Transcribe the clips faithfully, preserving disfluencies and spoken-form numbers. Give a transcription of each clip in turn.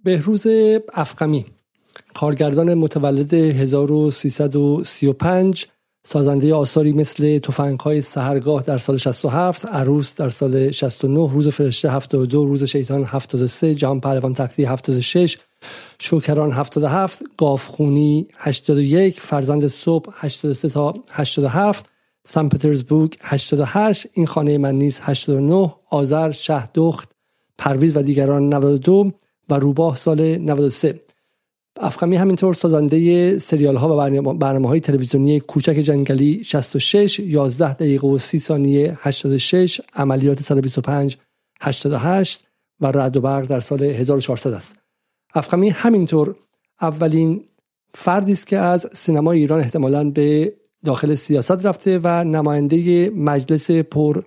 بهروز افخمی، کارگردان متولد هزار و سیصد و سی و پنج، سازنده آثاری مثل تفنگ‌های سحرگاه در سال شصت و هفت، عروس در سال شصت و نه، روز فرشته هفتاد و دو، روز شیطان هفتاد و سه، جهان پهلوان تختی هفتاد و شش، شوکران هفتاد و هفت، گاوخونی هشتاد و یک، فرزند صبح هشتاد و سه تا هشتاد و هفت، سن پترزبورگ هشتاد و هشت، این خانه من نیست هشتاد و نه، آذر، شهدخت، پرویز و دیگران نود و دو و روباه سال نود و سه. افخمی همینطور سازنده سریال ها و برنامه های تلویزیونی کوچک جنگلی شصت و شش، یازده دقیقه و سی ثانیه هشتاد و شش، عملیات صد و بیست و پنج هشتاد و هشت و رعد و برق در سال هزار و چهارصد است. افخمی همینطور اولین فردی است که از سینمای ایران احتمالاً به داخل سیاست رفته و نماینده مجلس پر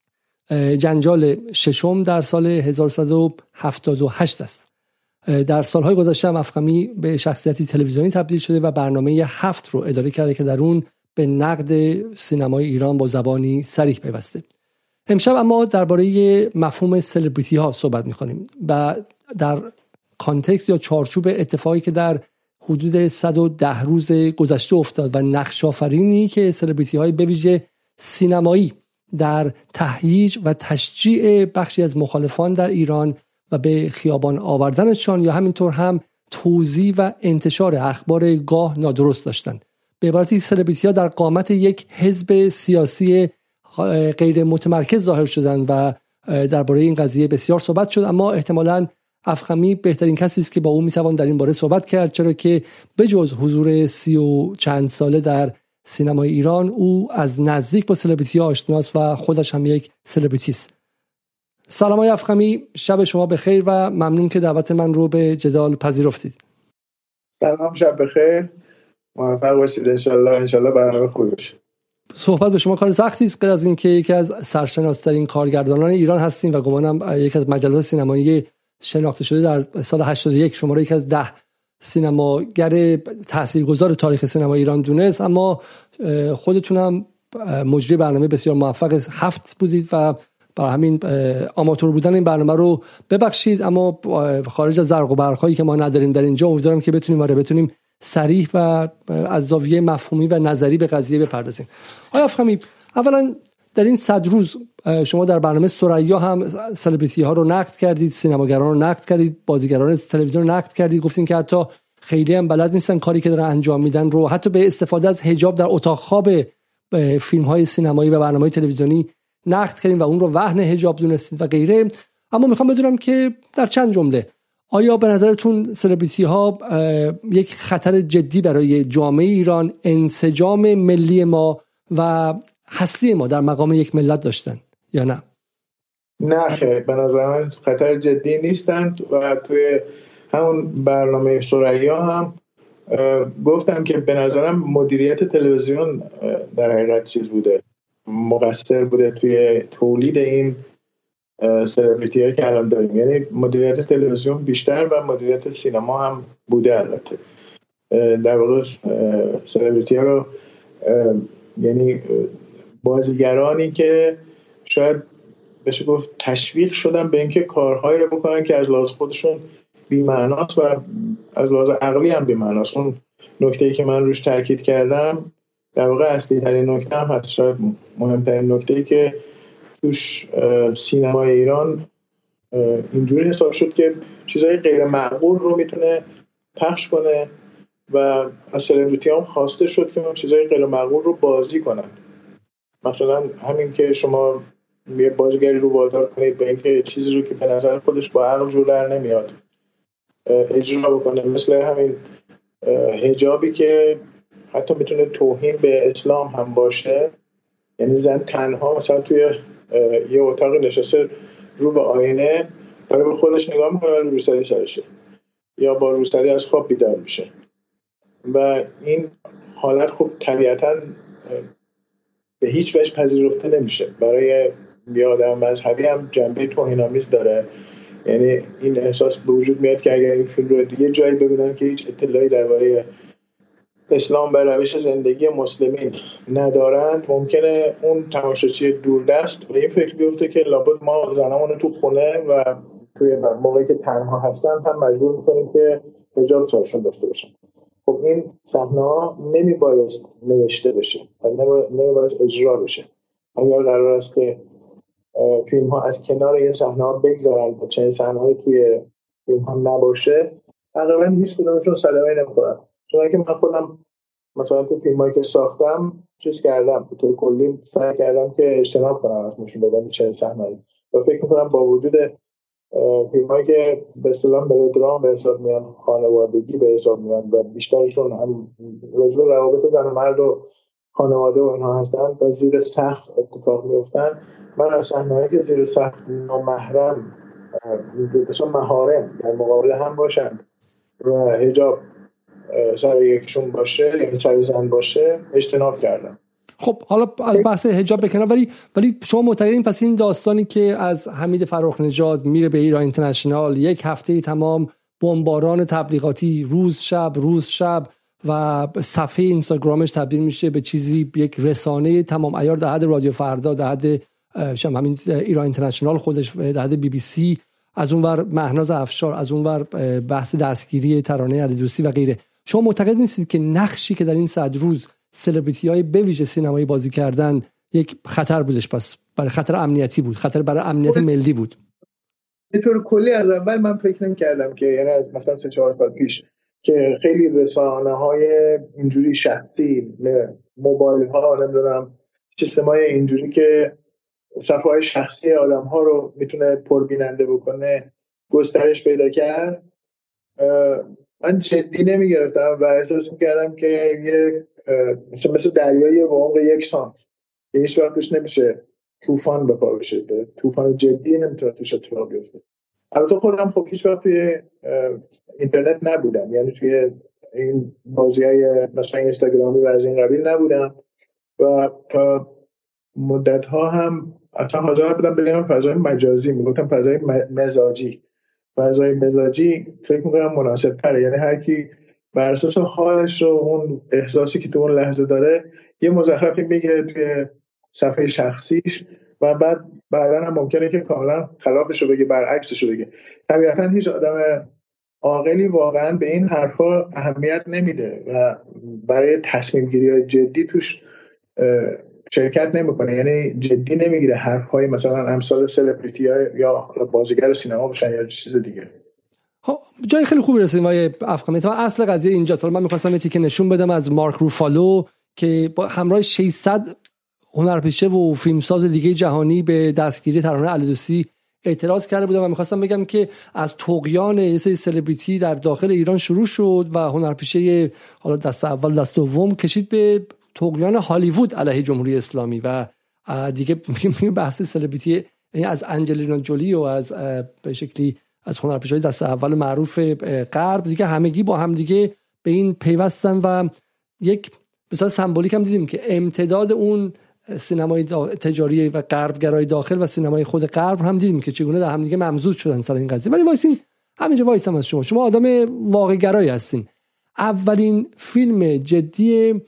جنجال ششم در سال هزار و سیصد و هفتاد و هشت است. در سالهای گذشته هم افخمی به شخصیتی تلویزیونی تبدیل شده و برنامه هفت رو اداره کرده که در اون به نقد سینمای ایران با زبانی صریح پیوسته. امشب اما درباره مفهوم سلبریتی ها صحبت می‌کنیم و در کانتکست یا چارچوب اتفاقی که در حدود صد و ده روز گذشته افتاد و نقش آفرینی که سلبریتی های به ویژه سینمایی در تهییج و تشجیع بخشی از مخالفان در ایران و به خیابان آوردنشان یا همینطور هم توزیع و انتشار اخبار گاه نادرست داشتند. به عبارتی سلبریتی ها در قامت یک حزب سیاسی غیر متمرکز ظاهر شدند و درباره این قضیه بسیار صحبت شد، اما احتمالاً افخمی بهترین کسی است که با او میتوان در این باره صحبت کرد، چرا که بجز حضور سی و چند ساله در سینمای ایران او از نزدیک با سلبریتی ها آشناست و خودش هم یک سلبریتی است. سلام آقای افخمی، شب شما بخیر و ممنون که دعوت من رو به جدال پذیرفتید. سلام، شب بخیر، موفق باشید ان شاء الله. ان شاء الله برنامه خوبی باشه. صحبت به شما کار سختی است، غیر از اینکه یکی از سرشناس‌ترین کارگردانان ایران هستین و گمانم یکی از مجلات سینمایی شناخته شده در سال هشتاد و یک شما را یکی از ده سینماگر تاثیرگذار تاریخ سینما ایران دونست، اما خودتون هم مجری برنامه بسیار موفق هفت بودید و برای همین آماتور بودن این برنامه رو ببخشید، اما خارج از زرق و برق‌هایی که ما نداریم در اینجا امیدوارم که بتونیم آره بتونیم صریح و از زاویه مفهومی و نظری به قضیه بپردازیم. آقای افخمی، اولا در این صد روز شما در برنامه ثریا هم سلبریتی ها رو نقد کردید، سینماگران رو نقد کردید، بازیگران تلویزیون رو نقد کردید، گفتین که حتی خیلی هم بلد نیستن کاری که دارن انجام میدن رو، حتی به استفاده از حجاب در اتاق خواب فیلم های سینمایی و برنامه‌های تلویزیونی نقد کردین و اون رو وهن حجاب دونستید و غیره. اما میخوام بدونم که در چند جمله آیا به نظرتون سلبریتی ها یک خطر جدی برای جامعه ایران، انسجام ملی ما و هستی ما در مقام یک ملت داشتن یا نه؟ نه خیر، به نظر من خطر جدی نیستند و توی همون برنامه ثریا هم گفتم که به نظرم مدیریت تلویزیون در حقیقت چیز بوده، مقصر بوده توی تولید این سلبریتی هایی که الان داریم. یعنی مدیریت تلویزیون بیشتر و مدیریت سینما هم بوده. البته در واقع سلبریتی ها رو یعنی بازیگرانی که شاید بشه گفت تشویق شدن به اینکه کارهایی رو بکنن که از لحاظ خودشون بی‌معناست و از لحاظ عقلی هم بی‌معناست. اون نکته‌ای که من روش تاکید کردم در واقع اصلی ترین نکته هم هست، شاید مهمترین نکته‌ای که توش سینمای ایران اینجوری حساب شد که چیزهای غیر معقول رو میتونه پخش کنه و از سلبریتی هم خواسته شد که اون چیزهای غیر معقول رو بازی کنن. مثلا همین که شما یه بازیگری رو وادار کنید به اینکه چیزی رو که به نظر خودش با عقل جور در نمیاد اجرا بکنه، مثل همین حجابی که حتی میتونه توهین به اسلام هم باشه. یعنی زن تنها مثلا توی یه اتاق نشسته رو به آینه داره به خودش نگاه میکنه ولی روسری سرشه یا با روسری از خواب بیدار میشه و این حالت خب طبیعتاً به هیچ وجه پذیرفته نمیشه. برای یه آدم مذهبی هم جنبه توهین‌آمیز داره. یعنی این احساس به وجود میاد که اگر این فیلم رو یه جایی ببینن که هیچ اطلاعی درباره اسلام و روش زندگی مسلمین ندارند، ممکنه اون تماشاچی دوردست به این فکر بیفته که لابد ما زنمون رو تو خونه و توی موقعی که تنها هستن هم مجبور میکنیم که حجاب سرشون داشته باشن. خب این صحنه‌ها نمیبایست نوشته بشه و نمیبایست اجرا بشه. اگر قرار است که فیلم ها از کنار این صحنه ها بگذارن و چنین صحنه‌ای توی فیلم ها نباشه، تقریبا هیچ کدومشون صدمه نمیخورن. چون که من خودم مثلا تو فیلمایی که ساختم چیز کردم، به طور کلی سعی کردم که اجتناب کنم از نشون دادن چنین صحنه‌ای و فکر می‌کنم با وجود فیلمایی که به اصطلاح ملودرام به حساب میان، خانوادگی به حساب میان و بیشترشون هم راجع به روابط زن و مرد و خانواده و اینها هستن و زیر سقف اتفاق میفتن، من از صحنه‌هایی که زیر سقف نامحرم مثلا محارم در مقابل هم باشند و حجاب سر یکشون باشه یعنی سر زن باشه اجتناب کردم. خب حالا از بحث حجاب بکنم، ولی ولی شما معتقدین پس این داستانی که از حمید فرخ نژاد میره به ایران اینترنشنال، یک هفته تمام بمباران تبلیغاتی روز شب روز شب و صفحه اینستاگرامش تبدیل میشه به چیزی، یک رسانه تمام عیار در حد رادیو فردا، در حد همین ایران اینترنشنال خودش، در حد بی بی سی، از اونور مهناز افشار، از اونور بحث دستگیری ترانه علیدوستی و غیره. شما معتقد نیستید که نقشی که در این صد روز سلبریتی‌های به ویژه سینمایی بازی کردن یک خطر بودش؟ پس برای خطر امنیتی بود، خطر برای امنیت ملی بود. به طور کلی از اول من فکر نمی‌کردم که یعنی از مثلا سه چهار سال پیش که خیلی رسانه‌های اینجوری شخصی، موبایل‌ها، نمی‌دونم سیستم‌های اینجوری که صفحه‌های شخصی آدم‌ها رو میتونه پربیننده بکنه گسترش پیدا کرد. من جدی نمی‌گرفتم و احساس می‌کردم که یه مثل مثل دریایی با عمق یک سانت هیچ وقت توش نمیشه طوفان به پا بشه، طوفان جدی نمیتونه توش اتفاق بیفته. البته خودم خب هیچ وقت توی اینترنت نبودم، یعنی توی این بازی‌های مثلا اینستاگرامی و از این قبیل نبودم و تا مدت‌ها هم اصلا حاضر بودم بگم فضای مجازی، میگفتم فضای مزاجی. فضای مزاجی فکر می‌کنم مناسب تره، یعنی هر کی بر اساس حالش و اون احساسی که تو اون لحظه داره یه مزخرفی بگه توی صفحه شخصیش و بعد بعداً هم ممکنه که کاملا خلافش رو بگه، برعکسش رو بگه. طبیعتاً هیچ آدم عاقلی واقعاً به این حرفا اهمیت نمیده و برای تصمیم گیری‌های جدی توش شرکت نمیکنه، یعنی جدی نمیگیره حرف‌های مثلا امثال سلبریتی‌ها یا بازیگر سینما باشن یا چیز دیگه. خب جای خیلی خوبی رسیدیم آقای افخمی. مثلا اصل قضیه اینجا، حالا من می‌خواستم یه تیکه نشون بدم از مارک روفالو که با همراه ششصد هنرپیشه و فیلمساز دیگه جهانی به دستگیری ترانه علیدوستی اعتراض کرده بودم و می‌خواستم بگم که از طغیان یه سری سلبریتی در داخل ایران شروع شد و هنرپیشه حالا دست اول دست دوم کشید به طغیان هالیوود علیه جمهوری اسلامی و دیگه بحث سلبریتی از انجلینا جولی و از به شکلی از هنرپیشه‌های دست اول معروف غرب دیگه همگی با هم دیگه به این پیوستن و یک مثلا سمبولیک هم دیدیم که امتداد اون سینمای تجاری و غربگرای داخل و سینمای خود غرب هم دیدیم که چگونه در هم دیگه ممزوج شدن سر این قضیه. ولی وایسین همینجا وایسم از شما شما آدم واقع گرایی هستین. اولین فیلم جدی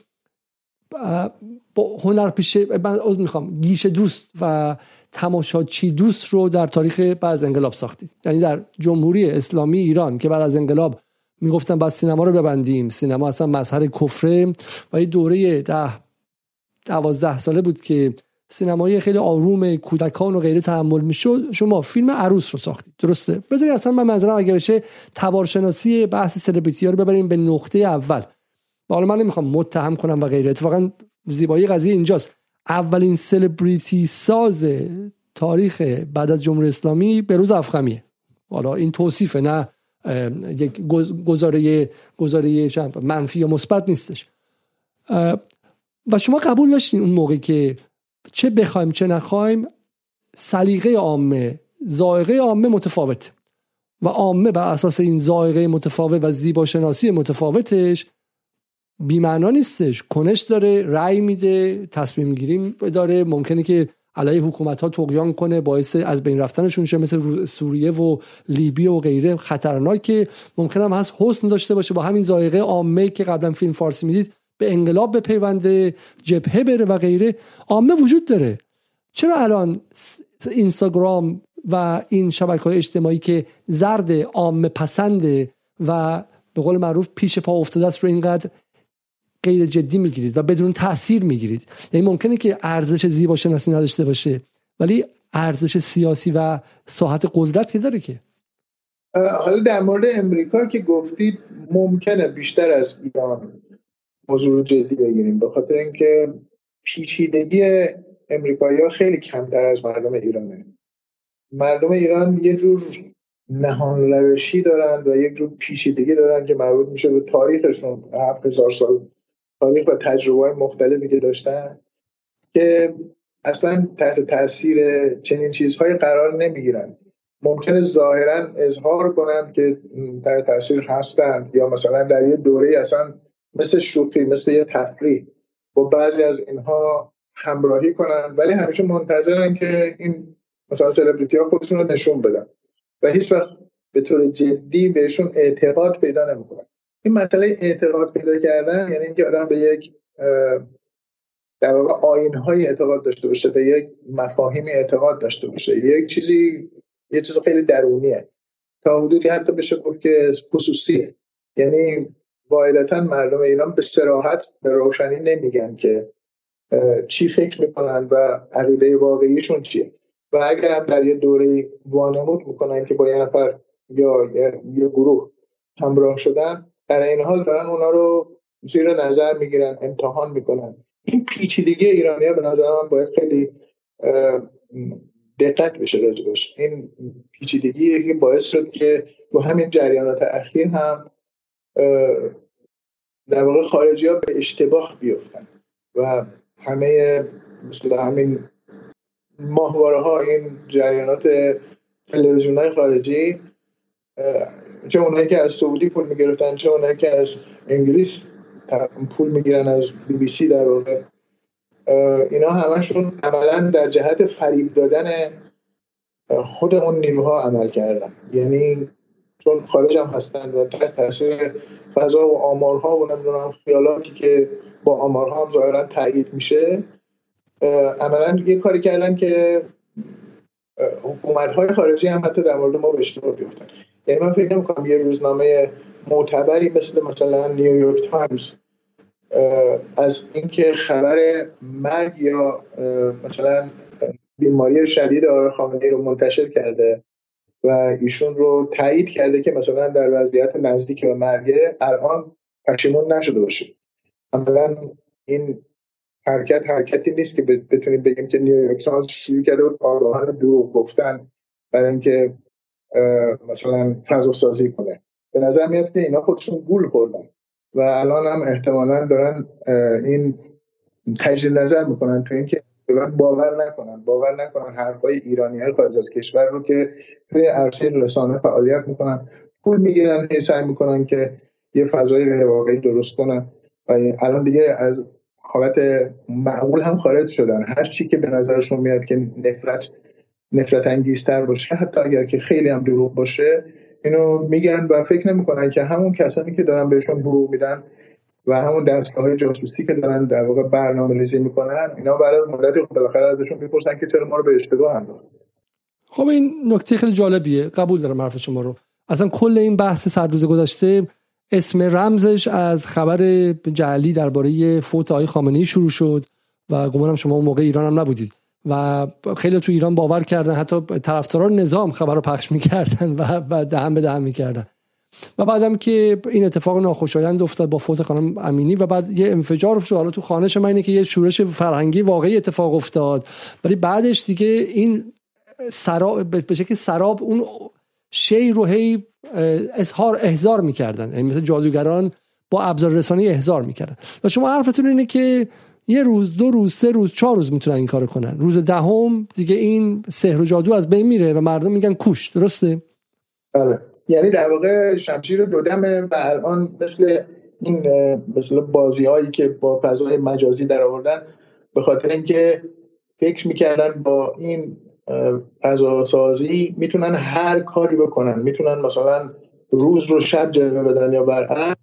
با هنرپیشه من عذر میخوام گیشه دوست و تماشاچی دوست رو در تاریخ بعد از انقلاب ساختید. یعنی در جمهوری اسلامی ایران که بعد از انقلاب میگفتن بعد سینما رو ببندیم، سینما اصلا مظهر کفره و یه دوره ده دوازده ساله بود که سینمای خیلی آروم کودکان و غیره تحمل میشد، شما فیلم عروس رو ساختید. درسته؟ بذارید اصلا من منظرم اگه بشه تبارشناسی بحث سلبریتی ها رو ببریم به نقطه اول. حالا من نمیخوام متهم کنم و غیره، اتفاقا زیبایی قضیه اینجاست. اولین سلبریتی ساز تاریخ بعد از جمهوری اسلامی بهروز افخمیه. حالا این توصیفه، نه یک گزاره گزاره منفی یا مثبت نیستش. و شما قبول داشتین اون موقع که چه بخوایم چه نخوایم سلیقه عامه، ذائقه عامه متفاوت و عامه بر اساس این ذائقه متفاوت و زیباشناسی متفاوتش بی‌معنا نیستش، کنش داره، رأی میده، تصمیم گیری داره، ممکنه که علیه حکومت‌ها طغیان کنه، باعث از بین رفتنشون شه، مثل سوریه و لیبی و غیره خطرناکه. ممکنه هم هست حسن داشته باشه، با همین ذائقه عامه که قبلا فیلم فارسی میدید به انقلاب بپیونده، جبهه بره و غیره. عامه وجود داره. چرا الان اینستاگرام و این شبکه‌های اجتماعی که زرد عامه پسنده و به قول معروف پیش پا افتاده است رو اینقدر غیر جدی میگیرید و بدون تأثیر میگیرید؟ یعنی ممکنه که ارزش زیباشناسی نداشته باشه ولی ارزش سیاسی و ساحت قدرت که داره. که حالا در مورد امریکا که گفتید ممکنه بیشتر از ایران موضوع رو جدی بگیریم، به خاطر اینکه پیچیدگی امریکایی‌ها خیلی کمتر از مردم ایرانه. مردم ایران یه جور نهان روشی دارن و یک جور پیچیدگی دارن که مربوط میشه به تاریخشون، هفت هزار سال تاریخ و تجربه‌های مختلفی که داشتن که اصلا تحت تاثیر چنین چیزهای قرار نمیگیرن. ممکنه ظاهرا اظهار کنند که تحت تاثیر هستند یا مثلا در یه دوره اصلا مثل شوخی، مثل یه تفریح با بعضی از اینها همراهی کنند، ولی همیشه منتظرن که این مثلا سلبریتی ها خودشون رو نشون بدن و هیچ وقت به طور جدی بهشون اعتقاد پیدا نمیکنن. این مسئله اعتقاد پیدا کردن یعنی اینکه آدم به یک در واقع آیین‌های اعتقاد داشته باشه، به یک مفاهیمی اعتقاد داشته باشه، یک چیزی یه چیز خیلی درونیه، تا حدودی حتی بشه گفت که خصوصیه. یعنی واحدتاً مردم ایران به صراحت به روشنی نمیگن که چی فکر میکنن و عقیده واقعیشون چیه و اگر هم در یه دوره وانمود میکنن که با یه نفر یا یه گروه همراه شدن، در این حال دارن اونا رو زیر نظر میگیرن، امتحان میکنن. این پیچیدگی ایرانی‌ها به نظر من باید خیلی دقت بشه راجبش. این پیچیدگی که باعث شد که با همین جریانات اخیر هم در واقع خارجی‌ها به اشتباه بیفتن و همه مثل همین ماهواره‌ها، این جریانات تلویزیون‌های خارجی، چه اونایی که از سعودی پول میگرفتن چه اونایی که از انگلیس پول میگیرن، از بی بی سی در واقع، اینا همشون عملاً در جهت فریب دادن خود اون نیروها عمل کردن. یعنی چون خارج هم هستن و تحت تاثیر فضا و آمارها و نمیدونم خیالاتی که با آمارها هم ظاهراً تایید میشه، عملاً یه کاری کردن که حکومت‌های خارجی هم حتی در مورد ما به اشتباه بیفتن. یعنی من فکر نمی‌کنم یه روزنامه معتبری مثل مثلا نیویورک تایمز از اینکه خبر مرگ یا مثلا بیماری شدید آقای خامنه‌ای رو منتشر کرده و ایشون رو تایید کرده که مثلا در وضعیت نزدیک به مرگ، الان پشیمون نشده باشه. عملاً این حرکت حرکتی نیست که بتونیم بگیم که نیویورک تایمز شروع کرده بود آگاهانه دروغ گفتن برای اینکه مثلا فضا سازی کنه. به نظر میاد که اینا خودشون گول خوردن و الان هم احتمالاً دارن این تجدید نظر میکنن تو اینکه باور نکنن باور نکنن حرفای ایرانی‌های خارج از کشور رو که توی عرصه رسانه فعالیت میکنن، پول میگیرن، هی سعی میکنن که یه فضای غیر واقعی درست کنن و الان دیگه از حالت معقول هم خارج شدن. هر چی که به نظرشون میاد که نفرت نفرت انگیزتر باشه، حتی اگر که خیلی هم دروغ باشه، اینو میگن و فکر نمیکنن که همون کسانی که دارن بهشون حقوق میدن و همون دستگاه‌های جاسوسی که دارن در واقع برنامه‌ریزی میکنن، اینا برای مدتی بالاخره ازشون میپرسن که چرا ما رو به اشتباه انداختید. خب این نکته خیلی جالبیه، قبول دارم حرف شما رو. اصلا کل این بحث صد روز گذشته اسم رمزش از خبر جعلی درباره فوت آقای خامنه‌ای شروع شد و گمانم شما اون موقع ایران هم نبودید و خیلی تو ایران باور کردن، حتی طرفداران نظام خبر رو پخش می‌کردن و دهن به دهن می‌کردن. و بعدم که این اتفاق ناخوشایند افتاد با فوت خانم امینی و بعد یه انفجار شد حالا تو خانش من، اینه که یه شورش فرهنگی واقعی اتفاق افتاد، ولی بعدش دیگه این سراب به شکلی سراب اون شی رو هی اظهار احضار می‌کردن، یعنی مثل جادوگران با ابزار رسانه‌ای احضار می‌کردن. و شما حرفتون اینه که یه روز، دو روز، سه روز، چهار روز میتونن این کارو کنن، روز دهم دیگه این سحر و جادو از بین میره و مردم میگن کوش. درسته؟ بله. یعنی در واقع شمشیر دو دمه و الان مثل این مثل بازی‌هایی که با فضای مجازی در آوردن، به خاطر اینکه فکر میکردن با این فضا سازی میتونن هر کاری بکنن، میتونن مثلا روز رو شب جلوه بدن یا برعکس،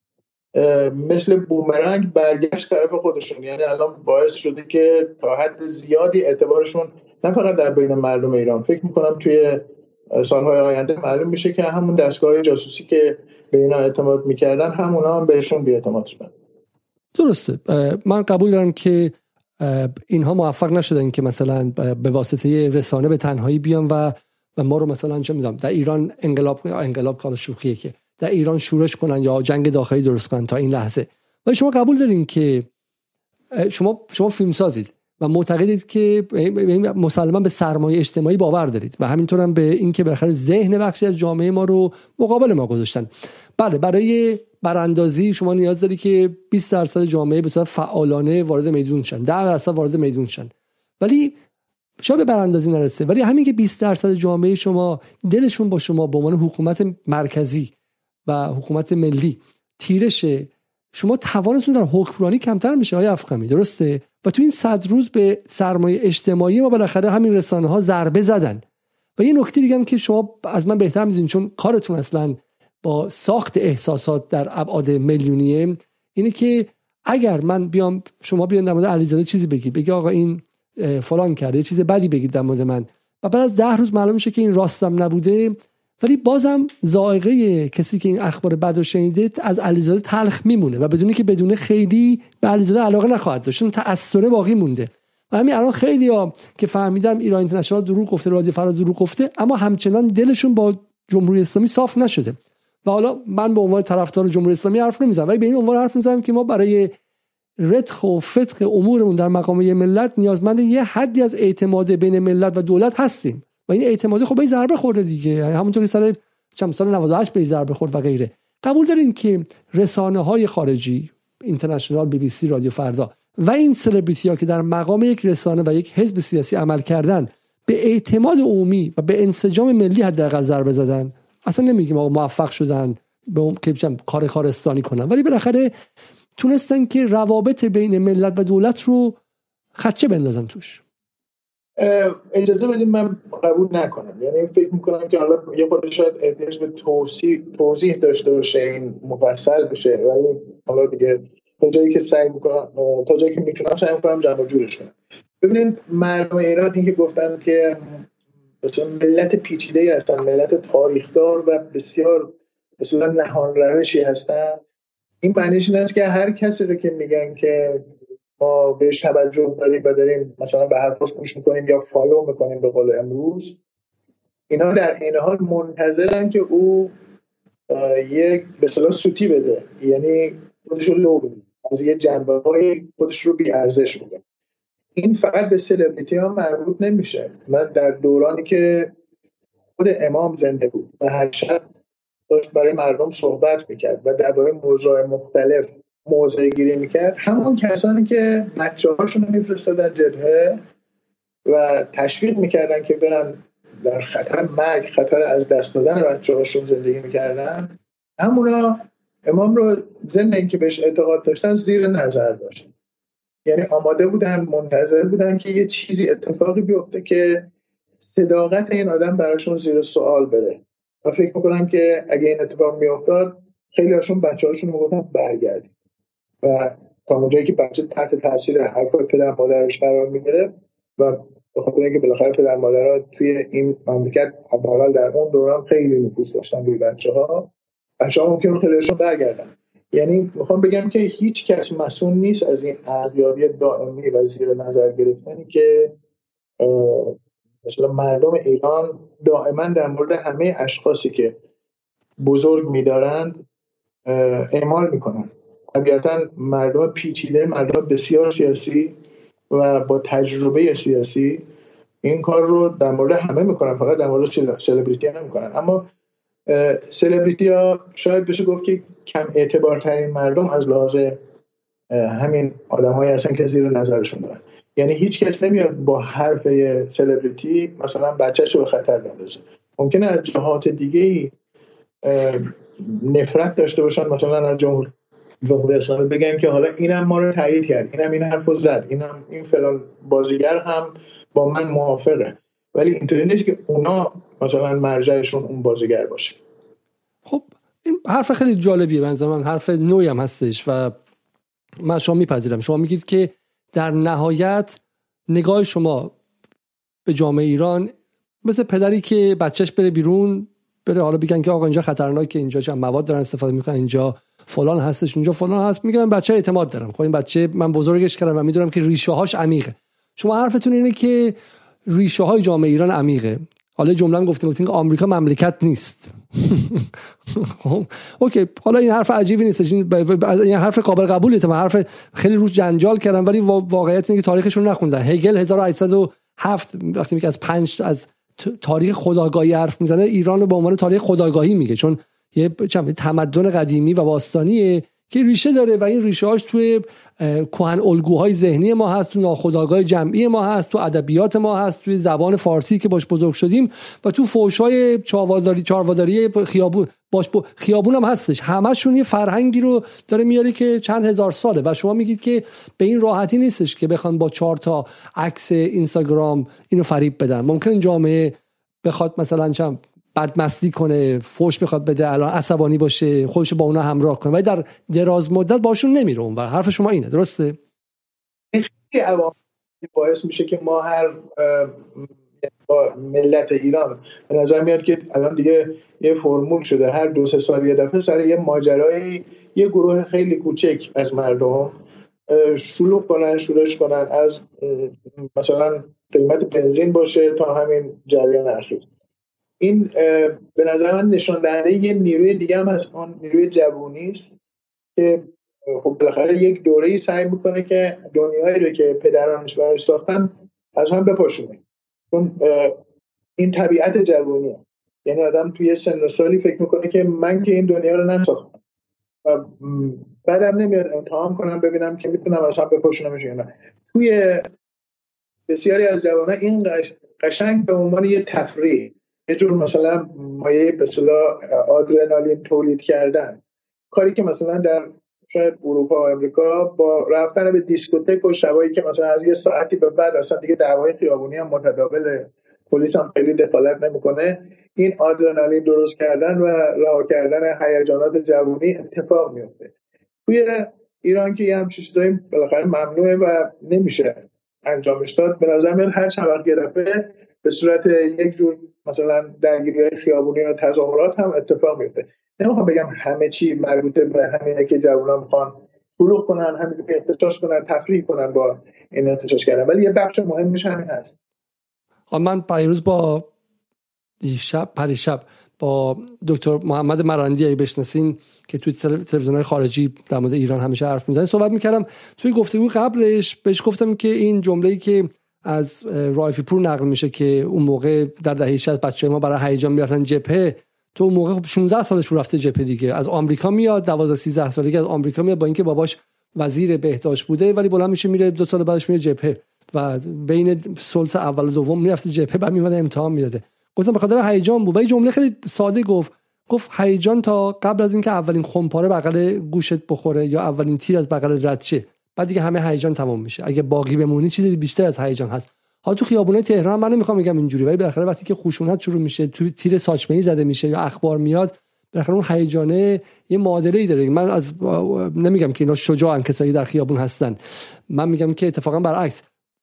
مثل بومرنگ برگشت طرف خودشون. یعنی الان باعث شده که تا حد زیادی اعتبارشون نه فقط در بین مردم ایران. فکر میکنم توی سالهای آینده معلوم میشه که همون دستگاه جاسوسی که به اینا اعتماد میکردن همونا هم بهشون بی‌اعتماد شدن. درسته. من قبول دارم که اینها موفق نشدن که مثلا به واسطه رسانه به تنهایی بیان و و ما رو مثلا چه میدونم در ایران انقلاب انقلاب کار شوخیه که در ایران شورش کنن یا جنگ داخلی درست کنن تا این لحظه. ولی شما قبول دارین که شما شما فیلم سازید و معتقدید که مسلماً به سرمایه اجتماعی باور دارید و همینطور هم به این که بالاخره ذهن بخشی از جامعه ما رو مقابل ما گذاشتن. بله، برای براندازی شما نیاز داری که بیست درصد جامعه به صورت فعالانه وارد میدون شن، ده درصد وارد میدون شن، ولی شاید به براندازی نرسه. ولی همین که بیست درصد جامعه شما دلشون با شما به عنوان حکومت مرکزی و حکومت ملی تیرشه، شما توانتون در حکمرانی کمتر میشه آقای افخمی، درسته؟ و تو این صد روز به سرمایه اجتماعی ما بالاخره همین رسانه ها ضربه زدن. و یه نکته دیگه هم که شما از من بهتر میدونید چون کارتون اصلا با ساخت احساسات در ابعاد میلیونیه، اینه که اگر من بیام شما بیان در مورد علیزاده چیزی بگید، بگی آقا این فلان کرده، چیز بدی بگید در مورد من، و بعد از ده روز معلوم میشه که این راستم نبوده، ولی بازم ذائقه کسی که این اخبار بد رو شنیده از علیزاده تلخ میمونه و بدونی که بدونه خیلی به علیزاده علاقه نخواهد داشت، اون تأثیر باقی مونده. و همین الان خیلی‌ها که فهمیدم ایران اینترنشنال دروغ گفته، رادیو فردا دروغ گفته، اما همچنان دلشون با جمهوری اسلامی صاف نشده. و حالا من به عنوان طرفدار جمهوری اسلامی حرف نمیزنم، ولی به این عنوان حرف میزنم که ما برای رتق و فتق امورمون در مقام یه ملت نیازمند یه حدی از اعتماد بین ملت و دولت هستیم و این اعتماد خب به ضربه خورده دیگه، همونطور که سال چند سال نود و هشت به ضربه خورد و غیره. قبول دارین که رسانه‌های خارجی، اینترنشنال، بی بی سی، رادیو فردا و این سلبریتی‌ها که در مقام یک رسانه و یک حزب سیاسی عمل کردن به اعتماد عمومی و به انسجام ملی حداقل ضربه زدن؟ اصلا نمیگیم آقا موفق شدن به اون که کار کارستانی کنن، ولی بالاخره تونستن که روابط بین ملت و دولت رو خدشه بندازن توش. اجازه بدید من قبول نکنم، یعنی فکر میکنم که حالا یه خورده شاید احتیاج به توضیح توضیح داشته باشه، این مفصل بشه، ولی حالا دیگه تا جایی که سعی میکنم تا جایی که میتونم سعی میکنم جمع جورش کنم. ببینید مردم ایران این که گفتن که مثلا ملت پیچیده هستن، ملت تاریخدار و بسیار مثلا نهان روشی هستن، این معنیش این است که هر کسی رو که میگن که ما بهش توجه داریم و داریم مثلا به حرفش گوش میکنیم یا فالو میکنیم به قول امروز، اینا در این حال منتظرن که او یک به اصطلاح سوتی بده، یعنی خودش رو لو بده، از یه جنبه‌های خودش رو بی ارزش بده. این فقط به سلبریتی ها مربوط نمیشه. من در دورانی که خود امام زنده بود و هر شب داشت برای مردم صحبت میکرد و درباره موضوع مختلف موضع گیری میکرد، همون کسانی که بچه هاشون رو میفرستادن جبهه و تشویق میکردن که برن در خطر مرگ، خطر از دست دادن بچه هاشون زندگی میکردن، همونا امام رو ضمن اینکه بهش اعتقاد داشتن زیر نظر داشتن. یعنی آماده بودن، منتظر بودن که یه چیزی اتفاقی بیفته که صداقت این آدم براشون زیر سوال بره. و فکر میکنم که اگه این اتفاق میافتاد خیلی هاشون بچه هاشون میگفتن برگردید و تا اونجایی که بچه تحت تاثیر حرفای پدر مادرش قرار میگرفت و به خاطر اینکه بالاخره پدر مادرها توی این مملکت حداقل در اون دوران خیلی نفوذ داشتن روی بچه‌ها، بچه‌ها ممکنه خیلیشون برگردن. یعنی میخوام بگم که هیچ کس مسئول نیست از این ارزیابی دائمی و زیر نظر گرفتنی که مثلا مردم ایران دائما در مورد همه اشخاصی که بزرگ می‌دارند اعمال میکنن. طبیعتاً مردم پیچیده، مردم بسیار سیاسی و با تجربه سیاسی این کار رو در مورد همه میکنن، فقط در مورد سلبریتی ها نمیکنن. اما سلبریتی ها شاید بشه گفت که کم اعتبارترین مردم از لحاظ همین آدم هایی هستن که زیر نظرشون دارن. یعنی هیچ کس نمیاد با حرف سلبریتی مثلا بچه‌شو به خطر بندازه. ممکنه از جهات دیگه‌ای نفرت داشته باشن، مثلا از جمهور جمهوری اسلامی بگن که حالا اینم ما رو تایید کرد، اینم این حرفو زد، اینم این فلان بازیگر هم با من موافقه، ولی اینطوری نیست که اونا مثلا مرجعشون اون بازیگر باشه. خب این حرف خیلی جالبیه، من زمان حرف نوعی هم هستش و من شما میپذیرم. شما میگید که در نهایت نگاه شما به جامعه ایران مثل پدری که بچهش بره بیرون، بره حالا بگن که آقا اینجا خطرناکه، اینجا چه مواد دارن استفاده میکنن، اینجا فلان هستش، اینجا فلان هست، میگم بچه اعتماد دارم، خب این بچه من بزرگش کردم و میدونم که ریشه هاش عمیقه. شما حرفتون اینه که ریشه های جامعه ایران عمیقه. حالا جمله گفتیم گفتیم که آمریکا مملکت نیست. خب اوکی، حالا این حرف عجیبی نیست، این, ب... ب... این حرف قابل قبولیه، من حرف خیلی روش جنجال کردم، ولی واقعیت اینه که تاریخشون نخوندن. هگل هزار و هشتصد و هفت وقتی میگه از پنج از تاریخ خودآگاهی حرف میزنه، ایران رو به عنوان تاریخ خودآگاهی میگه، چون یه تمدن قدیمی و باستانیه که ریشه داره و این ریشه هاش توی کهن الگوهای ذهنی ما هست، تو ناخودآگاه جمعی ما هست، تو ادبیات ما هست، توی زبان فارسی که باش بزرگ شدیم و تو فحش‌های چارواداری چارواداری خیابون باش ب... خیابون هم هستش. همشون یه فرهنگی رو داره میاره که چند هزار ساله و شما میگید که به این راحتی نیستش که بخوان با چهار تا عکس اینستاگرام اینو فریب بدن. ممکن جامعه بخواد مثلا چم بدمستی کنه، فوش بخواد بده، الان عصبانی باشه، خودش با اونا همراه کنه، ولی در دراز مدت باشون نمیره اون. و حرف شما اینه، درسته؟ خیلی عوامل باعث میشه که ما هر با ملت ایران به نظر میاد که الان دیگه یه فرمول شده، هر دو سه سال یه دفعه سر یه ماجرای یه گروه خیلی کوچک از مردم شلوغ کنن، شورش کنن، از مثلا قیمت بنزین باشه تا همین جریان اخیر. این به نظر من نشان دهنده یه نیروی دیگه هم هست، اون نیروی جوونی است که خب بالاخره یک دوره‌ای سعی میکنه که دنیایی رو که پدرانش براش ساختن از هم بپاشونه. چون این طبیعت جوونیه، یعنی آدم توی سن و سالی فکر میکنه که من که این دنیا رو نساختم و بعدم نمیاد امتحان کنم ببینم که میتونم از هم بپاشونمش یا نه. توی بسیاری از جوانان این قشنگ به عنوان یه تفریح، یه جور مثلا مایه به اصطلاح آدرنالین تولید کردن، کاری که مثلا در شاید اروپا و امریکا با رفتن به دیسکوتک و شبایی که مثلا از یه ساعتی به بعد اصلا دیگه دعوای خیابونی هم متداوله، پلیس هم خیلی دخالت نمیکنه، این آدرنالین درست کردن و رها کردن هیجانات جوونی اتفاق میفته. توی ایران که یه همچین چیزایی بالاخره ممنوعه و نمیشه انجامش داد، به نظر میاد هر چند وقت گرفته به صورت یک جور مثلا درگیری‌های خیابونی و تظاهرات هم اتفاق میفته. نمیخوام بگم همه چی مربوطه به همینه که جوونا میخوان شلوغ کنن، همینجوری اختشاش کنن، تفریح کنن با این اختشاش کردن، ولی یه بخش مهمش همین هست. من پیروز با دیشب پریشب با دکتر محمد مرندی اگه بشناسین که توی تلویزیون‌های خارجی در مورد ایران همیشه حرف میزنه صحبت میکردم. توی گفتگو قبلش بهش گفتم که این جمله‌ای که از رائفی پور نقل میشه که اون موقع در دهه شصت بچه‌های ما برای هیجان میرفتن جبهه، تو اون موقع شانزده سالش بود رفته جبهه دیگه، از آمریکا میاد، دوازده سیزده سالگی از آمریکا میاد، با اینکه باباش وزیر بهداشت بوده ولی بلند میشه میره دو سال بعدش میره جبهه و بین ثلث اول و دوم میرفته جبهه، بعد میومد امتحان میداده. گفتم به خاطر هیجان بود. و این جمله خیلی ساده گفت، گفت هیجان تا قبل از اینکه اولین خمپاره بغل گوشت بخوره یا اولین تیر از بغل رد شه، بعد دیگه همه هیجان تمام میشه. اگه باقی بمونی چیزی بیشتر از هیجان هست. حالا تو خیابونای تهران من نمیخوام بگم اینجوری، ولی بالاخره وقتی که خشونت شروع میشه، تو تیر ساچمه‌ای زده میشه یا اخبار میاد، بالاخره اون هیجانه یه معادله‌ای داره. من از نمیگم که اینا شجاعن کسایی در خیابون هستن، من میگم که اتفاقا برعکس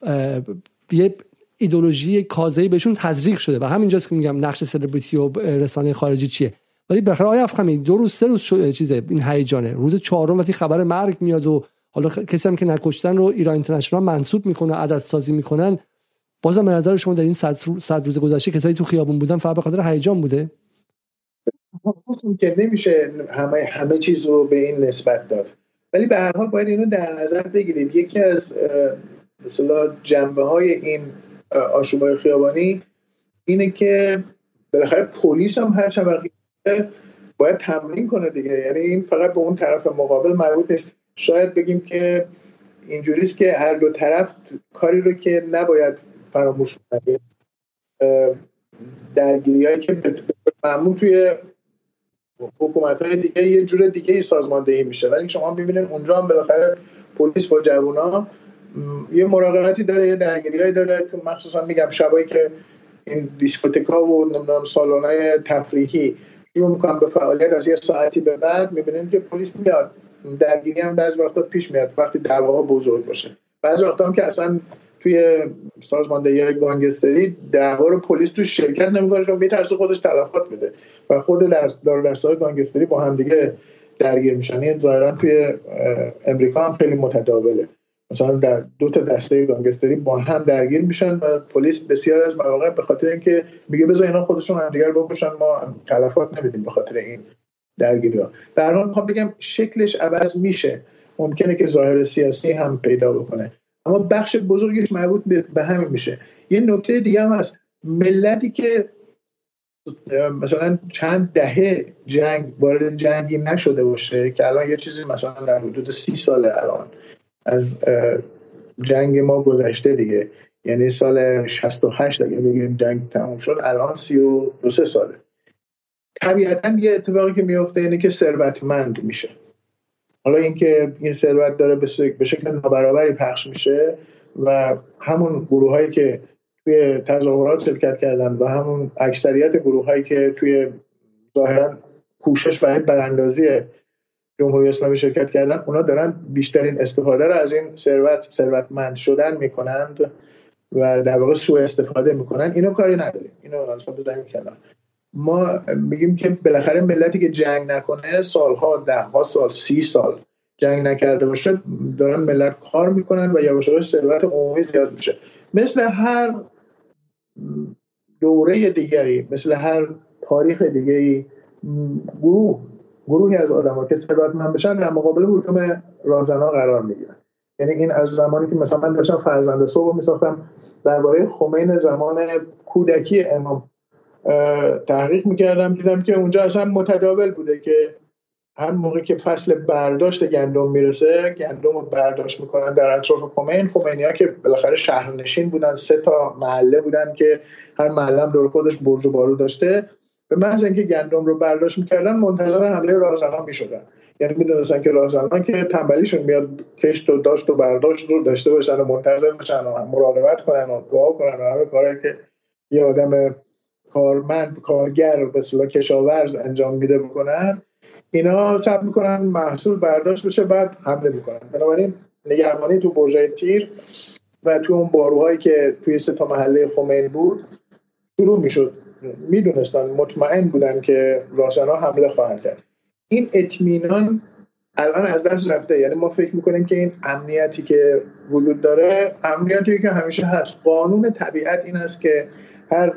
یه ایدئولوژی کاذبی بهشون تزریق شده و همینجاست که میگم نقش سلبریتی و رسانه خارجی چیه. ولی بالاخره آیا افخمی دو روز سه روز چیزه این هیجانه، روز چهارم وقتی خبر مرگ میاد و حالا کسی هم که نکشتن رو ایران اینترنشنال منسوب میکنه، عدد سازی میکنن، بازم به نظر شما در این صد روز گذشته کسایی تو خیابون بودن فقط به خاطر هیجان بوده؟ گفتم که نمیشه همه همه چیز رو به این نسبت داد، ولی به هر حال باید اینو در نظر بگیرید. یکی از مثلا جنبه‌های این آشوب‌های خیابانی اینه که بالاخره پلیس هم هر چند وقت باید تمرین کنه دیگه، یعنی این فقط به اون طرف مقابل مربوط نیست. شاید بگیم که اینجوریست که هر دو طرف کاری رو که نباید فراموش کنه، درگیری‌هایی که معمول توی حکومت‌های دیگه یه جور دیگه سازماندهی میشه، ولی شما می‌بینید اونجا هم بالاخره پلیس با جوونا یه مراقبتی داره، یه درگیری‌هایی داره. تو مخصوصا میگم شبایی که این دیسکوتک‌ها و نمیدونم سالن‌های تفریحی شروع می‌کنن به فعالیت از یه ساعتی به بعد، می‌بینید که پلیس میاد. درگیری هم بعضی وقتا پیش میاد وقتی دعواها بزرگ باشه، بعضی وقتا هم که اصلا توی سازماندهی گانگستری دعوا رو پلیس تو شرکت نمیکنه چون میترسه خودش تلفات بده و خود دارودسته‌های گانگستری با هم دیگه درگیر میشن. این ظاهرا توی امریکا هم خیلی متداوله، مثلا در دو تا دسته گانگستری با هم درگیر میشن و پلیس بسیار از مواقع به خاطر اینکه میگه بذار اینا خودشون همدیگر بکشن ما تلفات نمیدیم به خاطر این درگیری‌ها. در هر حال میخوام بگم شکلش عوض میشه، ممکنه که ظاهر سیاسی هم پیدا بکنه، اما بخش بزرگش مربوط به همین میشه. یه نکته دیگه هم هست، ملتی که مثلا چند دهه جنگ وارد جنگی نشده باشه که الان یه چیزی مثلا در حدود سی ساله الان از جنگ ما گذشته دیگه، یعنی سال شصت و هشت اگه بگیریم جنگ تموم شد الان سی و دو ساله، طبیعتاً یه اتفاقی که میفته اینه که ثروتمند میشه. حالا اینکه این ثروت داره به شکل نابرابری پخش میشه و همون گروهایی که توی تظاهرات شرکت کردن و همون اکثریت گروهایی که توی ظاهراً کوشش برای براندازی جمهوری اسلامی شرکت کردن، اونا دارن بیشترین استفاده رو از این ثروت ثروتمند شدن میکنند و در واقع سوء استفاده میکنن. اینو کاری نداریم، اینو اصلا بزنیم کنار. ما میگیم که بالاخره ملتی که جنگ نکنه سالها ده ها سال سی سال جنگ نکرده باشه دارن ملت کار میکنن و یواش یواش ثروت عمومی زیاد میشه. مثل هر دوره دیگری، مثل هر تاریخ دیگری، گروه گروهی از آدم‌ها که ثروتمند بشن در مقابل هجوم راهزن‌ها قرار میگیرن. یعنی این از زمانی که مثلا من داشتم فرزند صبح میساختم درباره خمین زمان کودکی امام تحقیق میکردم، دیدم که اونجا اصلا متداول بوده که هر موقع که فصل برداشت گندم میرسه گندم رو برداشت میکنن در اطراف خمین. خمینی ها که بالاخره شهرنشین بودن، سه تا محله بودن که هر محله هم دور خودش برج و بارو داشته، به محض اینکه گندم رو برداشت میکردن منتظر حمله راهزنان میشدن. یعنی میدونستن که راهزنان که تنبلیشون میاد کشت و داشت و برداشت رو داشته باشن و منتظر باشن و مراقبت کنن و دعا کنن و همه کارهایی که یه آدم کارمند کارگر به اصطلاح کشاورز انجام میده بکنن، اینا صبر میکنن محصول برداشت بشه بعد حمله میکنن. بنابراین نگهبانی تو برجای تیر و تو اون باروهایی که توی سه تا محله خمینی بود شروع میشد. میدونستن، مطمئن بودن که راهزن‌ها حمله خواهند کرد. این اطمینان الان از دست رفته. یعنی ما فکر میکنیم که این امنیتی که وجود داره امنیتی که همیشه هست. قانون طبیعت این است که هر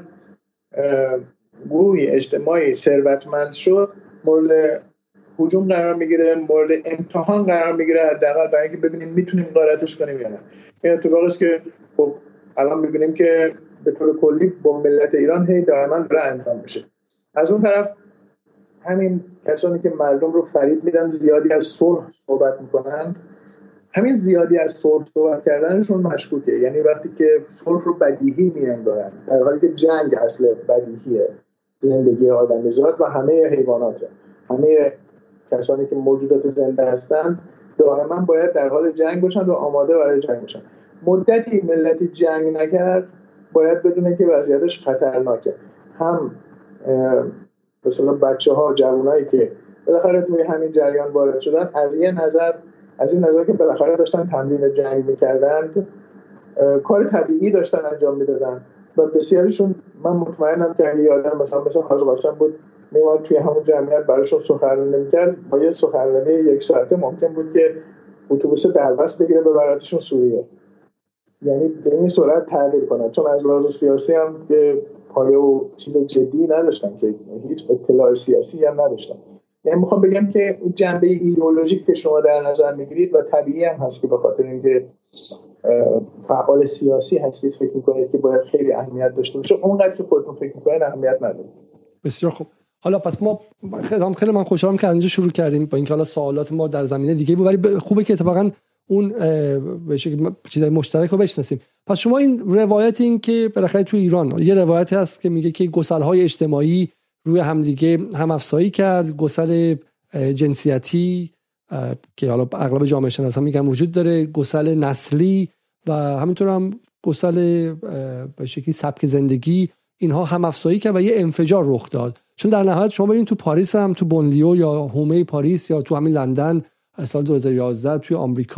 گروهی اجتماعی ثروتمند شد مورد هجوم قرار میگیره، مورد امتحان قرار میگیره، حداقل برای اینکه ببینیم میتونیم غارتش کنیم یا نه. این اتفاقی است که خب الان میبینیم که به طور کلی با ملت ایران هی دائما داره انجام میشه. از اون طرف همین کسانی که مردم رو فریب میدن زیادی از صلح صحبت میکنند، همین زیادی از صلح صحبت کردنشون مشکوکه. یعنی وقتی که صلح رو بدیهی میانگارن در حالی که جنگ اصل بدیهیه زندگی آدمیزاد و همه حیواناته، همه کسانی که موجودات زنده هستند دائما باید در حال جنگ باشن و آماده برای جنگ باشن. مدتی ملتی جنگ نکرد باید بدونه که وضعیتش خطرناکه. هم مثلا بچه‌ها، جوانایی که بالاخره توی همین جریان وارد شدن از این نظر از این نظر که بالاخره داشتن تمرین جنگ می‌کردن، کار طبیعی داشتن انجام میدادن و بسیاریشون من مطمئنم که اگه یادم مثلا مثلا حاج قاسم بود میومد توی همون جمعیت براشون سخنرانی می‌کرد، با یه سخنرانی یک ساعته ممکن بود که اتوبوس دربست بگیره ببرتشون سوریه. یعنی به این صورت تغییر کنن، چون از لحاظ سیاسی هم که پایه و چیز جدی نداشتن، که هیچ اطلاع سیاسی هم نداشتن. یعنی میخوام بگم که جنبه ایدئولوژیک که شما در نظر میگیرید و طبیعی هم هست که به خاطر اینکه فعال سیاسی هستید فکر میکنید که باید خیلی اهمیت داشته باشه، اونقدر که خودتون فکر میکنید اهمیت نداره. بسیار خوب. حالا پس ما خیلی خیلی من خوشحالم که اینجا شروع کردیم، با اینکه حالا سوالات ما در زمینه دیگه بود ولی خوبه که اتفاقا اون به شکلی چیزای مشترک رو بشناسیم. پس شما این روایت این که بالاخره تو ایران یه روایتی هست که میگه که گسل‌های اجتماعی روی همدیگه هم افزایی کرد، گسل جنسیتی که حالا اغلب جامعه شناسا میگن وجود داره، گسل نسلی و همینطور هم گسل به شکلی سبک زندگی، اینها هم افزایی کرد و یه انفجار رخ داد. چون در نهایت شما ببینید تو پاریس هم، تو بونلیو یا حومه پاریس یا تو همین لندن سال دو هزار و یازده، توی آمریکا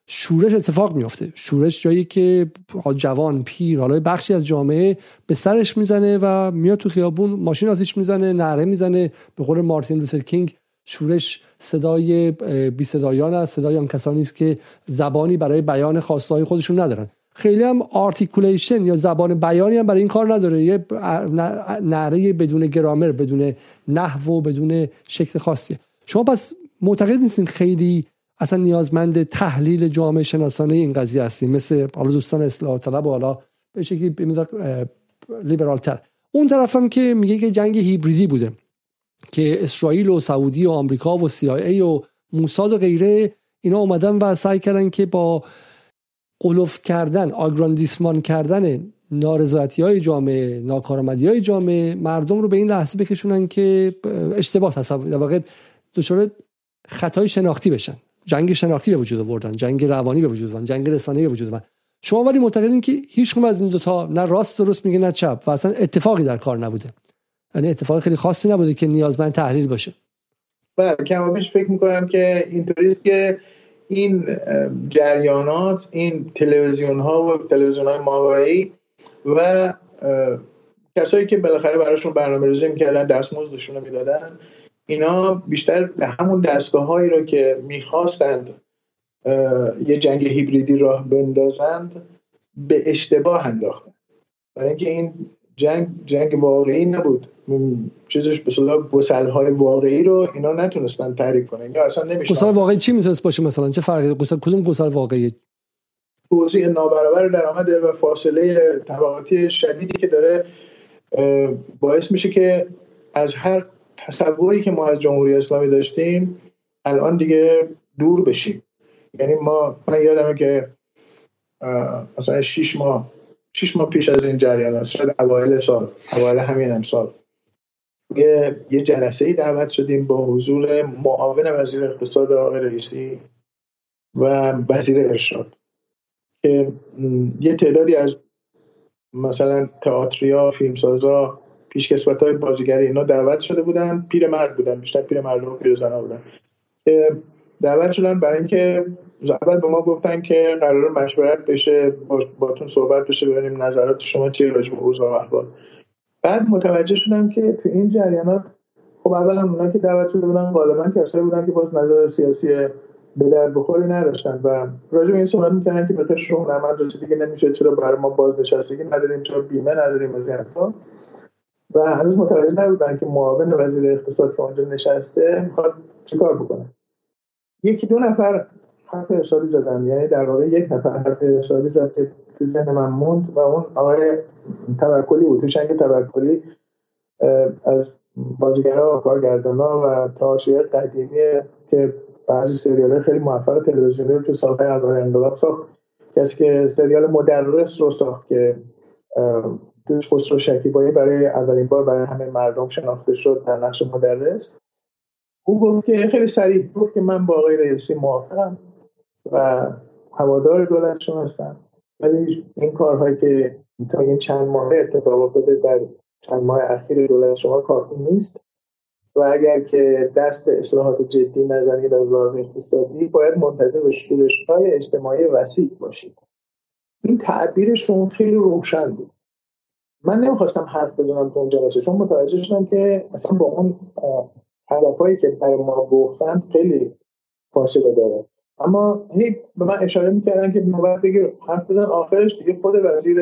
شورش اتفاق میفته. شورش جایی که جوان، پیر، حالا بخشی از جامعه به سرش میزنه و میاد تو خیابون، ماشین آتیش میزنه، نعره میزنه. به قول مارتین لوتر کینگ شورش صدای بی صدایان است، صدای آن کسانی است که زبانی برای بیان خواسته‌های خودشون ندارن. خیلی هم آرتیکولیشن یا زبان بیانی هم برای این کار نداره. یه نعره بدون گرامر، بدون نحو و بدون شکل خاصی. شما پس معتقد نیستین خیلی اصلا نیازمند تحلیل جامعه شناسانه این قضیه هستیم، مثل حالا دوستان اصلاح طلب و حالا به شکلی به مقدار لیبرال تر؟ اون طرف هم که میگه که جنگ هیبریدی بوده که اسرائیل و سعودی و آمریکا و سی آی ای و موساد و غیره اینا اومدن و سعی کردن که با قلوف کردن، آگراندیسمان کردن نارضایتی‌های جامعه، ناکارآمدی‌های جامعه، مردم رو به این لحظه بکشونن که اشتباه تصور، در واقع دچار خطای شناختی بشن. جنگ شناختی به وجود آوردن، جنگ روانی به وجود آوردن، جنگ رسانه‌ای به وجود آوردن. شما ولی معتقدین که هیچ کدوم از این دو تا نه راست درست میگه نه چپ و اصلا اتفاقی در کار نبوده. یعنی اتفاق خیلی خاصی نبوده که نیازمند تحلیل باشه. بله، کما بیش فکر می‌کنم که اینطوریه که این جریانات، این تلویزیون‌ها و تلویزیون‌های ماهواره‌ای و کسایی که بالاخره براشون برنامه‌ریزی می‌کردن، دستمزدشون رو میدادن، اینا بیشتر به همون دستگاه‌هایی رو که می‌خواستند یه جنگ هیبریدی راه بندازند به اشتباه انداختن. برای اینکه این جنگ جنگ واقعی نبود، چیزش به اصطلاح گسل‌های واقعی رو اینا نتونستن تعریف کنن یا اصلا نمی‌شناختن. گسل واقعی چی میتونست باشه مثلا؟ چه فرقی گسل کدوم گسل واقعی؟ توزیع نابرابر درآمد و فاصله طبقاتی شدیدی که داره باعث میشه که از هر تصوری که ما از جمهوری اسلامی داشتیم الان دیگه دور بشیم. یعنی ما من یادمه که مثلا شش ماه شش ماه پیش از این جریان، شاید اوایل سال، اوایل همین امسال، یه یه جلسه‌ای دعوت شدیم با حضور معاون وزیر اقتصاد آقای رئیسی و وزیر ارشاد که یه تعدادی از مثلا تئاتریا، فیلمسازا، پیشکسوت‌های بازیگری اینا دعوت شده بودن. پیرمرد بودن، بیشتر پیرمرد و پیرزنا بودن که دعوت شدن برای اینکه اول به ما گفتن که قراره مشورت بشه، باتون صحبت بشه، ببینیم نظرات شما چیه راجع به اوضاع و احوال. بعد متوجه شدم که تو این جریانات خب اولا اونا که دعوت شده بودن غالبا کسایی بودن که باز نظر سیاسی به در بخوری نداشتن و راجع به این صحبت می‌کردن که به قشر هنرمند رسیدگی نمیشه، چرا برای ما بازنشستگی نداریم، چرا بیمه نداریم از این حرفا. و هنوز متوجه نبودن که معاون وزیر اقتصاد که اونجا نشسته میخواد چیکار بکنه. یکی دو نفر حرف حسابی زدن، یعنی در واقع یک نفر حرف حسابی زد که تو ذهن من موند و اون آقای توکلی بود. توشنگ توکلی از بازیگرا و کارگردانا و تئاتر قدیمی که بعضی سریال‌های خیلی موفق تلویزیونی رو تو سال‌های اول انقلاب ساخت، کسی که سریال مدرس رو ساخت که توش خسرو شکیبایی برای اولین بار برای همه مردم شناخته شد در نقش مدرس. او گفت که خیلی صریح گفت که من با آقای رئیسی موافقم و هوادار دولتشون هستم، ولی این کارهایی که تا این چند ماه اتفاق افتاده در چند ماه اخیر دولت شما کافی نیست و اگر که دست به اصلاحات جدی نزنید از لحاظ اقتصادی باید منتظر به شورش‌های اجتماعی وسیع باشید. این تعبیرشون خیلی روشن بود. من نمیخواستم حرف بزنم تو اون جلسه چون متوجه شدم که اصلا با اون هدفایی که برای ما گفتن خیلی فاصله داره، اما هی به من اشاره میکردن که نوبت بگیر حرف بزن. آخرش دیگه خود وزیر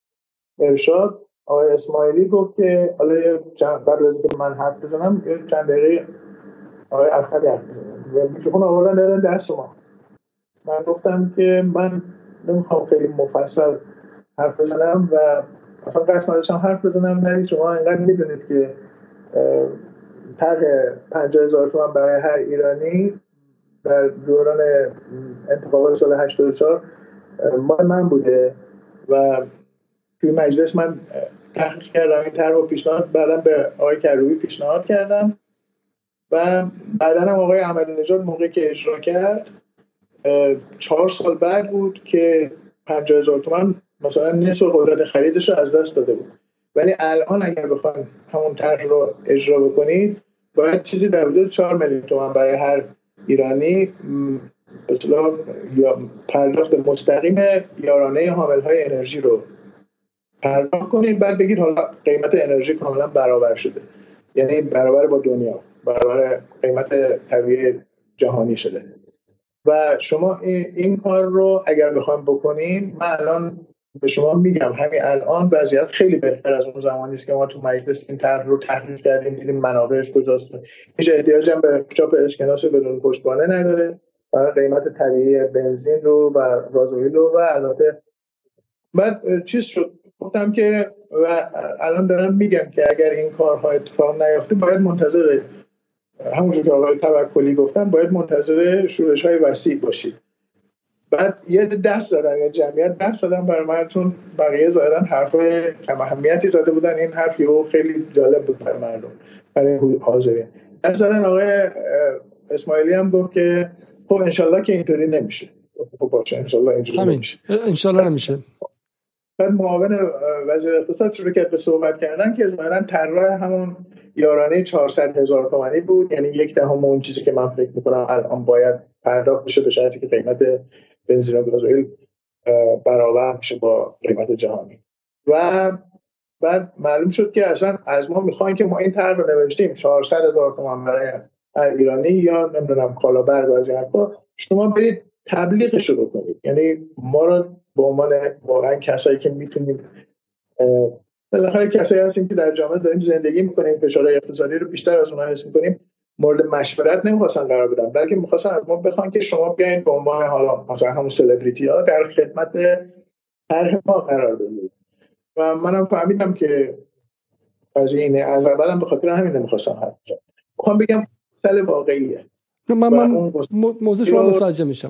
ارشاد آقای اسماعیلی گفت که حالا قبل از اینکه من حرف بزنم یه چند دقیقه آقای افخری حرف بزنم و میکروفون آوردن دادن دست ما. من گفتم که من نمیخوام خیلی مفصل حرف بزنم و اصلا قصد نداشتم حرف بزنم، ولی شما اینقدر میدونید که طرح پنجاه هزار تومان برای هر ایرانی در دوران انتخابات سال هشتاد و چهار مال من بوده و توی مجلس من تحقیق کردم این طرح رو پیشنهاد بعداً به آقای کروبی پیشنهاد کردم و بعداً هم آقای احمدی نژاد موقعی که اجرا کرد چهار سال بعد بود که پنجاه هزار تومان مثلا نصف قدرت خریدش رو از دست داده بود. ولی الان اگر بخواید همون طرح رو اجرا بکنید باید چیزی در حدود چهار میلیون تومان برای هر ایرانی به اصطلاح یا پرداخت مستقیم یارانه حامل‌های انرژی رو پرداخت کنید، بعد بگید حالا قیمت انرژی کاملا برابر شده، یعنی برابر با دنیا، برابر قیمت طبیعی جهانی شده. و شما این, این کار رو اگر بخوایم بکنین، من الان به شما میگم همین الان وضعیت خیلی بهتر از اون زمانی است که ما تو مجلس این طرح رو تحقیق کردیم، دیدیم منابعش کجاست. هیچ احتیاجی هم به چاپ اسکناس بدون پشتوانه نداره. برای قیمت طبیعی بنزین رو و گازوئیل رو و البته بعد چیز شد گفتم که و الان دارم میگم که اگر این کارها اتفاق نیفته باید منتظر، همونجور که آقای توکلی گفتن، باید منتظر شورش‌های وسیع باشید. بعد یه دست دادن یا جمعیت دست دادن برای من، چون بقیه ظاهرا حرفای کم اهمیتی زده بودن، این حرفی و خیلی جالب بود برای مردم، برای حاضرین. دست دادن آقای اسماعیلی هم گفت که خب انشالله که اینطوری نمیشه. خب باشه انشالله اینجوری نمیشه. انشالله نمیشه. بعد معاون وزیر اقتصاد شروع کرد به صحبت کردن که ظاهرا طرح همون یارانه چهارصد هزار تومانی بود، یعنی یک دهم اون چیزی که من فکر میکنم الان باید پرداخت بشه به شرطی که قیمت بنزین و گازوئیل برابر بشه با قیمت جهانی. و بعد معلوم شد که اصلا از ما میخواین که ما این طرح رو نوشتیم چهارصد هزار تومان برای ایرانی یا نمیدونم کالابرگ از این حرفا، شما برید تبلیغش رو بکنید. یعنی ما رو به عنوان واقعا کسایی که میتونیم، بالاخره کسایی هستیم که در جامعه داریم زندگی میکنیم، فشارهای اقتصادی رو بیشتر از اونها حس میکنیم، مورد مشورت نمیخواستن قرار بدن، بلکه میخواستن از ما بخوان که شما بیاین به عنوان حالا مثلا همون سلبریتی ها در خدمت طرح ما قرار بگیرید. و منم فهمیدم که از این از اولم به خاطر همین نمیخواستم حرف بزنم. میخوام بگم مسئله واقعیه. من من موضوع شما متوجه میشم.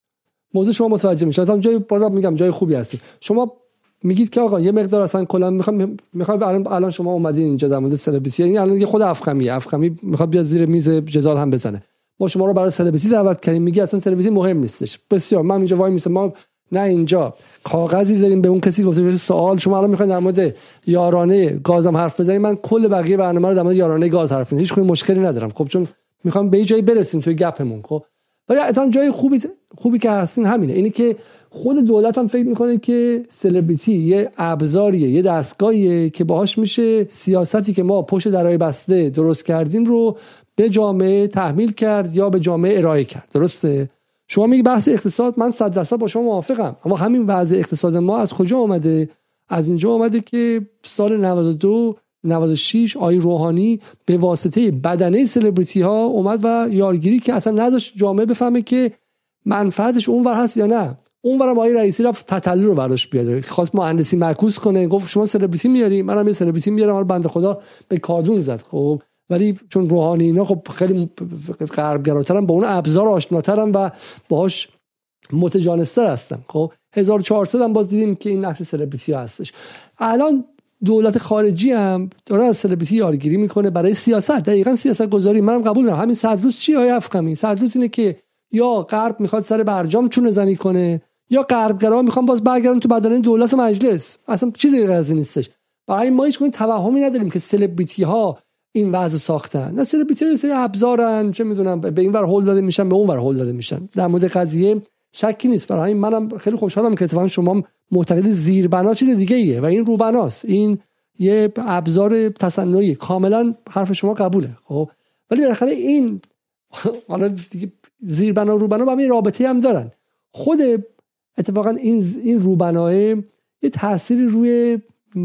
موضوع شما متوجه میشم. مثلا جای بازم میگم جای خوبی هستی. شما میگید که آقا یه مقدار اصلا کلا میخوام میخوام الان الان شما اومدین اینجا در مورد سلبریتی، یعنی الان یه خود افخمی افخمی میخواد بیاد زیر میز جدال هم بزنه. ما شما رو برای سلبریتی دعوت کردیم، میگی اصلا سلبریتی مهم نیستش. بسیار من اینجا وای میسم، ما نه اینجا کاغذی داریم به اون کسی گفته سوال، شما الان میخواید در مورد یارانه گازم حرف بزنید، من کل بقیه برنامه رو در مورد یارانه گاز حرف میزنم، هیچ کدوم مشکلی ندارم. خب چون میخوام به یه جایی برسیم توی گپمون. خب ولی اصلا جای خوبی خوبی که هستین همینه، اینی که خود دولت هم فکر میکنه که سلبریتی یه ابزاریه، یه دستگاهیه که باهاش میشه سیاستی که ما پشت درای بسته درست کردیم رو به جامعه تحمیل کرد یا به جامعه ارائه کرد. درسته؟ شما میگی بحث اقتصاد، من صد درصد با شما موافقم، اما همین وضع اقتصاد ما از کجا اومده؟ از اینجا اومده که سال نود و دو نود و شش آقای روحانی به واسطه بدنه سلبریتی ها اومد و یارگیری که اصلا نذاشت جامعه بفهمه که منفعتش اونور هست یا نه. اونورم آقای رئیسی رفت تتلو رو برداشت بیاره، خواست مهندسی معکوس کنه، گفت شما سلبریتی میاری، منم یه سلبریتی میارم، حالا بنده خدا به کادون زد. خب ولی چون روحانی اینا خب خیلی غربگراترن، با اون ابزار آشناترن و باهاش متجانستر هستن. خب هزار و چهارصد هم باز دیدیم که این نقش سلبریتی ها هستش. الان دولت خارجی هم داره از سلبریتی یارگیری میکنه برای سیاست، دقیقاً سیاست گذاری. منم قبول دارم همین صد روز چی های افخمی، صد روز اینه که یا غرب میخواد سر برجام چونه زنی کنه یا غربگرا میخوان باز برگردن تو بدنه دولت و مجلس. اصلا چیزی غیر از این نیستش. برای ما هیچ توهمی نداریم که سلبریتی ها این وضع ساختن. نه، سلبریتی ها سری ابزارن، چه میدونم به این ور هول داده میشن به اون ور هول داده میشن. در مورد قضیه شکی نیست. برای منم خیلی خوشحالم که اتفاقا شما معتقد زیربنا چیز دیگه ایه و این روبناست، این یه ابزار تصنعی. کاملا حرف شما قبوله. خب ولی بالاخره این حالا دیگه زیربنا و روبنا با هم رابطه هم دارن. خود اتفاقا این این روبناه یه تأثیری روی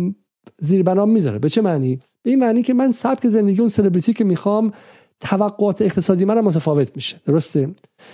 زیربنا میذاره. به چه معنی؟ به این معنی که من سبک زندگی اون سلبریتی که میخوام، توقعات اقتصادی منم متفاوت میشه. درسته؟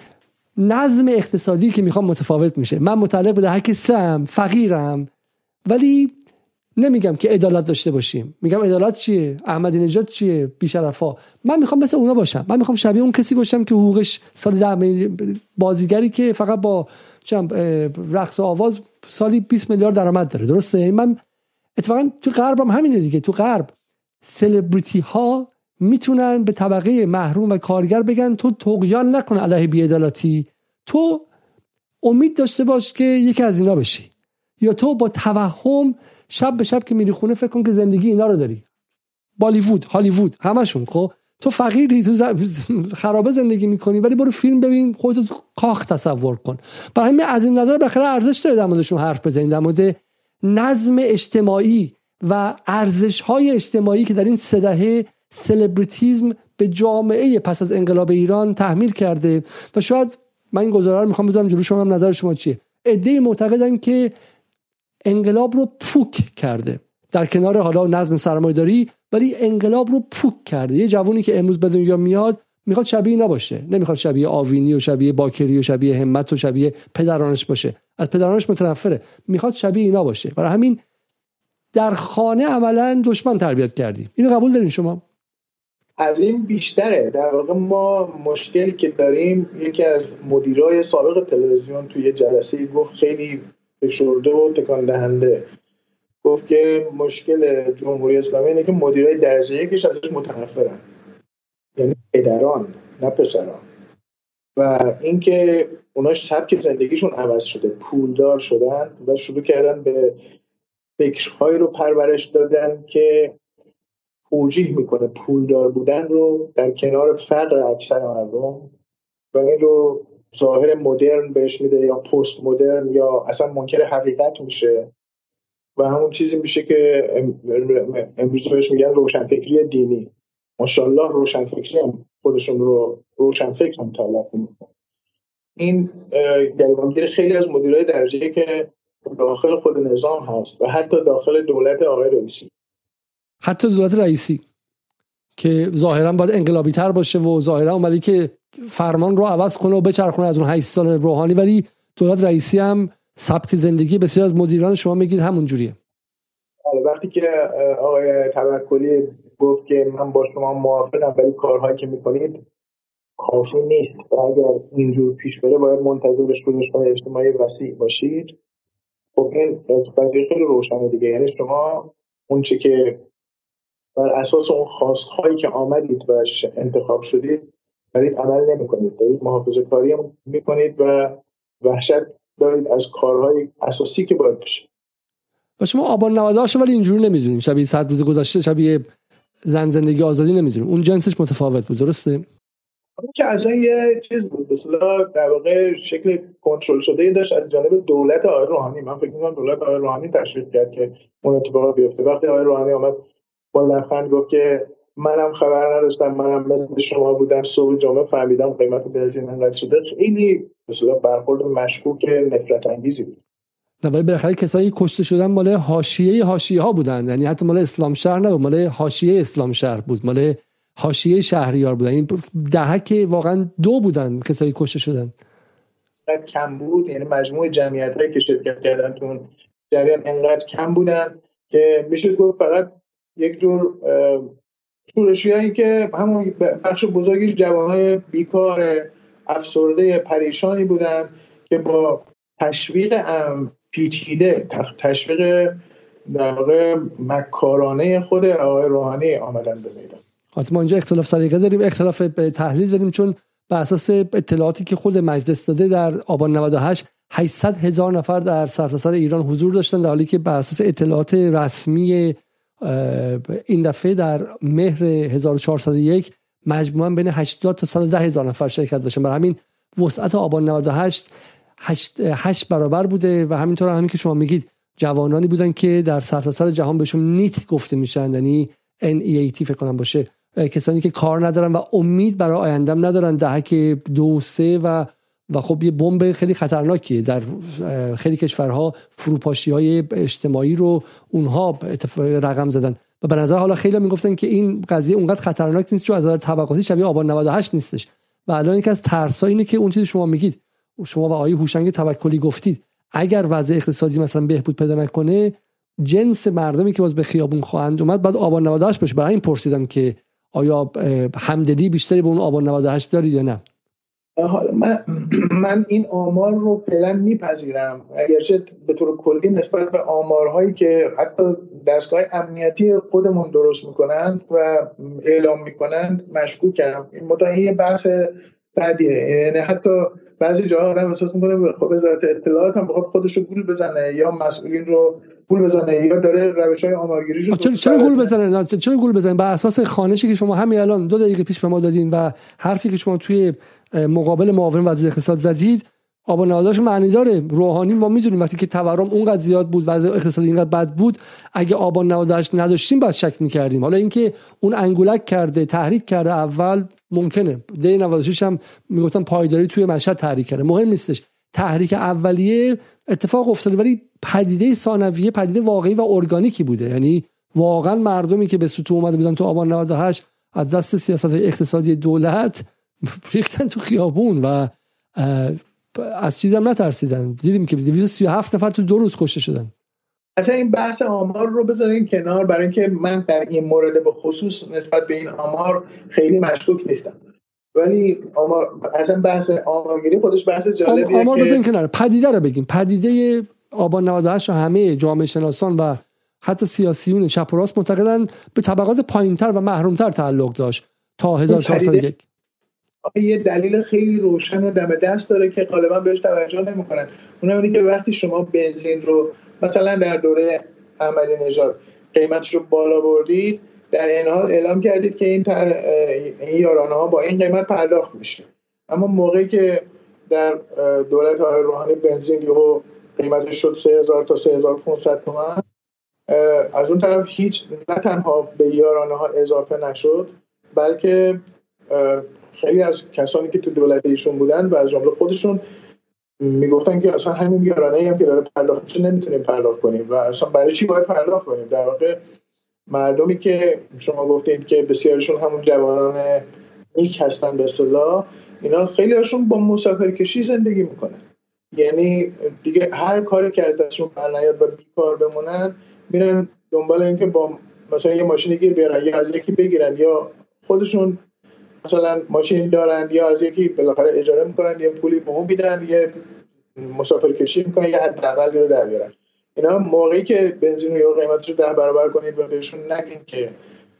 نظم اقتصادی که میخوام متفاوت میشه. من متعلق به هر کسم، فقیرم، ولی نمیگم که عدالت داشته باشیم. میگم عدالت چیه؟ احمدی نژاد چیه؟ بی‌شرفا. من میخوام مثل اونا باشم. من میخوام شبیه اون کسی باشم که حقوقش سالی ده، بازیگری که فقط با رقص و آواز سالی بیست میلیارد درآمد داره. درسته؟ من اتفاقا تو غرب هم همینه دیگه. تو غرب سلبریتی ها میتونن به طبقه محروم و کارگر بگن تو طغیان نکن علیه بی‌عدالتی، تو امید داشته باش که یکی از اینا بشی، یا تو با توهم شب به شب که میری خونه فکر کن که زندگی اینا رو داری. بالیوود، هالیوود، همشون. خب تو فقیری، تو خرابه زندگی میکنی، ولی برو فیلم ببین، خودت تو کاخ تصور کن. برای همین از این نظر بخره ارزش داره در موردشون حرف بزنید، در مورد نظم اجتماعی و ارزش‌های اجتماعی که در این سه دهه سلبریتیسم به جامعه پس از انقلاب ایران تحمیل کرده. و شاید من این گزاره رو میخوام بذارم جلوی شما، هم نظر شما چیه؟ عده‌ای معتقدن که انقلاب رو پوک کرده، در کنار حالا نظم سرمایه‌داری، ولی انقلاب رو پوک کرده. یه جوونی که امروز به دنیا میاد میخواد شبیه اینا باشه، نمیخواد شبیه آوینی و شبیه باکری و شبیه همت و شبیه پدرانش باشه، از پدرانش متنفره، میخواد شبیه اینا باشه. برای همین در خانه عملا دشمن تربیت کردی. اینو قبول دارین شما؟ از این بیشتره. در واقع ما مشکلی که داریم، یکی از مدیرای سابق تلویزیون توی جلسه گفت خیلی فشرده و تکان دهنده، گفت که مشکل جمهوری اسلامی اینه که مدیرای درجه یکش ازش متنفرن، یعنی پدران نه پسران، و اینکه اونا سبک زندگیشون عوض شده، پولدار شدن و شروع کردن به فکرهایی رو پرورش دادن که توجیه میکنه پولدار بودن رو در کنار فقر اکثر مردم، و این رو ظاهر مدرن بهش میده یا پست مدرن یا اصلا منکر حقیقت میشه و همون چیزی میشه که امروز بهش میگن روشنفکری دینی. ماشاءالله روشنفکری هم خودشون رو روشنفکر هم طلب میکنن. این گریبانگیر خیلی از مدیرای درجه‌ای که داخل خود نظام هست و حتی داخل دولت آقای رئیسی، حتی دولت رئیسی که ظاهرا باید انقلابی تر باشه و ظاهرا اومدی که فرمان رو عوض کنه و بچرخونه از اون هشت سال روحانی، ولی دولت رئیسی هم سبک زندگی بسیار از مدیران شما میگید همون جوریه. وقتی که آقای توکلی گفت که من با شما موافقم ولی کارهایی که میکنید کافی نیست و اگر اینجور پیش بره باید منتظر شورش‌های اجتماعی وسیع باشید، خب این قضیه خیلی روشنه دیگه. یعنی شما اون چه که بر اساس اون خواست‌هایی که آمدید و انتخاب شدید دارید عمل نمی‌کنید، دارید محافظه‌کاری می‌کنید و وحشت دارید از کارهای اساسی که باید بشه. و شما آبان نود و هشت ولی اینجوری نمی‌دونید، شبیه صد روز گذشته، شبیه زن زندگی آزادی نمی‌دونید، اون جنسش متفاوت بود، درسته؟ اون که اصلا یه چیز بود، مثلا در واقع شکل کنترل شده داشت از جانب دولت آقای روحانی. من فکر می‌کنم دولت آقای روحانی تشویق کرد که اون اتفاق بیفته. وقتی آقای روحانی اومد با لبخند گفت که منم خبر نداشتم، منم مثل شما بودم، صبح جمعه فهمیدم قیمت بنزین انقدر شده، خیلی مثلا برخورد مشکوک نفرت انگیزی بود. نه ولی بالاخره کسایی کشته شدن مال حاشیه حاشیه ها بودن، یعنی حتی مال اسلام شهر نبود، مال حاشیه اسلام شهر بود، مال حاشیه شهریار بودن. این دهک واقعا دو بودن کسایی کشته شدن. کم بود، یعنی مجموع جمعیتایی که شرکت کردن تو اون جریان انقدر کم بودن که میشه گفت فقط یک جور شورشیایی که همون بخش بزرگیش جوانای بیکار افسرده پریشانی بودن که با تشویق پیچیده، تشویق در واقع مکارانه خود آقای روحانی آمدن به میدان. حتما اینجا اختلاف سلیقه داریم، اختلاف تحلیل داریم، چون بر اساس اطلاعاتی که خود مجلس داده در آبان نود و هشت هشتصد هزار نفر در سرتاسر ایران حضور داشتن، در حالی که بر اساس اطلاعات رسمی این دفعه در مهر هزار و چهارصد و یک مجموعاً بین هشتاد تا صد و ده هزار نفر شرکت داشتن. برای همین وسعت آبان نود و هشت هشت برابر بوده و همینطور همین که شما میگید جوانانی بودن که در سرتاسر جهان بهشون نیت گفته میشن، یعنی ان ای ای تی فکر کنم باشه، کسانی که کار ندارن و امید برای آیندهم ندارن، دهک دو سه و و خب یه بمب خیلی خطرناکیه در خیلی کشورها، فروپاشی‌های اجتماعی رو اونها رقم زدن و به نظر حالا خیلی میگفتن که این قضیه اونقدر خطرناک نیست چون از نظر طبقاتی شبیه آبان نود و هشت نیستش. و الان یکی از ترس‌ها اینه که اون چیزی شما میگید، شما و آقای هوشنگ توکلی گفتید، اگر وضع اقتصادی مثلا بهبود پیدا نکنه جنس مردمی که باز به خیابون خواهند اومد بعد آبان نود و هشت باشه. برای این پرسیدم که آیا همدلی بیشتری به اون آبان نود و هشت دارید یا نه؟ حالا من من این آمار رو فعلا میپذیرم، اگرچه به طور کلی نسبت به آمارهایی که حتی دستگاه امنیتی خودمون درست میکنند و اعلام میکنند مشکوکم. این متأهی بحث بعدیه، یعنی حتی بعضی جاها آدم احساس میکنه خب وزارت اطلاعات هم بخواد خودش رو گول بزنه یا مسئولین رو گول بزنه یا داره روش‌های آمارگیریش رو چرا چرا گول بزنه چرا گول بزنه بر اساس خوانشی که شما همین الان دو دقیقه پیش به ما دادین و حرفی که شما توی مقابل معاون وزیر اقتصاد زدید آب و نواداش معنی داره. روحانی ما میدونیم وقتی که تورم اونقدر زیاد بود وضع اقتصادی اینقدر بد بود اگه آب و نواداش نداشتیم باید شک می‌کردیم. حالا اینکه اون انگولک کرده تحریک کرده اول ممکنه ده نود و شش هم میگفتن پایداری توی مشهد تحریک کرده مهم نیستش. تحریک اولیه اتفاق افتاده ولی پدیده ثانویه پدیده واقعی و ارگانیکی بوده. یعنی واقعا مردمی که به سطوح اومده بودن تو آبان نود و هشت از دست سیاست اقتصادی دولت ریختن تو خیابون و از چیزم نترسیدن. دیدیم که دویست و سی و هفت نفر تو دو روز کشته شدن. اصلا این بحث آمار رو بذارین کنار برای اینکه من در این مورد به خصوص نسبت به این آمار خیلی مشکوک نیستم. ولی آمار اصلا بحث آمارگیری خودش بحث جالبیه. آمار که بذارین کنار پدیده رو بگیم. پدیده آبان نود و هشت و همه جامعه شناسان و حتی سیاسیون چپ و راست معتقدن به طبقات پایین‌تر و محروم‌تر تعلق داشت تا هزار و چهارصد و یک. یه دلیل خیلی روشن و دم دست داره که غالبا بهش توجه نمی‌کنن. اونم اینه که وقتی شما بنزین رو مثلا در دوره احمدی نژاد قیمتش رو بالا بردید در این حال اعلام کردید که این تر... این یارانه‌ها با این قیمت پرداخت میشه. اما موقعی که در دولت آقای روحانی بنزین یهو قیمتش شد سه هزار تا سه هزار و پانصد تومان، از اون طرف هیچ نه تنها به یارانه‌ها اضافه نشد بلکه خیلی از کسانی که تو دولت ایشون بودن و از جمله خودشون میگفتن که اصلا همین یارانه‌ای هم که داره پرداخت میشه نمیتونیم پرداخت کنیم و اصلا برای چی باید پرداخت کنیم. در واقع مردمی که شما گفتید که بسیارشون همون جوانان نیک هستن به اصطلاح، اینا خیلی هاشون با مسافرکشی زندگی میکنن. یعنی دیگه هر کاری که دستشون برنیاد و بیکار بمونن میرن دنبال این که با مثلا یه ماشین گیر بیارن یا از یکی بگیرن یا خودشون مثلا ماشین دارن یا از یکی بالاخره اجاره میکنن یه پولی به اون میدن یه مسافرکشی میکنن یا حداقل رو در بیارن. اینا موقعی که بنزین رو قیمتش رو ده برابر کنید و بهشون نگین که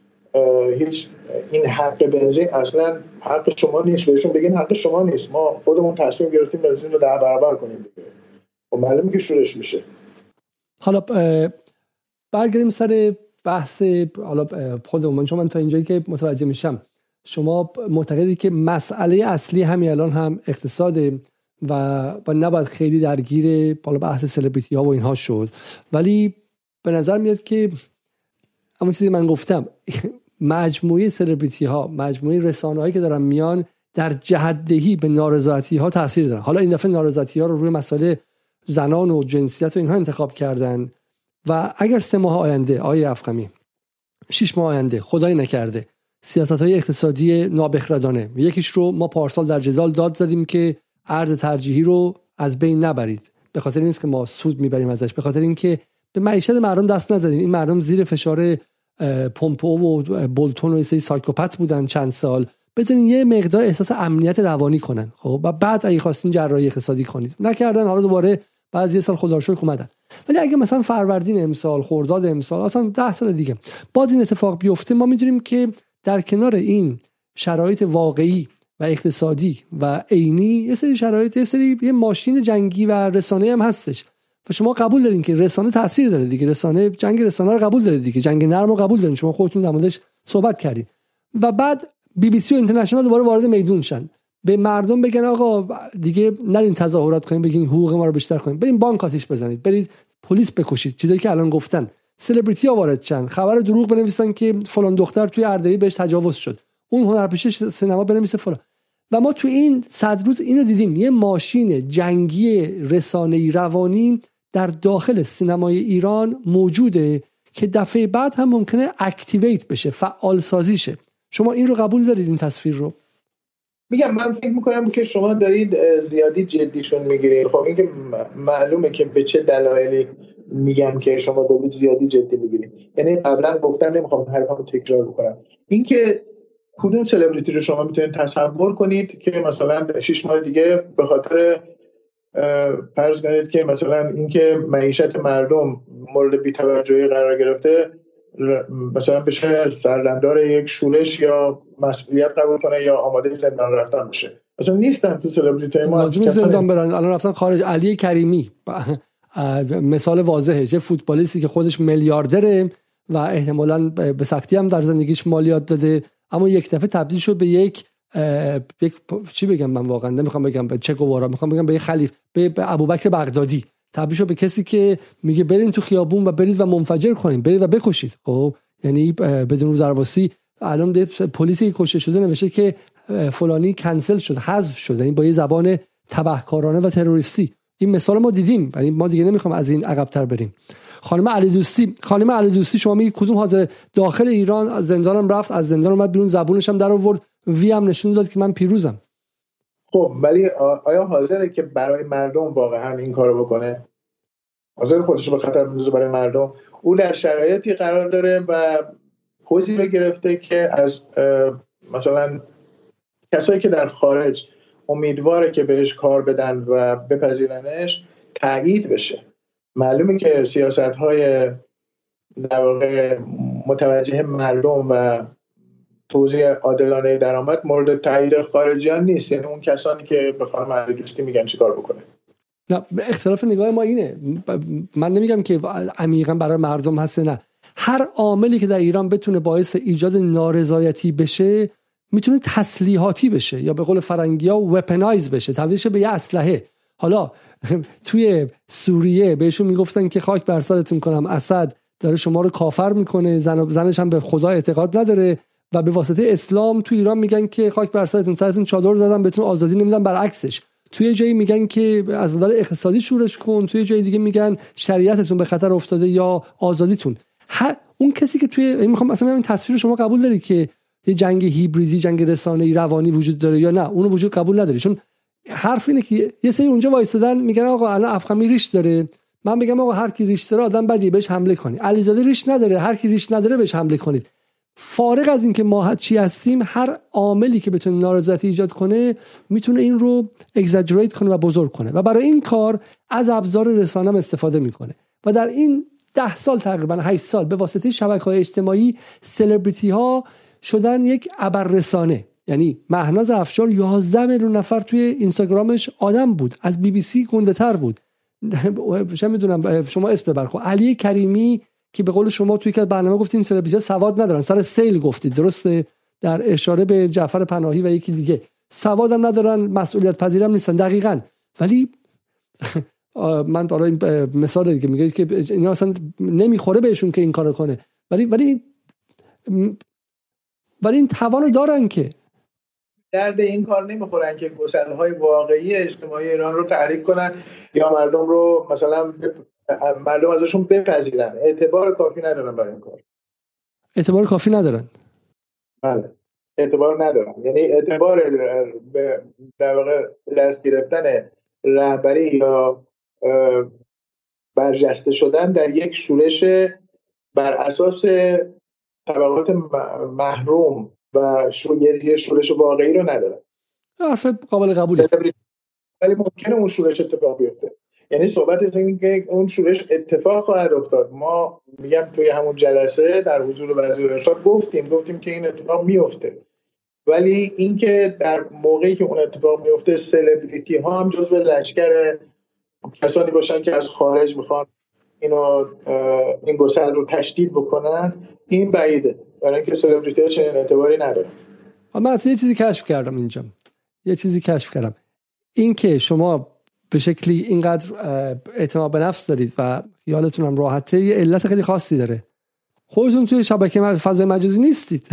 هیچ این حق بنزین اصلا حق شما نیست، بهشون بگین حق شما نیست، ما خودمون تصمیم گرفتیم بنزین رو ده برابر کنیم دیگه، و معلومه که شورش میشه. حالا برگردیم سر بحث حالا خودمون، چون من تا اینجایی که متوجه میشم شما معتقدید که مسئله اصلی همین الان هم اقتصاده و و نباید خیلی درگیر بالا بحث سلبریتی ها و اینها شد. ولی به نظر میاد که همون چیزی من گفتم مجموعه سلبریتی ها، مجموعه رسانه هایی که دارن میان در جهت‌دهی به نارضایتی ها تاثیر دارن. حالا این دفعه نارضایتی ها رو روی مسائل زنان و جنسیت و اینها انتخاب کردن و اگر سه ماه آینده آیه افخمی شش ماه آینده خدای نکرده سیاست‌های اقتصادی نابخردانه، یکیش رو ما پارسال در جدال داد زدیم که ارز ترجیحی رو از بین نبرید، به خاطر این است که ما سود میبریم ازش، به خاطر اینکه به معیشت مردم دست نزدیم. این مردم زیر فشار پومپو و بولتون و یه سری سایکوپت بودن چند سال، بذارین یه مقدار احساس امنیت روانی کنن، خب و بعد اگه خواستین جراحی اقتصادی کنید. نکردن، حالا دوباره بعد یه سال خدا رو شکر اومدن. ولی اگه مثلا فروردین امسال، خرداد امسال، اصلا ده سال دیگه باز این اتفاق بیفته، ما میدونیم که در کنار این شرایط واقعی و اقتصادی و عینی یه سری شرایط، یه سری یه ماشین جنگی و رسانه هم هستش و شما قبول دارین که رسانه تاثیر داره دیگه. رسانه جنگ رسانه رو قبول داره دیگه، جنگ نرم رو قبول دارین، شما خودتون در موردش صحبت کردین. و بعد بی بی سی و اینترنشنال دوباره وارد میدون شن، به مردم بگن آقا دیگه نرین تظاهرات کنین، بگین حقوق ما رو بیشتر کنین، برین بانک آتیش بزنید، برید پلیس بکشید، چیزایی که الان گفتن. سلبریتی ها وارد شدن، خبر دروغ بنویسن که فلان دختر توی اردبیل بهش تجاوز شد، اون هنرپیشه سینما بنویسه فلان. و ما تو این صد روز اینو دیدیم، یه ماشین جنگی رسانه‌ای روانی در داخل سینمای ایران موجوده که دفعه بعد هم ممکنه اکتیویت بشه، فعال سازی شه. شما این رو قبول دارید، این تصویر رو؟ میگم من فکر میکنم که شما دارید زیادی جدیشون میگیرید. خب این که معلومه که به چه دلایلی میگم که شما دارید زیادی جدی میگیرید. یعنی قبلا گفتم، نمیخوام حرفامو تکرار بکنم، این که کدوم سلبریتی رو شما میتونید تصور کنید که مثلا شش ماه دیگه به خاطر فرض کنید که مثلا اینکه معیشت مردم مورد بی‌توجهی قرار گرفته مثلا بشه سردمدار یک شورش یا مسئولیت قبول کنه یا آماده زندان رفتن بشه. مثلا نیستن تو سلبریتی ما، لازم زندان برن، الان رفتن خارج. علی کریمی مثال واضحه، چه فوتبالیستی که خودش میلیاردره و احتمالاً به سختی هم در زندگیش مالیات داده، اما یک دفعه تبدیل شد به یک یک چی بگم، من واقعا نمیخوام بگم به چه گوارا، میخوام بگم به خلیفه، به ابوبکر بغدادی تبدیل شد به کسی که میگه برین تو خیابون و برید و منفجر کنین، برید و بکشید. خب یعنی بدون درواسی الان پلیسی که کشته شده نوشته که فلانی کنسل شد، حذف شد، یعنی با یه زبان تبهکارانه و تروریستی. این مثال ما دیدیم، یعنی ما دیگه نمیخوام از این عقب‌تر بریم. خانم علی دوستی، خانم علی دوستی شما میگی کدوم حاضر داخل ایران از زندانم رفت، از زندان اومد بیرون، زبونش هم در آورد، وی هم نشون داد که من پیروزم. خب ولی آیا حاضره که برای مردم واقعا این کارو بکنه؟ حاضر خودش رو به خطر بندازه برای مردم؟ او در شرایطی قرار داره و پوزی رو گرفته که از مثلا کسایی که در خارج امیدواره که بهش کار بدن و بپذیرنش تایید بشه. معلومه که سیاست‌های در واقع متوجه مردم و توزیع عادلانه درآمد مورد تایید خارجیان نیست، یعنی اون کسانی که به خانم علی دوستی میگن چیکار بکنه. نه، اختلاف نگاه ما اینه. من نمیگم که عمیقا برای مردم هست، نه، هر عاملی که در ایران بتونه باعث ایجاد نارضایتی بشه میتونه تسلیحاتی بشه، یا به قول فرنگی‌ها وپنایز بشه، تبدیل شه به یه اسلحه. حالا توی سوریه بهشون میگفتن که خاک بر سرتون کنم، اسد داره شما رو کافر میکنه، زن زنش هم به خدا اعتقاد نداره، و به واسطه اسلام تو ایران میگن که خاک بر سرتون، سرتون چادر زدن بهتون آزادی نمیدن. برعکسش توی جایی میگن که از نظر اقتصادی شورش کن، توی جای دیگه میگن شریعتتون به خطر افتاده یا آزادیتون. هر اون کسی که توی میخوام اصلا این تصویر شما قبول داری که یه جنگ هیبریدی، جنگ رسانه‌ای روانی وجود داره یا نه؟ اونو وجود قبول نداری. چون حرف اینه که یه سری اونجا وایسادن میگن آقا الان افغانی ریش داره، من بگم آقا هر کی ریش داره آدم بدی بهش حمله کنی، علیزاده ریش نداره، هر کی ریش نداره بهش حمله کنید. فارغ از این که ما چی هستیم، هر عاملی که بتونه نارضایتی ایجاد کنه میتونه این رو اگزاجریت کنه و بزرگ کنه، و برای این کار از ابزار رسانه استفاده میکنه. و در این ده سال تقریبا هشت سال به واسطه شبکه‌های اجتماعی سلبریتی ها شدن یک ابررسانه. یعنی مهناز افشار یازده میلیون نفر توی اینستاگرامش آدم بود، از بی بی سی گنده تر بود. چه میدونم شما اسم ببر. علی کریمی که به قول شما توی که برنامه گفتین سلبریتی ها سواد ندارن، سر سیل گفتید، درسته، در اشاره به جعفر پناهی و یکی دیگه، سوادم ندارن، مسئولیت پذیرم نیستن. دقیقاً. ولی من برای این مثال دیگه میگه که اینا اصلا نمیخوره بهشون که این کارو کنه، ولی ولی ولی این توانو دارن که درد این کار نمیخورن که گسل‌های واقعی اجتماعی ایران رو تحریک کنن یا مردم رو مثلا مردم ازشون بپذیرن. اعتبار کافی ندارن برای این کار. اعتبار کافی ندارن. بله. اعتبار ندارن. یعنی اعتبار به در واقع دست گرفتن رهبری یا برجسته شدن در یک شورش بر اساس طبقات محروم و یه شورش واقعی رو ندارن. حرف قابل قبوله. ولی ممکنه اون شورش اتفاق بیفته. یعنی صحبت از این که اون شورش اتفاق خواهد افتاد. ما میگم توی همون جلسه در حضور وزیر ارشاد گفتیم گفتیم که این اتفاق میفته، ولی اینکه در موقعی که اون اتفاق میفته سلبریتی ها هم جزو لشکر کسانی باشن که از خارج میخوان اینو این گسل رو تشدید بکنن، این بعیده، برای اینکه سلبریتی ها چنین اعتباری ندارن. من اصلا یه چیزی کشف کردم اینجا، یه چیزی کشف کردم، این که شما به شکلی اینقدر اعتماد به نفس دارید و خیالتون هم راحته، یه علت خیلی خاصی داره. خودتون توی شبکه فضای مجازی نیستید.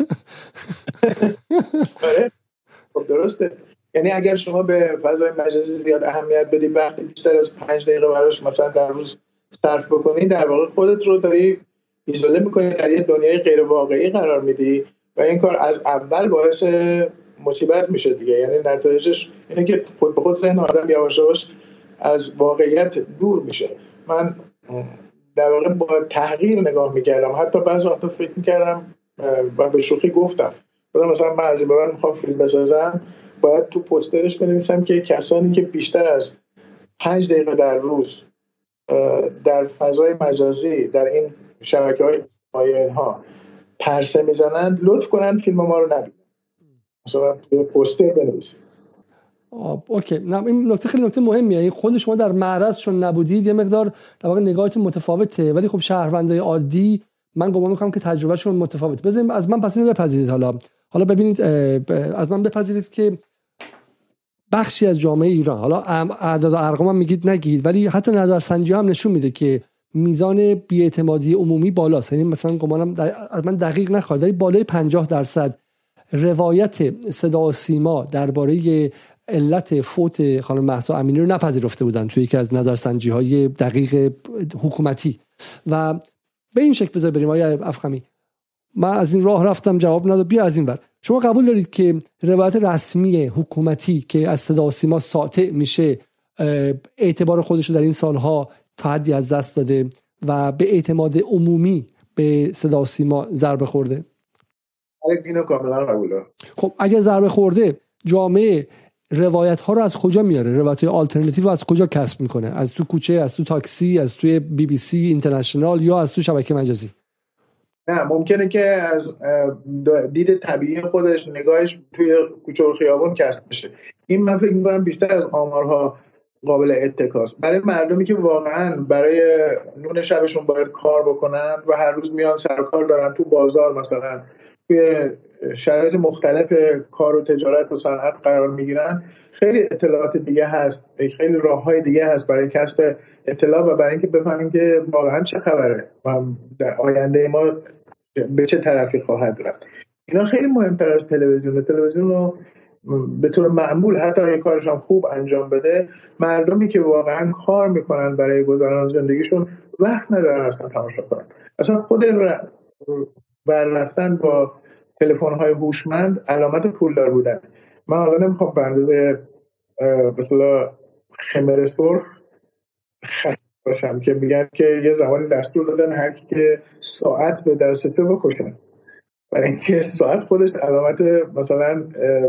خب درسته. یعنی اگر شما به فضای مجازی زیاد اهمیت بدی، وقتی بیشتر از پنج دقیقه براش مثلا در روز صرف بکنی، در واقع خودت رو داری ایزوله میکنی، در یه دنیای غیر واقعی قرار میدی و این کار از اول باعث مصیبت میشه دیگه. یعنی نتایجش اینه که خود به خود ذهن آدم یواش یواش از واقعیت دور میشه. من در واقع با تحقیر نگاه میکردم، حتی بعضی وقتا فکر میکردم و به شوخی گفتم مثلا بعضی بار میخوام فیلم بسازم، باید تو پوسترش بنویسم که کسانی که بیشتر از پنج دقیقه در روز در فضای مجازی در این شبکه‌های اجتماعی اینها پرسه میزنند، لطف کنن فیلم ما رو نبینن. مثلا پوستر بنویسید. اوکی، نه این نکته خیلی نکته مهمیه. این خود شما در معرض چون نبودید یه مقدار در واقع نگاهتون متفاوته، ولی خب شهروندای عادی من گمان میکنم که تجربهشون متفاوته. بذارید از من پس اینو بپذیرید. حالا حالا ببینید از من بپذیرید که بخشی از جامعه ایران، حالا اعداد و ارقام هم میگید نگید، ولی حتی نظرسنجی هم نشون میده که میزان بی‌اعتمادی عمومی بالاست. یعنی مثلا گمانم از من دقیق نخواهید ولی بالای پنجاه درصد روایت صدا و سیما درباره علت فوت خانم مهسا امینی رو نپذیرفته بودن توی یکی از نظرسنجی‌های دقیق حکومتی. و به این شکل بذار بریم آقای افخمی، من از این راه رفتم جواب نداد، بیا از این ور. شما قبول دارید که روایت رسمی حکومتی که از صدا و سیما ساطع میشه اعتبار خودش رو در این سالها تا حدی از دست داده و به اعتماد عمومی به صدا و سیما ضربه خورده؟ اینو کاملا قبول دارم. خب اگر ضربه خورده، جامعه روایت ها رو از کجا میاره؟ روایت های آلترناتیو رو از کجا کسب میکنه؟ از تو کوچه، از تو تاکسی، از توی بی بی سی اینترنشنال یا از تو شبکه مجازی؟ نه، ممکنه که از دید طبیعی خودش نگاهش توی کوچه و خیابون کسب بشه. این من فکر میکنم بیشتر از آمارها قابل اتکاست. برای مردمی که واقعا برای نون شبشون باید کار بکنن و هر روز میان سر کار دارن تو بازار، مثلا توی شرایط مختلف کار و تجارت و صنعت قرار میگیرن، خیلی اطلاعات دیگه هست، خیلی راههای دیگه هست برای کسب اطلاع و برای اینکه بفهمیم که واقعا چه خبره و در آینده ما به چه طرفی خواهد رفت. اینا خیلی مهمتر از تلویزیون. تلویزیون رو به طور معمول حتی اگه کارشان خوب انجام بده، مردمی که واقعا کار میکنن برای گذران زندگیشون وقت ندارن اصلا تماشا کنن. اصلا خود بر رفتن با تلفن‌های هوشمند علامت پولدار بودن. من حالا نمیخوام به اندازه مثلا خمر سرخ خط باشم که میگن که یه زمانی دستور دادن هر کی که ساعت به دستته بکشن، برای اینکه ساعت خودش علامت مثلا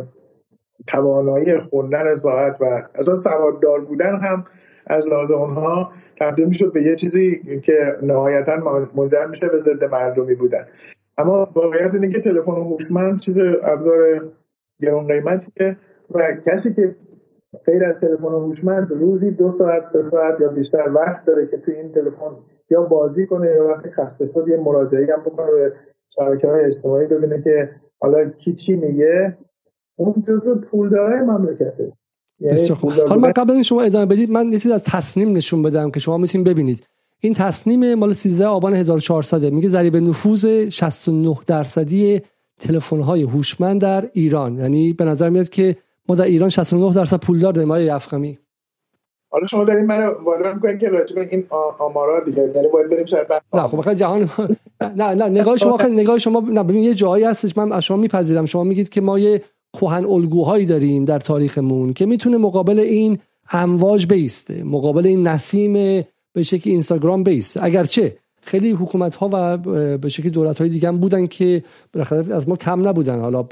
توانایی خوندن ساعت و اصلا سواددار بودن هم از لحاظ اونها تبدیل میشد به یه چیزی که نهایتاً منجر میشه به ضد مردمی بودن. اما واقعیت اینه که تلفن هوشمند چیز ابزار گران قیمتیه و کسی که غیر از تلفن هوشمند روزی دو ساعت سه ساعت یا بیشتر وقت داره که توی این تلفن یا بازی کنه یا وقتی خسته شد یه مراجعه‌ای هم بکنه به شبکه‌های اجتماعی ببینه که حالا کی چی میگه، اون جزو پولدارای مملکته. یعنی حالا من قبل از شما ادامه بدید من یه چیز از تصنیم نشون بدم که شما میتونید ببینید. این تصنیم مال سیزده آبان هزار و چهارصد میگه ضریب نفوذ شصت و نه درصدی تلفن‌های هوشمند در ایران. یعنی به نظر میاد که ما در ایران شصت و نه درصد پولدار داریم. آقای افخمی، حالا شما دارین منو وادار می‌کنین که راجع به این آمارا دیگه یعنی باید بریم سر بحث. نه خب بخاطر جهان نه نه نگاه شما نگاه شما نه ببین یه جایی هستش من از شما میپذیرم. شما میگید که ما یه کهن الگوهایی داریم در تاریخمون که میتونه مقابل این امواج بیسته، مقابل این نسیم به شکل اینستاگرام بیسته. اگرچه خیلی حکومت‌ها و به شکل دولت‌های دیگه هم بودن که بالاخره از ما کم نبودن. حالا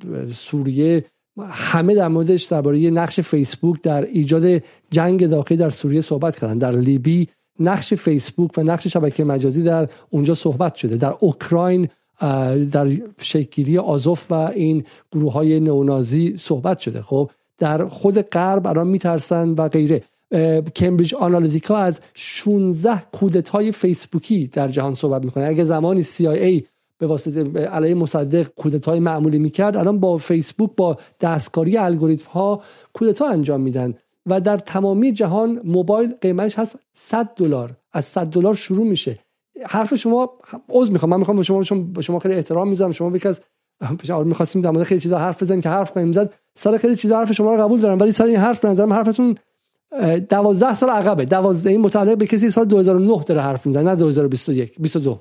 سوریه همه در موردش درباره نقش فیسبوک در ایجاد جنگ داخلی در سوریه صحبت کردن. در لیبی نقش فیسبوک و نقش شبکه مجازی در اونجا صحبت شده. در اوکراین در شکل‌گیری آزوف و این گروه‌های نئونازی صحبت شده. خب در خود غرب الان میترسن و غیره. کمبریج آنالیتیکا از شانزده کودتای فیسبوکی در جهان صحبت میکنه. اگه زمانی سی آی ای به واسطه علیه مصدق کودتای معمولی میکرد، الان با فیسبوک با دستکاری الگوریتم ها کودتا انجام میدن و در تمامی جهان موبایل قیمتش هست صد دلار. از صد دلار شروع میشه. حرف شما عذر میخوام، من میخوام به شما چون به شما خیلی احترام میذارم، شما یکی از میخواستیم در مورد خیلی چیزا حرف بزنیم که حرف کنیم زد، سر خیلی چیزا حرف شما رو قبول دارم، ولی سر این حرف به نظرم حرفتون دوازده سال عقبه. دوازده این متعلق به کسی سال دو هزار و نه داره حرف میزنه، نه دو هزار و بیست و یک بیست و دو.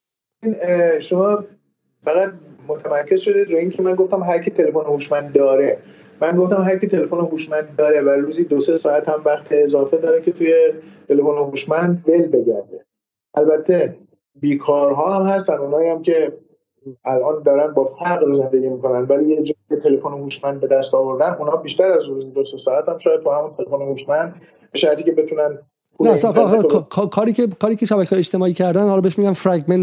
شما فقط متمرکز شدید روی این که من گفتم هر کی تلفن هوشمند داره. من گفتم هر کی تلفن هوشمند داره و روزی دو سه ساعت هم وقت اضافه داره که توی تلفن هوشمند ول بگرده. البته بیکارها هم هستن، اونایی هم که الان دارن با فقر زندگی میکنن ولی یه جای تلفن هوشمند به دست آوردن، اونا بیشتر از روزی دو سه ساعت هم شاید با همون تلفن هوشمند به شرطی که بتونن نه اصلا کاری که کاری که شبکه‌های اجتماعی کردن، حالا بهش میگن fragmented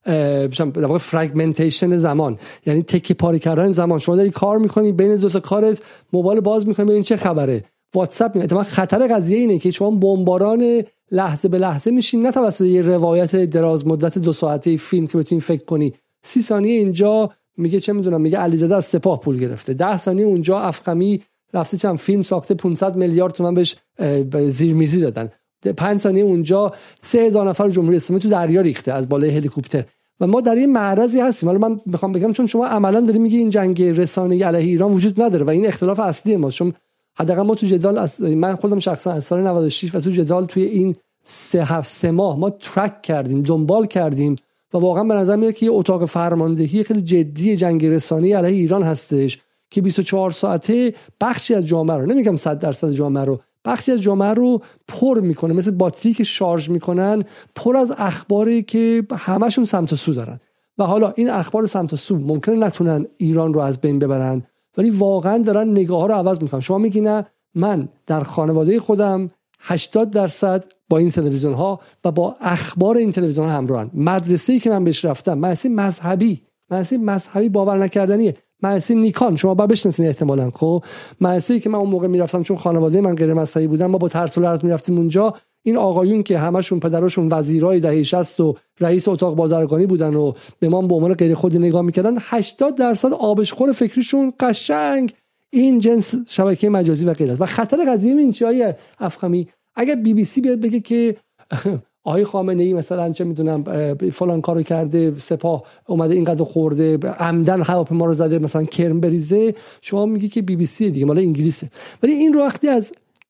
در واقع فرگمنتیشن زمان، یعنی تکه پاره کردن زمان. شما داری کار میکنی، بین دو تا کارت موبایل باز میکنی ببین چه خبره، واتساپ میاد. اتفاقا خطر قضیه اینه که شما بمباران لحظه به لحظه میشین، نه توسط یه روایت دراز مدت دو ساعته فیلم که بتونی فکر کنی. سی ثانیه اینجا میگه چه میدونم، میگه علیزاده از سپاه پول گرفته، ده ثانیه اونجا افخمی رفته چند فیلم ساخته پانصد میلیارد تومان بهش زیرمیزی دادن، پنج ثانیه اونجا سه هزار نفر جمهوری اسلامی تو دریا ریخته از بالای هلیکوپتر. و ما در این معرضی هستیم. حالا من میخوام بگم چون شما عملا داری میگی این جنگ رسانه‌ای علیه ایران وجود نداره و این اختلاف اصلی ماست، چون حداقل ما تو جدال از من خودم شخصا از سال نود و شش و تو جدال توی این سه هفت سه ماه ما ترک کردیم، دنبال کردیم و واقعا به نظر میاد که یه اتاق فرماندهی خیلی جدی جنگ رسانه‌ای علیه ایران هستش که بیست و چهار ساعته بخشی از جامعه رو، نمیگم صد درصد جامعه رو، بخشی از جامعه رو پر میکنه، مثل باتری که شارژ میکنن، پر از اخباری که همشون سمت و سو دارن. و حالا این اخبار سمت و سو ممکنه نتونن ایران رو از بین ببرن، ولی واقعا دارن نگاه ها رو عوض میکنن. شما میگی نه، من در خانواده خودم هشتاد درصد با این تلویزیون ها و با اخبار این تلویزیون ها همراهن. مدرسه‌ای که من بهش رفتم مدرسه مذهبی، مدرسه مذهبی باور نکردنیه، مدرسه نیکان، شما با بشناسین احتمالاً. خب مدرسه‌ای که من اون موقع میرفتم چون خانواده من غیر مذهبی بودن، ما با ترس و لرز میرفتیم اونجا. این آقایون که همشون پدراشون وزیرای دهه شصت و رئیس اتاق بازرگانی بودن و به ما به عنوان غیر خودی نگاه میکردن، هشتاد درصد آبشخور فکریشون قشنگ این جنس شبکه مجازی و غیره. و خطر قضیه این چیه افخمی؟ اگر بی بی سی بیاد بگه که آقای خامنه‌ای مثلا چه میدونم فلان کارو کرده، سپاه اومده اینقدر خورده، عمدن هواپیما رو زده، مثلا کرم بریزه، شما میگی که بی بی سی دیگه مال انگلیسه. ولی این رو وقتی از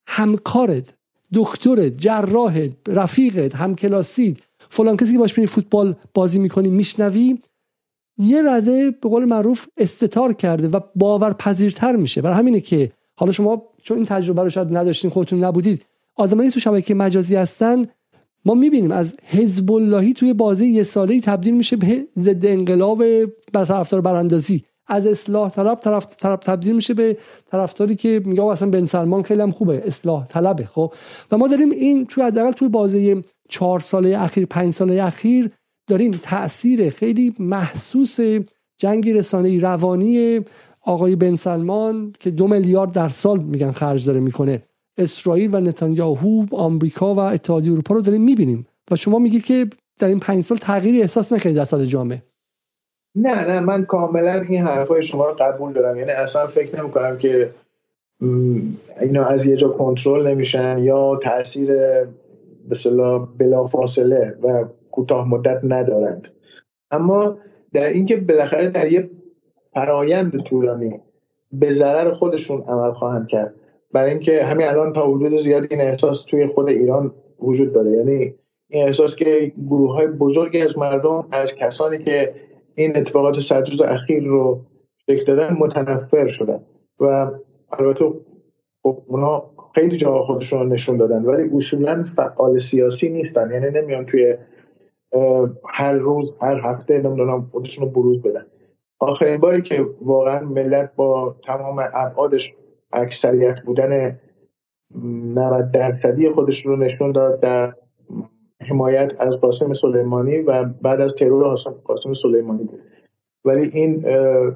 همکارت، دکترت، جراحت، رفیقت، همکلاسیت، فلان کسی که باش میری فوتبال بازی میکنی میشنوی، یه رده به قول معروف استتار کرده و باورپذیرتر میشه. برای همینه که حالا شما چون این تجربه رو شاید نداشتین، خودتون نبودید، آدمایی تو شبکه مجازی هستن، ما میبینیم از حزب اللهی توی بازی یه ساله‌ای تبدیل میشه به ضد انقلاب بر طرفدار براندازی، از اصلاح طلب طرف طرف تبدیل میشه به طرفداری که میگه اصلا بن سلمان خیلی هم خوبه، اصلاح طلبه. خب و ما داریم این توی حداقل توی بازی چهار ساله اخیر، پنج ساله اخیر داریم تأثیر خیلی محسوس جنگ رسانه‌ای روانی آقای بن سلمان که دو میلیارد در سال میگن خرج داره میکنه، اسرائیل و نتانیاهو، آمریکا و اتحادیه اروپا رو داریم میبینیم. و شما میگید که در این پنج سال تغییری احساس نکردید در سطح جامعه. نه نه من کاملا این حرفای شما رو قبول دارم. یعنی اصلا فکر نمی‌کنم که اینا از یه جا کنترل نمیشن یا تاثیر به اصطلاح بلافاصله و کوتاه مدت ندارند. اما در اینکه بالاخره در یه فرایند طولانی به ضرر خودشون عمل خواهند کرد. برای اینکه همین الان تا حدود زیادی این احساس توی خود ایران وجود داره، یعنی این احساس که گروه‌های بزرگی از مردم از کسانی که این اتفاقات صد روز اخیر رو شکل دادن متنفر شدن و البته خب اونا خیلی جا خودشون رو نشون دادن، ولی اصولاً فعال سیاسی نیستن. یعنی نمیان توی هر روز هر هفته نمیدونم خودشون رو بروز بدن. آخرین باری که واقعا ملت با تمام ابعادش اکثریت بودن نود درصدی خودش رو نشون داد در حمایت از قاسم سلیمانی و بعد از ترور قاسم سلیمانی بود، ولی این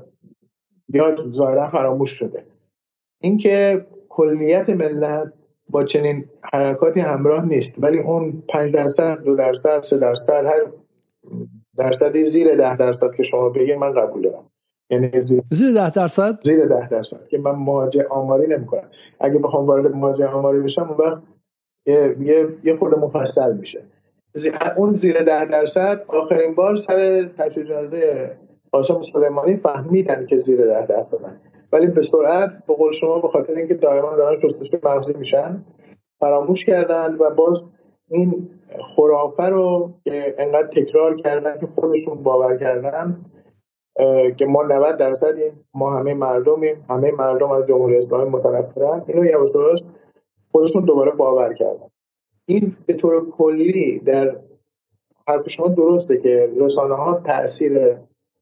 یاد ظاهرا فراموش شده. اینکه کلیت ملت با چنین حرکاتی همراه نیست، ولی اون پنج درصد، دو درصد، سه درصد، هر درصدی زیر ده درصد که شما بگید من قبول دارم. یعنی زیر, زیر ده درصد زیر ده درصد که من مواجه آماری نمی‌کنم. اگه بخوام وارد مواجه آماری بشم اون وقت یه یه یه خورده مفصل میشه. اون زیر ده درصد آخرین بار سر تجهیز جنازه قاسم سلیمانی فهمیدن که زیر ده درصدن، ولی به سرعت به قول شما به خاطر اینکه دائما دارن شستشوی مغزی میشن فراموش کردن و باز این خرافه رو که انقدر تکرار کردن که خودشون باور کردن که ما نود درصدیم، ما همه مردمیم، همه مردم از جمهوری اسلامی متنفرن، اینو یواش یواش خودشون دوباره باور کردن. این به طور کلی در حرف شما درسته که رسانه‌ها تأثیر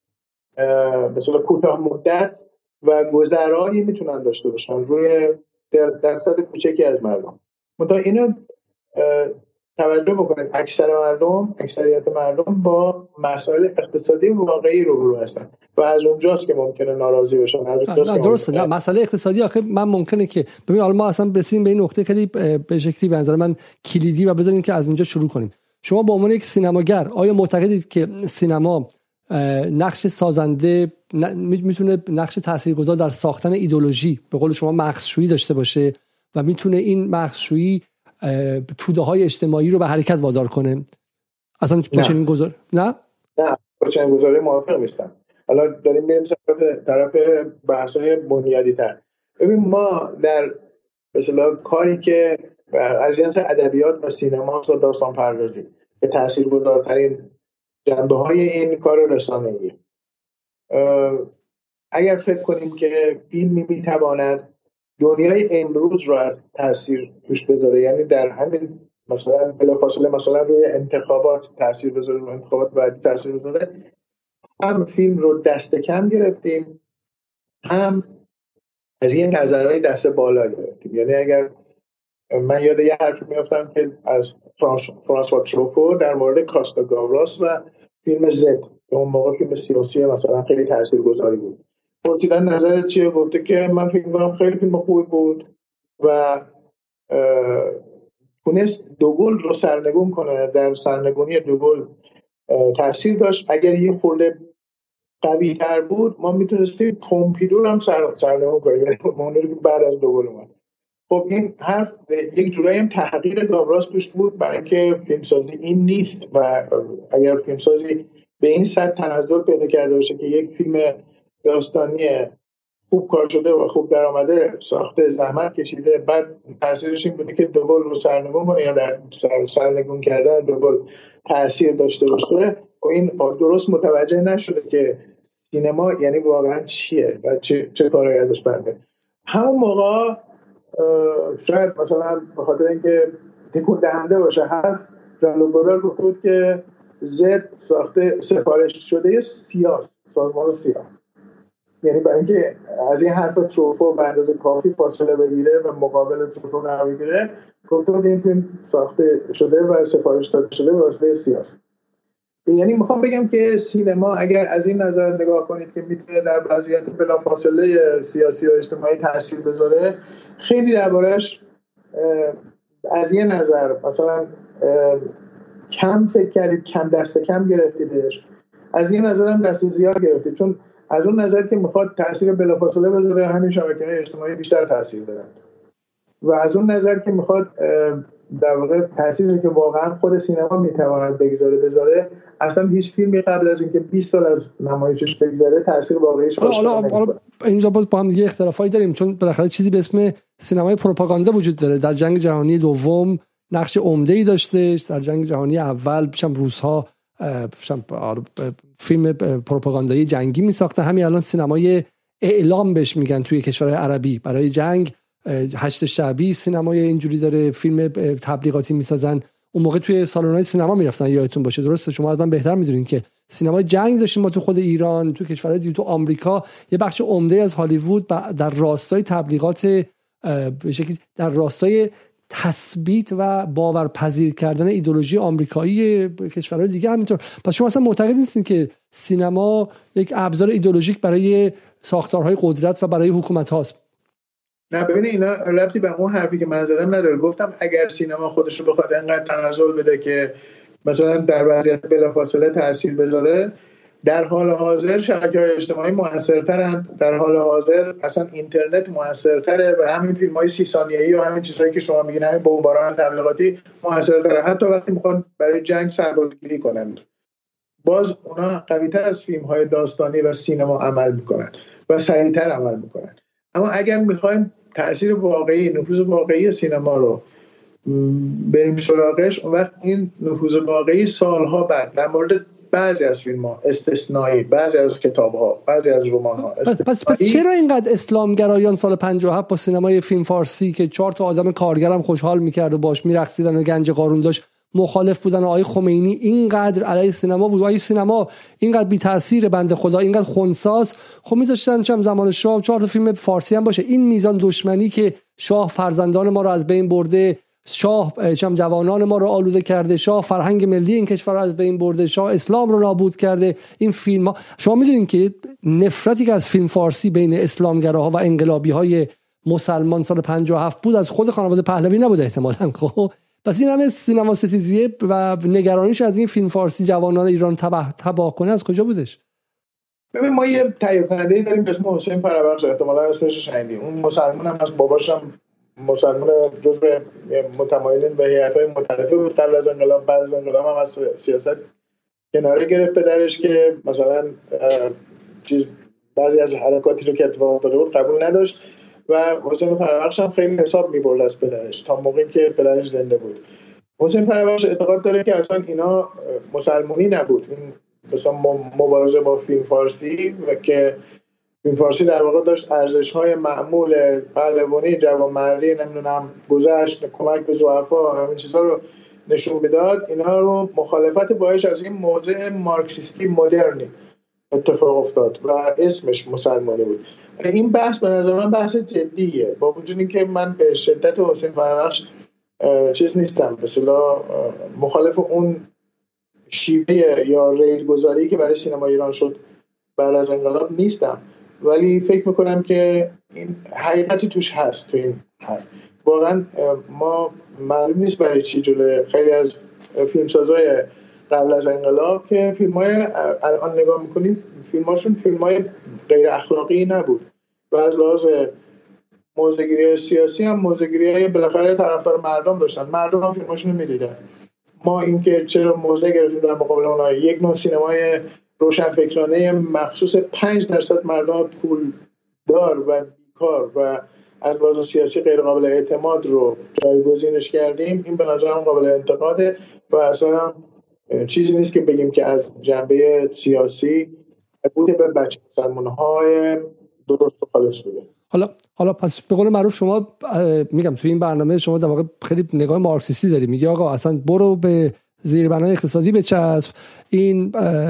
مثلا کوتاه مدت و گذرایی میتونن داشته باشن روی درصد کوچکی از مردم. منتها اینو توجه بکنید اکثر مردم اکثریت مردم با مسائل اقتصادی واقعی روبرو هستن و از اونجاست که ممکنه ناراضی بشن. از اونجاست نه که درسته. نه مسئله اقتصادی آخه من ممکنه که ببین حالا ما اصلا برسیم به این نقطه خیلی به شکلی به نظر من کلیدی و بذاریم که از اینجا شروع کنیم. شما به عنوان یک سینماگر آیا معتقدید که سینما نقش سازنده میتونه نقش تاثیرگذار در ساختن ایدئولوژی به قول شما مغزشویی داشته باشه و میتونه این مغزشویی توده‌های اجتماعی رو به حرکت وادار کنه؟ اصلا با چنین گزار نه نه با چنین گزاره موافق نیستم. حالا داریم میریم طرف طرف بحث‌های بنیادی‌تر. ببین ما در مثلا کاری که از جنس ادبیات و سینما و داستان پردازی به تاثیرگذارترین جنبه‌های این کار رسانه‌ای، اگر فکر کنیم که فیلمی میتواند دنیای امروز رو از تاثیر توش بذاره، یعنی در همین مثلا بلافاصله مثلا روی انتخابات تاثیر بذاره، روی انتخابات بعدی تاثیر بذاره، هم فیلم رو دست کم گرفتیم هم از این نظرهای دست بالا گرفتیم. یعنی اگر من یاد یه حرفی میافتم که از فرانس فرانسوا تروفو در مورد کاستا گاوراس و فیلم زد که اون موقع فیلم سیاسی مثلا خیلی تاثیرگذاری بود، پرسیدن نظرت چیه؟ گفته که من فکر می‌کنم خیلی فیلم خوبی بود و تونست دوگل رو سرنگون کنه، در سرنگونی دوگل تاثیر داشت. اگر یه خورده قوی تر بود ما میتونستیم پومپیدو هم سر سرنگون کنیم، اونایی که بعد از دوگل اومد. خب این حرف یک جورایی هم تحقیر گاوراس توش بود، برای اینکه فیلمسازی این نیست و اگر فیلمسازی به این سطح تنزل پیدا کرده باشه که یک فیلم داستانی خوب کار شده و خوب درآمده ساخته زحمت کشیده بعد تاثیرش این بوده که دوگل رو سرنگون کنه یا در سر سرنگون کردن دوگل تاثیر داشته باشه و این درست متوجه نشده که سینما یعنی واقعا چیه و چه چه کارهایی ازش برمیاد. همون موقع شاید مثلا به خاطر اینکه تکون دهنده باشه حرف ژان لوک گودار گفته بود که زد ساخته سفارش شده سیاست سازمان سیاه، یعنی برای اینکه از این حرف تروفو به اندازه کافی فاصله بگیره و مقابل تروفو قرار بگیره گفته بود این فیلم ساخته شده و سفارش داده شده به واسطه سیاست. یعنی میخوام بگم که سینما اگر از این نظر نگاه کنید که میتونه در وضعیت بلافاصله سیاسی و اجتماعی تاثیر بذاره، خیلی دربارش از یه نظر مثلا کم فکر کردید، کم دست کم گرفتیدش، از یه نظر هم دست زیاد گرفتید، چون از اون نظر که میخواد تاثیر بلافاصله بذاره همین شبکه‌های اجتماعی بیشتر تاثیر بدن و از اون نظر که میخواد در واقع تأثیری که واقعا خود سینما میتواند بگذاره بذاره، اصلا هیچ فیلمی قبل از اینکه بیست سال از نمایشش بگذره تأثیر واقعیش حالا حالا اینجا باز با هم دیگه اختلافایی داریم، چون بالاخره چیزی به اسم سینمای پروپاگاندا وجود داره. در جنگ جهانی دوم نقش عمده‌ای داشته، در جنگ جهانی اول پیشم روس‌ها فیلم پروپاگاندایی جنگی میساختن. همین الان سینمای اعلام بهش میگن توی کشورهای عربی برای جنگ، هشت شعبی سینمای اینجوری داره، فیلم تبلیغاتی میسازن. اون موقع توی سالن‌های سینما میرفتن، یادتون باشه درسته؟ شما حتما بهتر میدونین که سینمای جنگ داشتیم ما تو خود ایران، تو کشورهای دیگه، تو آمریکا یه بخش عمده از هالیوود در راستای تبلیغات به شکلی در راستای تثبیت و باورپذیر کردن ایدئولوژی آمریکایی کشورهای دیگه همینطور. پس شما اصلا معتقد نیستین که سینما یک ابزار ایدئولوژیک برای ساختارهای قدرت و برای حکومت هاست؟ نه ببینید اینا ربطی به اون حرفی که من زدم نداره. گفتم اگر سینما خودش رو بخواد انقدر تنزل بده که مثلا در وضعیت بلافاصله تاثیر بذاره، در حال حاضر شبکه‌های اجتماعی موثرترند، در حال حاضر اصلا اینترنت موثرتره و همین فیلم‌های سی ثانیه‌ای و همین چیزایی که شما میگین همین بمباران تبلیغاتی موثرتره. حتی وقتی میخوان برای جنگ سربازگیری کنن باز اونا قوی‌تر از فیلم‌های داستانی و سینما عمل میکنن و سریع‌تر عمل میکنن. اما اگر میخوایم تأثیر واقعی، نفوذ واقعی سینما رو بریم سراغش، اون وقت این نفوذ واقعی سالها بعد در مورد بعضی از فیلم‌ها استثنایی، بعضی از کتاب‌ها، بعضی از رمان‌ها استثنایی. پس پس چرا اینقدر اسلامگرایان سال پنجاه و هفت با سینمای فیلم فارسی که چهار تا آدم کارگرم خوشحال می‌کرد و باش می‌رقصیدن و گنج قارون داشت مخالف بودن و آقای خمینی اینقدر علیه سینما بود و آقای سینما اینقدر بی تاثیر بنده خدا، اینقدر خنثاس، خب می‌ذاشتن چم زمان شاه چهار تا فیلم فارسی هم باشه. این میزان دشمنی که شاه فرزندان ما رو از بین برده، شاه چم جوانان ما رو آلوده کرده، شاه فرهنگ ملی این کشور رو از بین برده، شاه اسلام رو نابود کرده. این فیلم ها شما میدونین که نفرتی که از فیلم فارسی بین اسلامگراها و انقلابی های مسلمان سال پنجاه و هفت بود از خود خانواده پهلوی نبوده احتمالاً. خب پس این همه سینما ستیزیه و نگرانیش از این فیلم فارسی جوانان ایران تباه تباه کنه از کجا بودش؟ ببین ما یه تهیه کننده داریم به اسم حسین پرورش، احتمالاً اسمش شنیدین. اون مسلمان هم از باباشم مسلمان جزو متمایلین به هیئت‌های مختلفی بود قبل از انقلاب. بعد از انقلاب هم از سیاست کناره گرفت پدرش که مثلا چیز بعضی از حرکاتی رو که اتفاق افتاده بود قبول نداشت و حسین پرورش هم خیلی حساب می‌برد از پدرش تا موقعی که پدرش زنده بود. حسین پرورش اعتقاد داره که اصلا اینا مسلمانی نبود، این مثلا مبارزه با فیلم فارسی و که فیلم فارسی در واقع داشت ارزش‌های معمول پهلوانی، جوانمردی، نمیدونم گذشت، کمک به ضعفا، همین چیزا رو نشون میداد. اینا رو مخالفت باش از این موضع مارکسیستی مدرنی اتفاق افتاد و اسمش مسلمانی بود. این بحث به نظر من بحث جدیه، با وجود اینکه من به شدت حسین پرورش چیز نیستم، مثلا مخالف اون شیوه یا ریل گذاری که برای سینما ایران شد بعد از انقلاب نیستم، ولی فکر میکنم که این حقیقتی توش هست. تو این حرف واقعا ما معلوم نیست برای چی جلوی خیلی از فیلمسازای قبل از انقلاب که فیلم‌های الان نگاه میکنیم فیلماشون فیلم‌های غیر اخلاقی نبود و از لحاظ موضع‌گیری سیاسی هم موضع‌گیری‌های بالاخره طرفدار مردم داشتن، مردم هم فیلماشون رو می‌دیدن. ما اینکه چرا موضع گرفتیم در مقابل اونها، یک نوع سینمای روشنفکرانه مخصوص پنج درصد مردم پول دار و بیکار و از لحاظ سیاسی غیر قابل اعتماد رو جایگزینش کردیم، این به نظرم قابل انتقاده و اصلا چیزی نیست که بگیم که از جنبه سیاسی بوده به بچه مسلمان‌های درست و خالص بوده. حالا حالا پس به قول معروف شما میگم توی این برنامه شما در واقع خیلی نگاه مارکسیستی داری، میگی آقا اصلا برو به زیربنای اقتصادی بچسب، این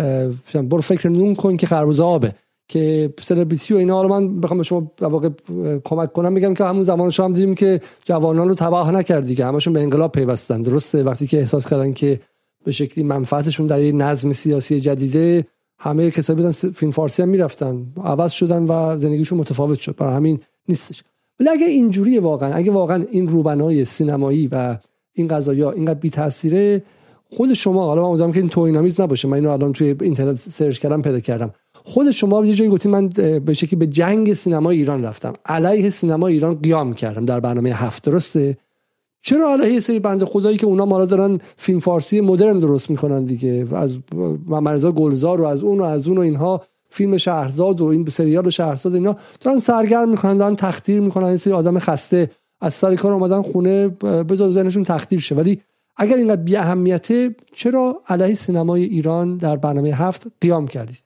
برو فکر نون کن که خربوزه آبه، که سلبریتی و اینا. حالا من بخوام به شما در واقع کمک کنم میگم که همون زمان شما هم دیدیم که جوانان رو تباه نکردی که همشون به انقلاب پیوستن، درسته؟ وقتی که احساس کردن که به شکلی منفعتشون در این نظم سیاسی جدیده، همه کسایی بودن فیلم فارسی هم میرفتن، عوض شدن و زندگیشون متفاوت شد. برای همین نیستش. ولی اگه اینجوریه واقعا، اگه واقعا این روبنای سینمایی و این قضایا اینقدر بی تاثیره، خود شما، حالا من امیدوارم که این توهین‌آمیز نباشه، من اینو الان توی اینترنت سرچ کردم پیدا کردم، خود شما یه جایی گفتید من به شکلی به جنگ سینما ایران رفتم، علیه سینما ایران قیام کردم در برنامه هفت، درسته؟ چرا علیه سری بنده خدایی که اونا مالا دارن فیلم فارسی مدرن درست میکنن دیگه، از مرزا گلزار و از اون و از اون و اینها، فیلم شهرزاد و این سریال شهرزاد اینا دارن سرگرم میکنن، دارن تخدیر میکنن، این سری آدم خسته از سر کار اومدن خونه بذار ذهنشون تخدیر شه. ولی اگر اینقدر بی اهمیته، چرا علیه سینمای ایران در برنامه هفت قیام کردید؟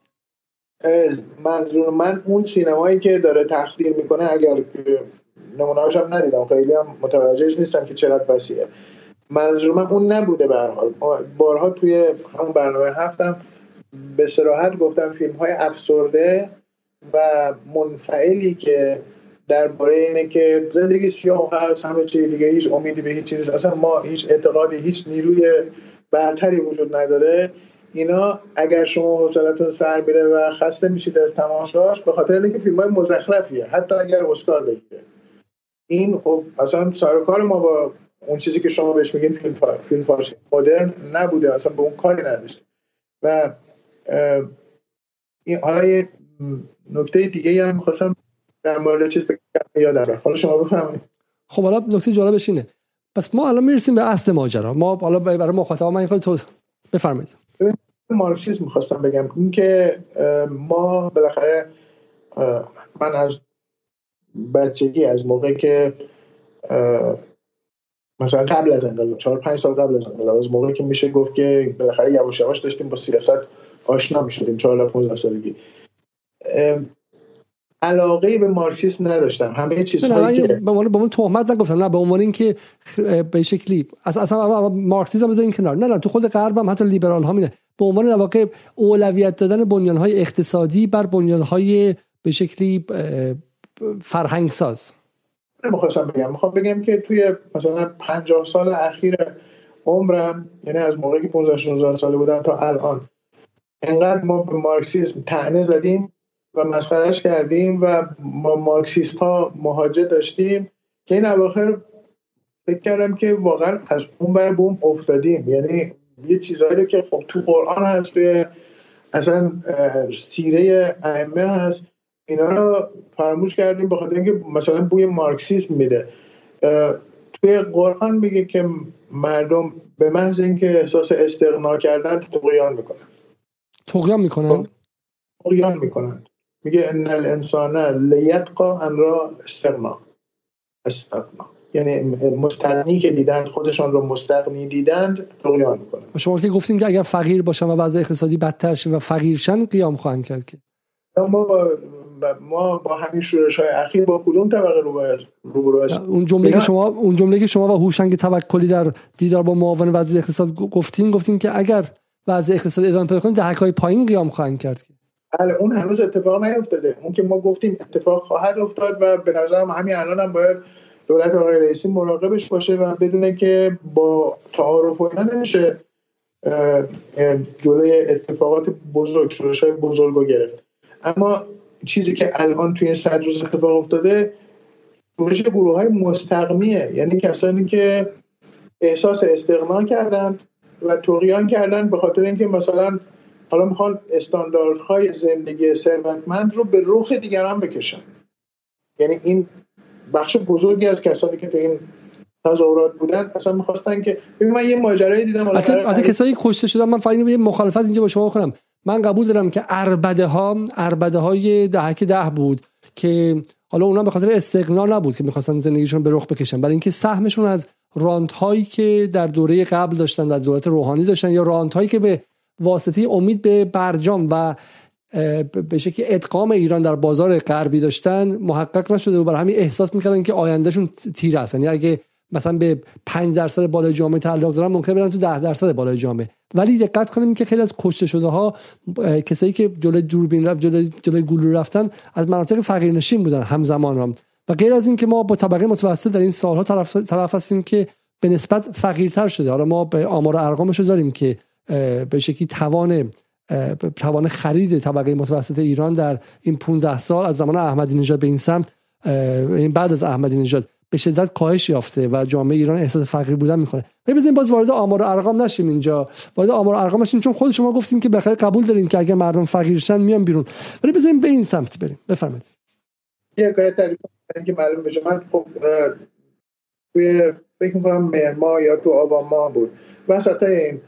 منظور من اون سینمایی که داره تخدیر میکنه، اگر نمونه‌هاش هم ندیدم، خیلی هم متوجهش نیستم که چقدر وسیعه، منظور من اون نبوده. به هر حال بارها توی همون برنامه هفتم به صراحت گفتم فیلم‌های افسرده و منفعلی که درباره اینه که زندگی سیاه هست، همه چی دیگه، هیچ امیدی به هیچ چیز، اصلا ما هیچ اعتقادی، هیچ نیروی برتری وجود نداره، اینا اگر شما حوصلتون سر میره و خسته میشید از تماشاش، به خاطر اینکه فیلم‌های مزخرفیه، حتی اگر اسکار بگیره، این خب اصلا سر و کار ما با اون چیزی که شما بهش میگین فیلم فار... فیلم فارسی مدرن نبوده، اصلا به اون کاری نداشته. و این حالا یه نکته دیگه هم می‌خواستم در مورد چیز بگم یادم رفت، حالا شما بفرمایید. خب حالا نکته جالبش اینه، پس ما الان میرسیم به اصل ماجرا. ما حالا برای مخاطبا من خیلی توضیح بفرمایید. مارکسیسم می‌خواستم بگم، این که ما بالاخره، من از بچگی، از موقعی که مثلا قبل از انقلاب، چهار پنج سال قبل از انقلاب، از موقعی که میشه گفت که بالاخره یواش یواش داشتیم با سیاست آشنا میشدیم، چهارده پانزده سالگی، علاقه به مارکسیسم نداشتم. همه چیزهایی که به عنوان به عنوان تهمت نگفتم، نه، به عنوان اینکه به شکلی اصلا مارکسیسم بذارین کنار، نه نه تو خود غرب هم حتی لیبرال ها مینه، به عنوان در واقع اولویت دادن بنیان‌های اقتصادی بر بنیان‌های به شکلی فرهنگ ساز. نمیخواستم بگم، میخوام بگم که توی مثلا پنجاه سال اخیر عمرم، یعنی از موقعی که پانزده شانزده ساله بودم تا الان، انقدر ما به مارکسیسم طعنه زدیم و مسخرهش کردیم و ما مارکسیست ها مهاجه داشتیم که این اواخر فکر کردم که واقعا از اون بر بوم افتادیم. یعنی یه چیزایی رو که خب تو قرآن هست، توی اصلا سیره ائمه هست، اینا رو فراموش کردیم به خاطر اینکه مثلا بوی مارکسیسم میده. توی قرآن میگه که مردم به محض اینکه احساس استغنا کردن طغیان میکنن. طغیان میکنن؟ طغیان میکنن. میگه ان الانسان لیطغى ان را استغنا. استغنا یعنی مستغنی که دیدند، خودشان رو مستغنی دیدند، طغیان میکنن. شما که گفتین که اگر فقیر باشن و وضع اقتصادی بدتر شه و فقیرشن قیام خواهند کرد، که ما با ما با همین شورش‌های اخیر با کدوم طبقه روبرو هستیم؟ اون جمله که شما اون جمله که شما و هوشنگ توکلی در دیدار با معاون وزیر اقتصاد گفتین گفتین که اگر وضع اقتصاد ادامه پیدا کنه دهک‌های پایین قیام خواهند کرد. بله، اون هنوز اتفاق نیفتاده. اون که ما گفتیم اتفاق خواهد افتاد و به نظرم همین الان هم باید دولت آقای رئیسی مراقبش باشه و بدونه که با تعارف و اینا نمیشه جلوی اتفاقات بزرگ، شورش‌های بزرگ رو گرفت. اما چیزی که الان توی این صد روز اتفاق افتاده شورش گروه‌های مستغنیه، یعنی کسانی که احساس استغنا کردن و طغیان کردن به خاطر اینکه مثلا حالا میخوان استانداردهای زندگی ثروتمند رو به رخ دیگران بکشن. یعنی این بخش بزرگی از کسانی که تو این تظاهرات بودن اصلا میخواستن که ببین من یه ماجرایی دیدم، البته کسایی کشته شدن. من فقط یه مخالفت اینجا با شما کنم. من قبول دارم که عربده ها عربده های دهک ده بود که حالا اونا به خاطر استغنا نبود که میخواستن زندگیشون به رخ بکشن، برای اینکه سهمشون از رانت هایی که در دوره قبل داشتن، در دولت روحانی داشتن، یا رانت هایی که به واسطه امید به برجام و به شکلی ادغام ایران در بازار غربی داشتن محقق نشده و برای همین احساس میکردن که آیندهشون تیر است. یعنی اگه مثلا به پنج درصد بالای جامعه تعلق دارن ممکنه برن تو ده درصد بالای جامعه. ولی دقت کنیم که خیلی از کشته شده ها کسایی که جلوی دوربین رفت، جلوی جلوی گلوله رفتن، از مناطق فقیرنشین بودن همزمان هم. و غیر از این که ما با طبقه متوسط در این سالها طرف طرف هستیم که به نسبت فقیرتر شده. حالا ما به آمار و ارقامش رو داریم که به شکلی توان توان خرید طبقه متوسط ایران در این پانزده سال از زمان احمدی نژاد به این سمت، این بعد از احمدی نژاد، به شدت کاهش یافته و جامعه ایران احساس فقیر بودن میکنه. ببینید باز وارد آمار و ارقام نشیم اینجا، وارد آمار و ارقام نشیم چون خود شما گفتین که بخیر قبول دارین که اگه مردم فقیرشن میان بیرون، ولی بزنیم به این سمت بریم. بفرمایید. یه کاری تعریف کنم که معلوم بشه. من خب توی فکر می‌کنم مهر ماه یا تو آبان ماه بود، وسط این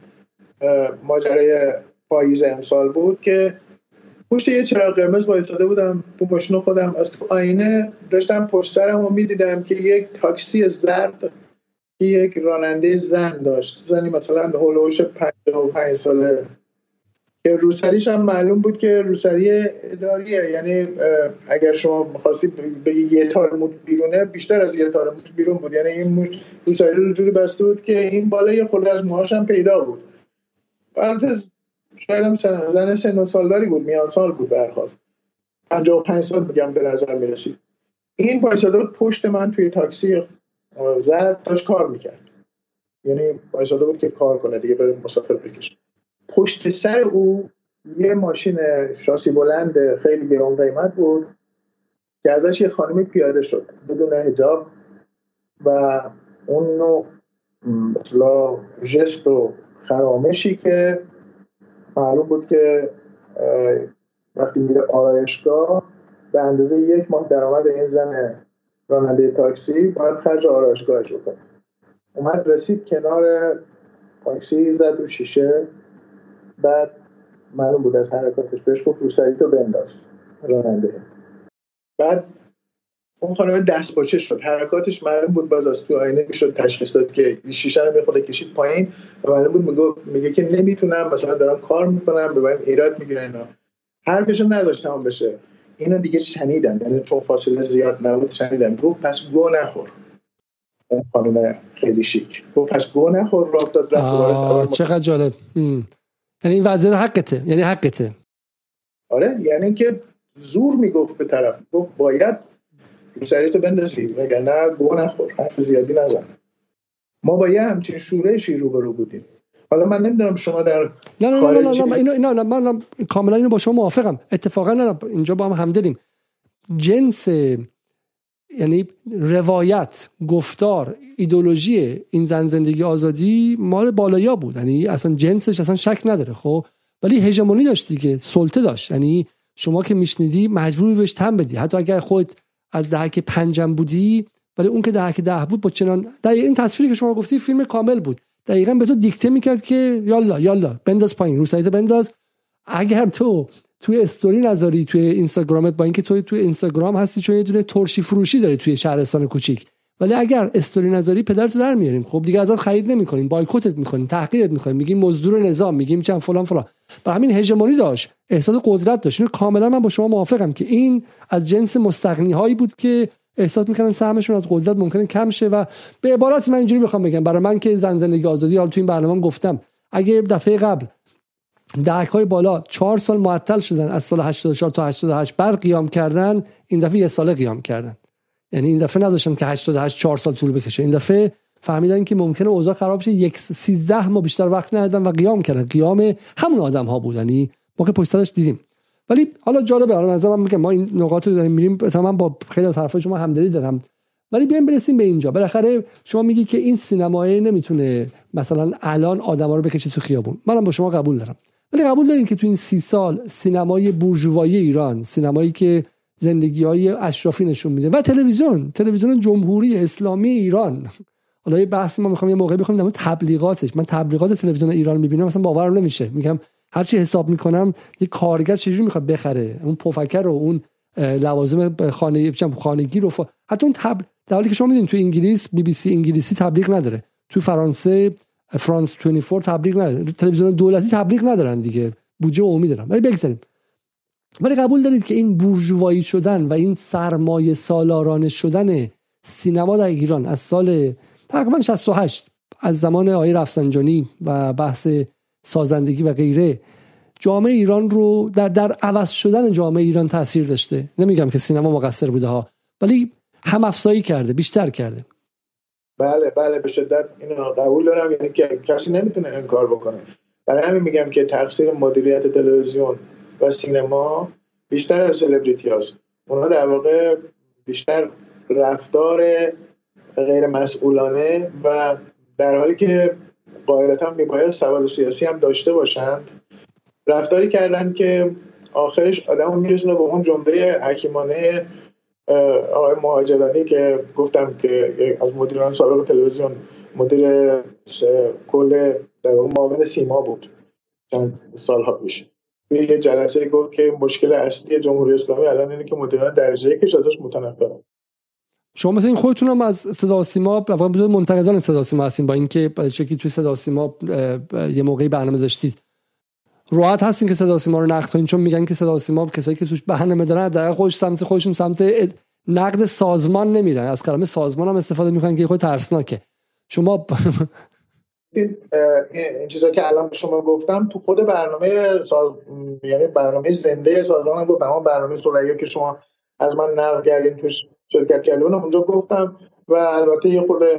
ماجرای پاییز امسال بود که پشت یه چراغ قرمز وایساده بودم تو ماشین خودم، از تو آینه داشتم پشت سرمو میدیدم که یک تاکسی زرد که یک راننده زن داشت، زنی مثلا هولوش پنجاه و پنج ساله که روسریش هم معلوم بود که روسری اداریه. یعنی اگر شما می‌خواستید به یه تار موش بیرونه، بیشتر از یه تار موش بیرون بود. یعنی این روسری رو جوری بسته بود که این بالای خود از موهاش هم پیدا بود. البته شاید هم زن سن و سالداری بود، میان سال بود، برخواست پنجاه و پنج سال میگم به نظر میرسید. این وایساده بود پشت من توی تاکسی زرد، داشت کار میکرد. یعنی وایساده بود که کار کنه دیگه، بره مسافر بکشه. پشت سر او یه ماشین شاسی بلند خیلی گران قیمت بود که ازش یه خانمی پیاده شد بدون حجاب و اون نوع مثلا ژست و خرامشی که معلوم بود که وقتی میره آرایشگاه به اندازه یک ماه درآمد این زن راننده تاکسی باید خرج آرایشگاهش بکنه. اومد رسید کنار تاکسی، زد رو شیشه، بعد معلوم بود از حرکاتش بهش گفت روسری تو بنداز راننده. بعد اون خانم دست باچه شد، حرکاتش معلوم بود، باز از تو آینه میشد تشخیص داد که شیشه رو میخواد کشید پایین و معلوم بود میگه میگه که نمیتونم، مثلا دارم کار میکنم، به من ایراد میگیره اینا. حرفشو نداشت تمام بشه. اینو دیگه شنیدم، یعنی چون فاصله زیاد نبود شنیدم. گفت پس گو نخور. اون خانم خیلی شیک گفت پس گو نخور، راه داد رفت دوباره. چقدر جالب. یعنی این وضعیت حقته، یعنی حقته. آره، یعنی که زور میگفت به طرف، گفت باید رو سریتو بندازی وگرنه گوه نخور، حرف زیادی نزن. ما با یه همچین شورشی روبرو بودیم. حالا من نمیدونم شما در نه نه خارج نه نه نه اینو اینا من کاملا اینو با شما موافقم. اتفاقا نه اینجا با هم همدلیم. جنس یعنی روایت، گفتار، ایدئولوژی این زن زندگی آزادی مال بالایا بود، یعنی اصلا جنسش اصلا شک نداره. خب ولی هژمونی داشت دیگه، سلطه داشت. یعنی شما که میشنیدی مجبوری بهش تن بدی، حتی اگر خودت از دهک پنجم بودی، ولی اون که دهک ده بود با چنان در این تصویری که شما گفتی فیلم کامل بود، دقیقاً به تو دیکته میکرد که یالا یالا بنداز پایین، رو سایت بنداز. اگر تو توی استوری نذاری توی اینستاگرامت، با اینکه توی توی اینستاگرام هستی چون یه دونه ترشی فروشی داری توی شهرستان کوچیک، ولی اگر استوری نذاری پدرتو در میاریم. خب دیگه ازت خرید نمیکنیم، بایکوتت میکنیم، تحقیرت میکنیم، میگیم مزدور نظام، میگیم چند فلان فلان. برای همین هژمونی داشت، احساس قدرت داشت. اینو کاملا من با شما موافقم که این از جنس مستغنی هایی بود که احساس میکنن سهمشون از قدرت ممکنه کم شه. و به عبارت من اینجوری بخوام بگم، برای من که زن زندگی آزادی، حالا تو این برنامه گفتم، اگه دفعه قبل دهک‌های بالا چهار سال معطل شدن، از سال هشتاد و چهار تا هشتاد و هشت بعد قیام کردن، این دفعه یه ساله قیام کردن. یعنی این دفعه نذاشتن که هشتاد و هشت چهار سال طول بکشه، این دفعه فهمیدن که ممکنه اوضاع خراب شه، یک سیزده ماه بیشتر وقت ندادن و قیام کردن. قیام همون آدم‌ها بود، یعنی ما که پشت سرش دیدیم. ولی حالا جالبه، حالا مثلا من میگم ما این نقاط رو داریم میریم، تمام با خیلی از حرفای شما همدلی دارم، ولی بیایم برسیم به اینجا. بالاخره شما میگی که این سینمایی نمیتونه مثلا الان آدما رو بکشه تو خیابون، منم با شما قبول دارم، ولی قبول دارین که تو این سی سال سینمای بورژوایی ایران، سینمایی که زندگی‌های اشرافی نشون میده، و تلویزیون تلویزیون جمهوری اسلامی ایران، حالا یه بحثی ما میخوام یه موقعی بخوام در مورد تبلیغاتش. من تبلیغات تلویزیون ایران میبینم مثلا باورم نمیشه، میگم هر چی حساب میکنم یه کارگر چجوری میخواد بخره اون پفکر و اون لوازم خانه خانگی رو ف... حتی اون تبل... در حالی که شما میدونید تو انگلیس بی بی سی انگلیسی تبلیغ نداره، تو فرانسه فرانس بیست و چهار تبلیغ نداره، تلویزیون دولتی تبلیغ ندارن دیگه، بودجه عمومی دارن. ولی بگذاریم، ولی قبول دارید که این بورژوایی شدن و این سرمایه سالارانه شدن سینما در ایران از سال تقریبا شصت و هشت، از زمان آقای رفسنجانی و بحث سازندگی و غیره، جامعه ایران رو در در عوض شدن جامعه ایران تاثیر داشته. نمیگم که سینما مقصر بوده ها، ولی هم افزایی کرده، بیشتر کرده. بله بله به شدت اینو قبول دارم، یعنی که کسی نمیتونه انکار بکنه. برای همین میگم که تقصیر مدیریت تلویزیون و سینما بیشتر از سلبریتی هاست. اونا در واقع بیشتر رفتار غیر مسئولانه و در حالی که قاعدتا میباید سواد سیاسی هم داشته باشند، رفتاری کردن که آخرش آدمو میرسونه به اون جمله حکیمانه آقای مهاجرانی که گفتم که از مدیران سابق تلویزیون مدیر کل در معاون سیما بود چند سالها پیش، توی یه جلسه گفت که مشکل اصلی جمهوری اسلامی الان اینه که مدیران درجه یکش ازش متنفرن. شما مثلا این خودتون هم از صدا و سیما واقعا بدون منتقدان صدا و سیما هستین، با اینکه به شکلی توی صدا و سیما یه موقعی برنامه داشتید، راحت هستین که صدا و سیما رو نقد کنین، چون میگن که صدا و سیما کسایی که توش برنامه دارن در خودش سمت خودشون سمت نقد سازمان نمیرن، از کلمه سازمان هم استفاده میکنن که خود ترسناکه. شما این این چیزا که الان شما گفتم تو خود برنامه ساز... یعنی برنامه زنده سازمان هم گفتم، اون برنامه ثریا که شما از من نقل کردین توش شرکت کردین اونجا گفتم و البته یه خورده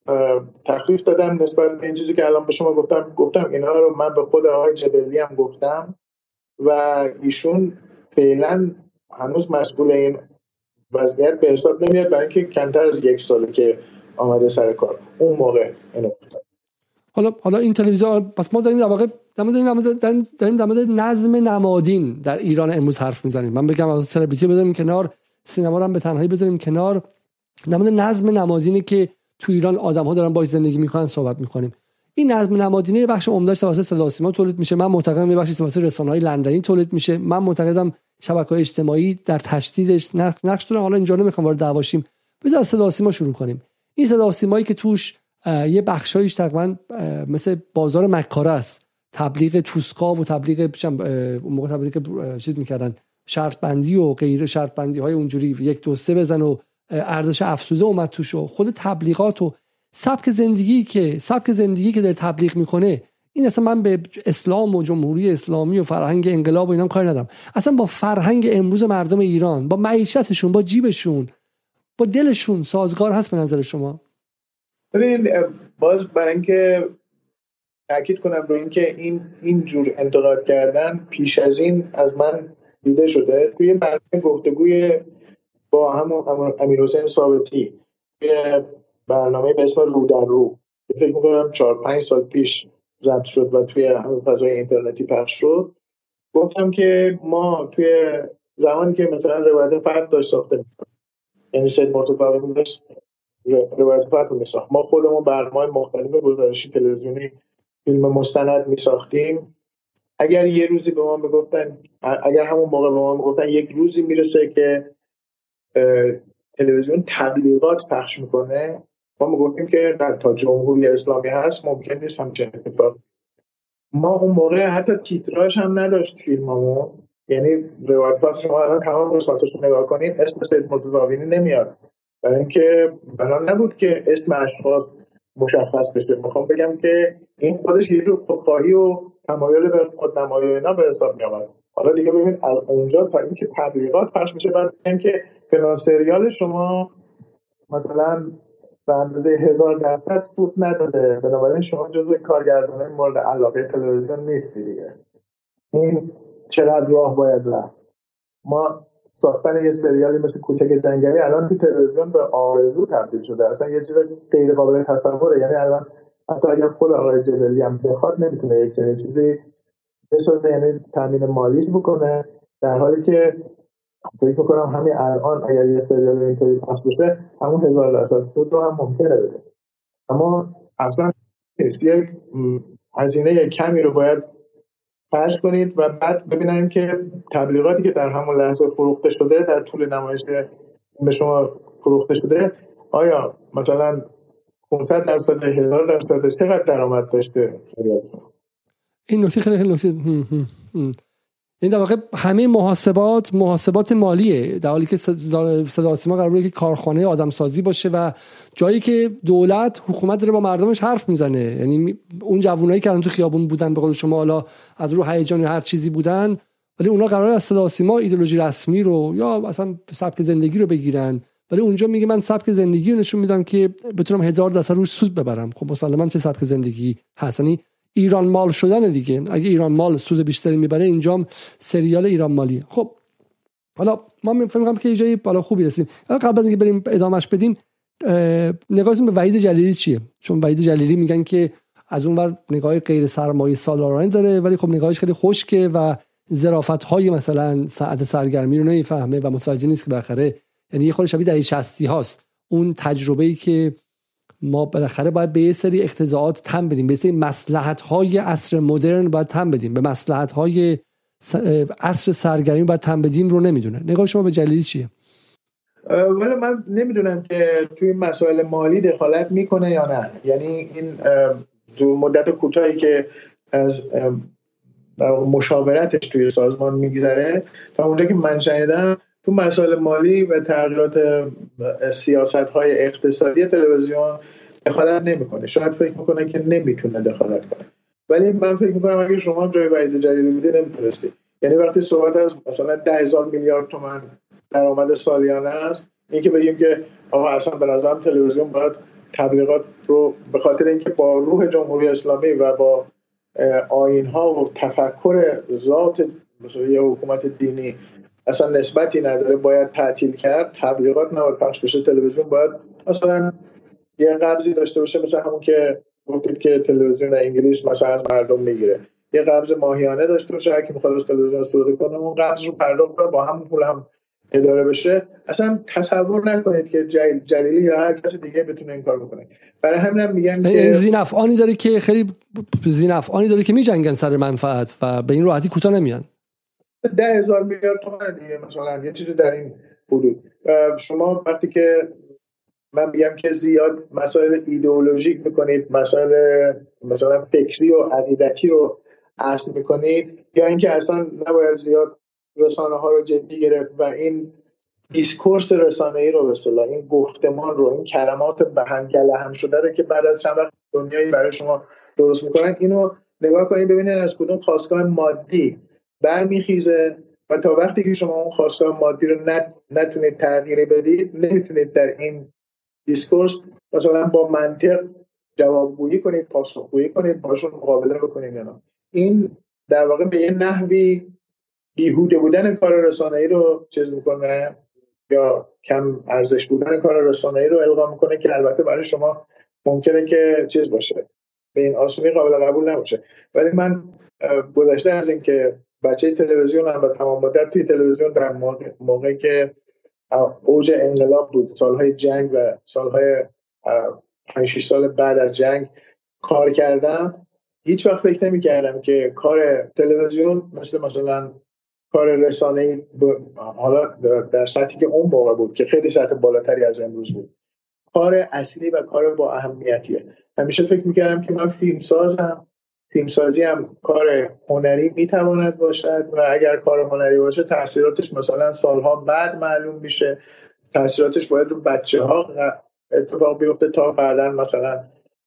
تخفیف دادم نسبت به این چیزی که الان به شما گفتم. گفتم اینا رو من به خود آقای جبلی هم گفتم و ایشون فعلا هنوز مسئول این وضعیت به حساب نمیاد، برای اینکه کمتر از یک ساله که آمده سر کار. اون موقع اینو گفتم. حالا حالا این تلویزیون، پس ما داریم در واقع داریم داریم در مورد نظم نمادین در ایران امروز حرف میزنیم. من بگم از سلبریتی بذاریم کنار، سینما رو هم به تنهایی بذاریم کنار، در مورد نظم نمادینی که تو ایران آدم‌ها دارن باهاش زندگی میکنن صحبت میکنیم. این نظم نمادینه یه بخش عمده‌اش توسط صدا و سیما تولید میشه، من معتقدم یه بخشی توسط رسانه‌های لندنی تولید میشه، من معتقدم شبکه‌های اجتماعی در تشدیدش نقش دارن. حالا اینجا نمیخوام وارد دعوا شیم، بذار از صدا و سیما شروع کنیم. این صدا و سیمایی که توش یه بخشایش تقریبا مثل بازار مکاره است، تبلیغ توسکا و تبلیغ اون موقع تبلیغ چیز میکردن شرط بندی و غیر شرط بندی های اونجوری یک دو سه بزن و ارزش افزوده اومد توش، و خود تبلیغات و سبک زندگی که سبک زندگی که در تبلیغ میکنه، این اصلا من به اسلام و جمهوری اسلامی و فرهنگ انقلاب و اینام کاری ندارم، اصلا با فرهنگ امروز مردم ایران، با معیشتشون، با جیبشون، با دلشون سازگار هست به نظر شما؟ ببین باز برای اینکه تاکید کنم روی اینکه این این جور انتقاد کردن پیش از این از من دیده شده توی برنامه گفتگوی با همون امیرحسین ثابتی توی برنامه به اسم رو در رو فکر می‌کنم چهار پنج سال پیش ضبط شد و توی همون فضای اینترنتی پخش شد. گفتم که ما توی زمانی که مثلا روایت فرد داشت ساخته می‌شد، یعنی سید مرتضوی داشت روایت فرد می‌ساخت، ما خودمون برنامه‌های مختلف گزارشی تلویزیونی فیلم مستند می‌ساختیم. اگر یه روزی به ما میگفتن، اگر همون موقع به ما میگفتن یک روزی میرسه که تلویزیون تبلیغات پخش میکنه، ما میگفتیم که نه، تا جمهوری اسلامی هست ممکن نیست همچین اتفاق. ما اون موقع حتی تیتراژ هم نداشت فیلممون، یعنی روایت فصل شما الان تمام قسمتش رو نگاه کنید اسم سید مرتضوی نمیاد، برای اینکه بنا نبود که اسم اشخاص مشخص بشه. میخوام بگم که این خودش یه جور خودخواهی و تمایل به خودنمایی و اینا به حساب میاد. حالا دیگه ببین از اونجا تا اینکه تبلیغات پخش میشه، بعد اینکه فلان سریال شما مثلا به اندازه هزار درصد سود نداده، بنابراین شما جزو کارگردانان مورد علاقه تلویزیون نیستی دیگه. این چقدر راه باید رفت. ما ساختن یه سریالی مثل کوچک جنگلی الان تو تلویزیون به آرزو تبدیل شده، اصلا یه چیز غیر قابل تصوره. یعنی الان حتی اگر خود آقای جبلی هم بخواد نمیتونه یک چنین چیزی بسازه، یعنی تامین مالیش بکنه، در حالی که فکر می‌کنم همین الان اگر یه سریال اینطوری پخش بشه همون هزار درصد سود رو هم ممکنه بده. اما اصلا یک هزینه کمی رو باید خرج کنید و بعد ببینید که تبلیغاتی که در همون لحظه فروخته شده در طول نمایش به شما فروخته شده آیا مثلا پانصد درصد هزار درصد چقدر درآمد داشته سریال شما. این نکته خیلی خیلی نکته این در واقع همه محاسبات محاسبات مالیه، در حالی که صدا و سیما قراره که کارخانه آدمسازی باشه و جایی که دولت حکومت داره با مردمش حرف میزنه. یعنی اون جوونایی که الان تو خیابون بودن به قول شما حالا از رو هیجان یا هر چیزی بودن، ولی اونا قراره از صدا و سیما ایدئولوژی رسمی رو یا اصلا سبک زندگی رو بگیرن، ولی اونجا میگه من سبک زندگی رو نشون میدم که بتونم هزار درصد روش سود ببرم. خب مسلماً چه سبک زندگی هست؟ یعنی ایران مال شدن دیگه. اگه ایران مال سود بیشتری میبره اینجام سریال ایران مالیه. خب حالا ما میفهمیم که یه جایی بالا خوبی رسیدیم. قبل از اینکه بریم ادامهش بدیم، نگاهتون به وحید جلیلی چیه؟ چون وحید جلیلی میگن که از اون ور نگاه غیر سرمایه سالارانه داره، ولی خب نگاهش خیلی خشکه و ظرافت‌های مثلا ساعت سرگرمی رو نمیفهمه و متوجه نیست که بالاخره یعنی یه خورده شبیه دهه شصت هاست. اون تجربه‌ای که ما بالاخره باید به یه سری اقتضاعات تن بدیم، به سری مصلحت‌های عصر مدرن باید تن بدیم، به مصلحت‌های عصر سرگرمی باید تن بدیم رو نمیدونه. نگاه شما به جلیلی چیه؟ ولی من نمیدونم که توی مسائل مالی دخالت میکنه یا نه. یعنی این جو مدت کوتاهی که از مشاورتش توی سازمان میگذره تا اونجا که من شنیدم تو مسائل مالی و تغییرات سیاست‌های اقتصادی تلویزیون دخالت نمیکنه. شاید فکر میکنه که نمیتونه دخالت کنه، ولی من فکر میکنم اگه شما جای وحید جلیلی بودید نمیتونستید. یعنی وقتی صحبت از مثلا ده هزار میلیارد تومان درآمد سالیانه است، این که بگیم که آقا اصلا به نظرم تلویزیون باید تبلیغات رو به خاطر اینکه با روح جمهوری اسلامی و با آیین‌ها و تفکر ذات مثلا یه حکومت دینی اصلا نسبتی نداره باید تعطیل کرد، تبلیغات نباید پخش بشه، تلویزیون باید مثلا یه قبضی داشته باشه، مثلا همون که گفتید که تلویزیون انگلیس مثلا از مردم میگیره، یه قبض ماهیانه داشته باشه، هر کی میخواد از تلویزیون استفاده کنه اون قبض رو پرداخت کنه، با همون پول هم اداره بشه. اصلا تصور نکنید که جل... جلیلی یا هر کسی دیگه بتونه این کار بکنه. برای همینم میگن که زینفعانی داره که خیلی زینفعانی داره که میجنگن سر منفعت و به این راحتی کوتاه نمیان. ده هزار میلیارد تومان دیگه مثلا یه چیزی در این حدود. شما وقتی که من میگم که زیاد مسائل ایدئولوژیک میکنید، مسائل مثلا فکری و عقیدتی رو اصل میکنید، یا اینکه اصلا نباید زیاد رسانه ها رو جدی گرفت و این دیسکورس رسانه‌ای رو به اصطلاح این گفتمان رو، این کلمات به هم گله هم شده رو که بعد از چند وقت دنیایی برای شما درست میکنن، اینو نگاه کنید ببینید از کدوم خواستگاه مادی برمیخیزه و تا وقتی که شما اون خواستگاه مادی رو نت... نتونید تغییر بدید، نمیتونید در این دیسکورس مثلا با منطق جوابگویی کنید، پاسخگویی کنید، باشون مقابله بکنید. نه، این در واقع به یه نحوی بیهوده بودن کار رسانه‌ای رو چیز میکنه یا کم ارزش بودن کار رسانه‌ای رو القا میکنه که البته برای شما ممکنه که چیز باشه، به این آسونی قابل قبول نباشه. ولی من گذشته از این که بچه تلویزیونم و تمام مدت توی تلویزیون در موقع موقعی که اوج انقلاب بود، سالهای جنگ و سالهای پنج شش سال بعد از جنگ کار کردم، هیچ وقت فکر نمی کردم که کار تلویزیون مثل مثلا کار رسانه‌ای ب... حالا در سطحی که اون موقع بود که خیلی سطح بالاتری از امروز بود، کار اصلی و کار با اهمیتیه. همیشه فکر میکردم که من فیلمسازم، فیلمسازی هم کار هنری میتواند باشد و اگر کار هنری باشه تاثیراتش مثلا سالها بعد معلوم میشه، تاثیراتش باید رو بچه ها اتفاق بیفته تا بعداً مثلا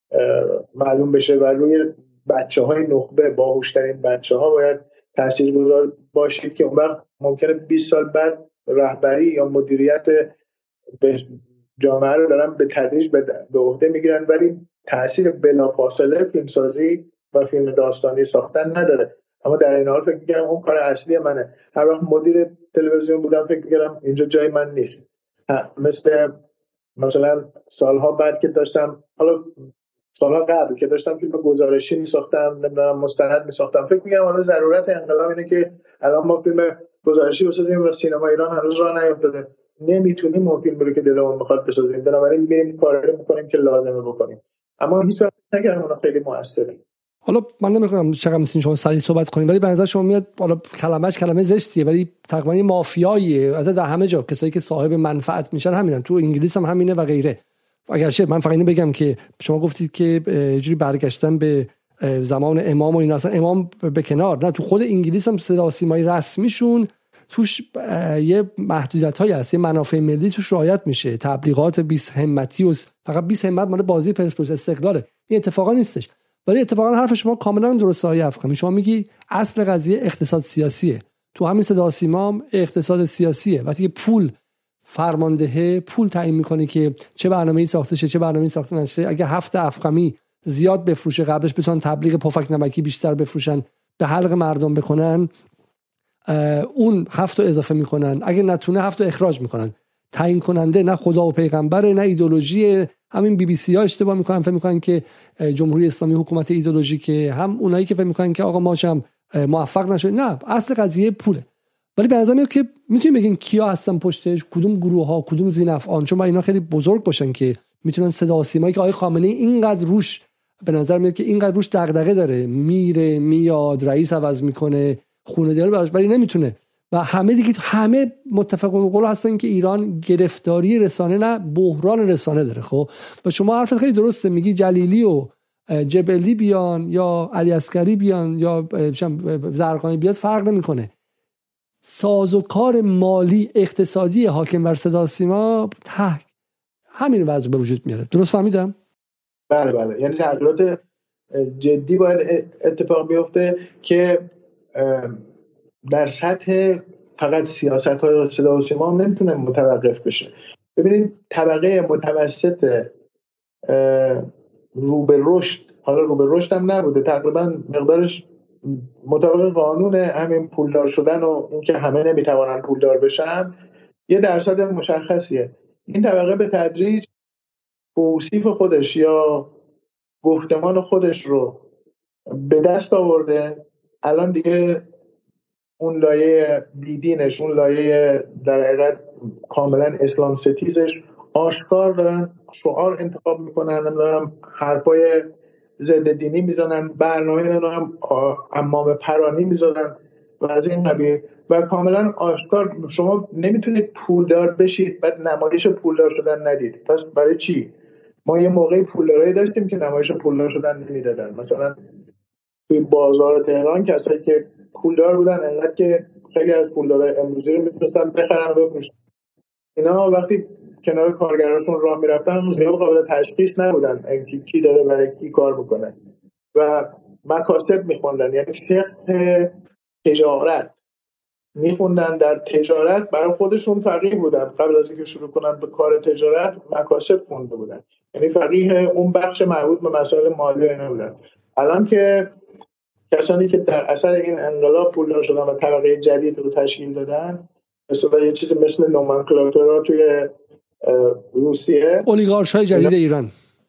معلوم بشه و روی بچه های نخبه، باهوشترین بچه ها باید تاثیرگذار باشید که اون وقت ممکنه بیست سال بعد رهبری یا مدیریت به جامعه رو دارن به تدریج به عهده میگیرن، ولی تاثیر بلافاصله فیلمسازی و فیلم داستانی ساختن نداره. اما در این حال فکر می‌کردم اون کار اصلی منه. هر وقت مدیر تلویزیون بودم فکر می‌کردم اینجا جای من نیست. مثل مثلا سالها بعد که داشتم، حالا سالها قبل که داشتم فیلم گزارشی می‌ساختم، نمیدونم مستند می‌ساختم، فکر می‌کردم حالا ضرورت انقلاب اینه که الان ما فیلم گزارشی بسازیم و سینما ایران هنوز راه نیفتاده، نمیتونیم اون فیلم رو که دلمون میخواد بسازیم، بنابراین میریم کارا رو میکنیم که لازمه بکنیم. اما هیچ وقت نگردم اون خیلی موثره. حالا من نمیخوام چقدر میتونید شما سریع صحبت کنید، ولی به نظر شما میاد حالا کلمه‌اش کلمه زشتیه ولی تقریبا مافیاییه، از در همه جا کسایی که صاحب منفعت میشن همینن، تو انگلیس هم همینه و غیره. اگرچه من فقط اینو بگم که شما گفتید که جوری برگشتن به زمان امام و این اصلا امام به کنار، نه تو خود انگلیس هم صدا و سیمای رسمیشون توش یه محدودیت‌هایی هست، یه منافع ملی توش رعایت میشه، تبلیغات بیست همتی و فقط بیست همت مال بازی پرسپولیس استقلاله، این اتفاقا نیستش. ولی اتفاقا حرف شما کاملا درسته های افغانی، شما میگی اصل قضیه اقتصاد سیاسیه، تو همین صدا سیما اقتصاد سیاسیه. وقتی که پول فرمانده پول تعیین میکنه که چه برنامه‌ای ساخته شه چه برنامه‌ای ساخته نشه، اگه هفت افغانی زیاد بفروشه قبلش بتونن تبلیغ پفک نمکی بیشتر بفروشن به حلق مردم بکنن، اون هفت رو اضافه میکنن، اگه نتونه هفت رو اخراج میکنن. تعیین کننده نه خدا و پیغمبره نه ایدئولوژی. همین بی بی سی ها اشتباه میکنن، فکر میکنن که جمهوری اسلامی حکومت ایدئولوژیکه، هم اونایی که فکر میکنن که آقا ما هم موفق نشد. نه، اصل قضیه پوله. ولی به نظر میاد که میتونیم بگین کیا هستن پشتش، کدوم گروه ها، کدوم ذی‌نفعان، چون با اینا خیلی بزرگ باشن که میتونن صدا و سیمایی که آقای خامنه‌ای اینقدر روش به نظر میاد که اینقدر روش دغدغه داره، میره میاد رئیس عوض میکنه خونه دل براش، ولی نمیتونه. و همه دیگه همه متفق قول هستن که ایران گرفتاری رسانه نه بحران رسانه داره. خب و شما حرفت خیلی درسته، میگی جلیلی و جبلی بیان یا علی عسکری بیان یا زرقانی بیاد فرق نمیکنه، سازوکار مالی اقتصادی حاکم بر صدا سیما همین وضع به وجود میاره. درست فهمیدم؟ بله بله، یعنی تغییرات جدی باید اتفاق بیفته که در سطح فقط سیاست‌های صدا و سیما هم نمیتونه متوقف بشه. ببینید طبقه متوسط رو به رشد، حالا رو به رشد هم نبوده، تقریبا مقدارش مطابق قانون همین پولدار شدن و اینکه همه نمیتوانن پولدار بشن یه درصد مشخصیه. این طبقه به تدریج توصیف خودش یا گفتمان خودش رو به دست آورده. الان دیگه اون لایه بیدینش، اون لایه در حقیقت کاملا اسلام ستیزش آشکار دارن شعار انتخاب میکنن، نمیدونم حرفای ضد دینی میزنن، برنامه نمیدونم عمام پرانی میزنن و از این قبیل و کاملا آشکار. شما نمیتونید پولدار بشید بعد نمایش پولدار شدن ندید. پس برای چی؟ ما یه موقعی پولدارایی داشتیم که نمایش پولدار شدن نمیدادن. مثلا توی بازار تهران کسایی که پولدار بودن انقدر که خیلی از پولدارای امروزی رو میتونستن بخرن و بفروشن. اینا وقتی کنار کارگراشون راه میرفتن زیاد قابل تشخیص نبودن اینکه کی داره برای کی کار میکنه و مکاسب میخوندن، یعنی فقه تجارت میخوندن در تجارت برای خودشون فقیه بودن، قبل از اینکه شروع کنن به کار تجارت مکاسب خونده بودن، یعنی فقیه اون بخش مربوط به مسائل مالی اینا بودن. الان که کسانی که در اثر این انقلاب پولدار شدن و طبقه جدید رو تشکیل دادن، مثلا یه چیزی مثل نومنکلاتورها توی روسیه، اولیگارش‌های جدید ایران،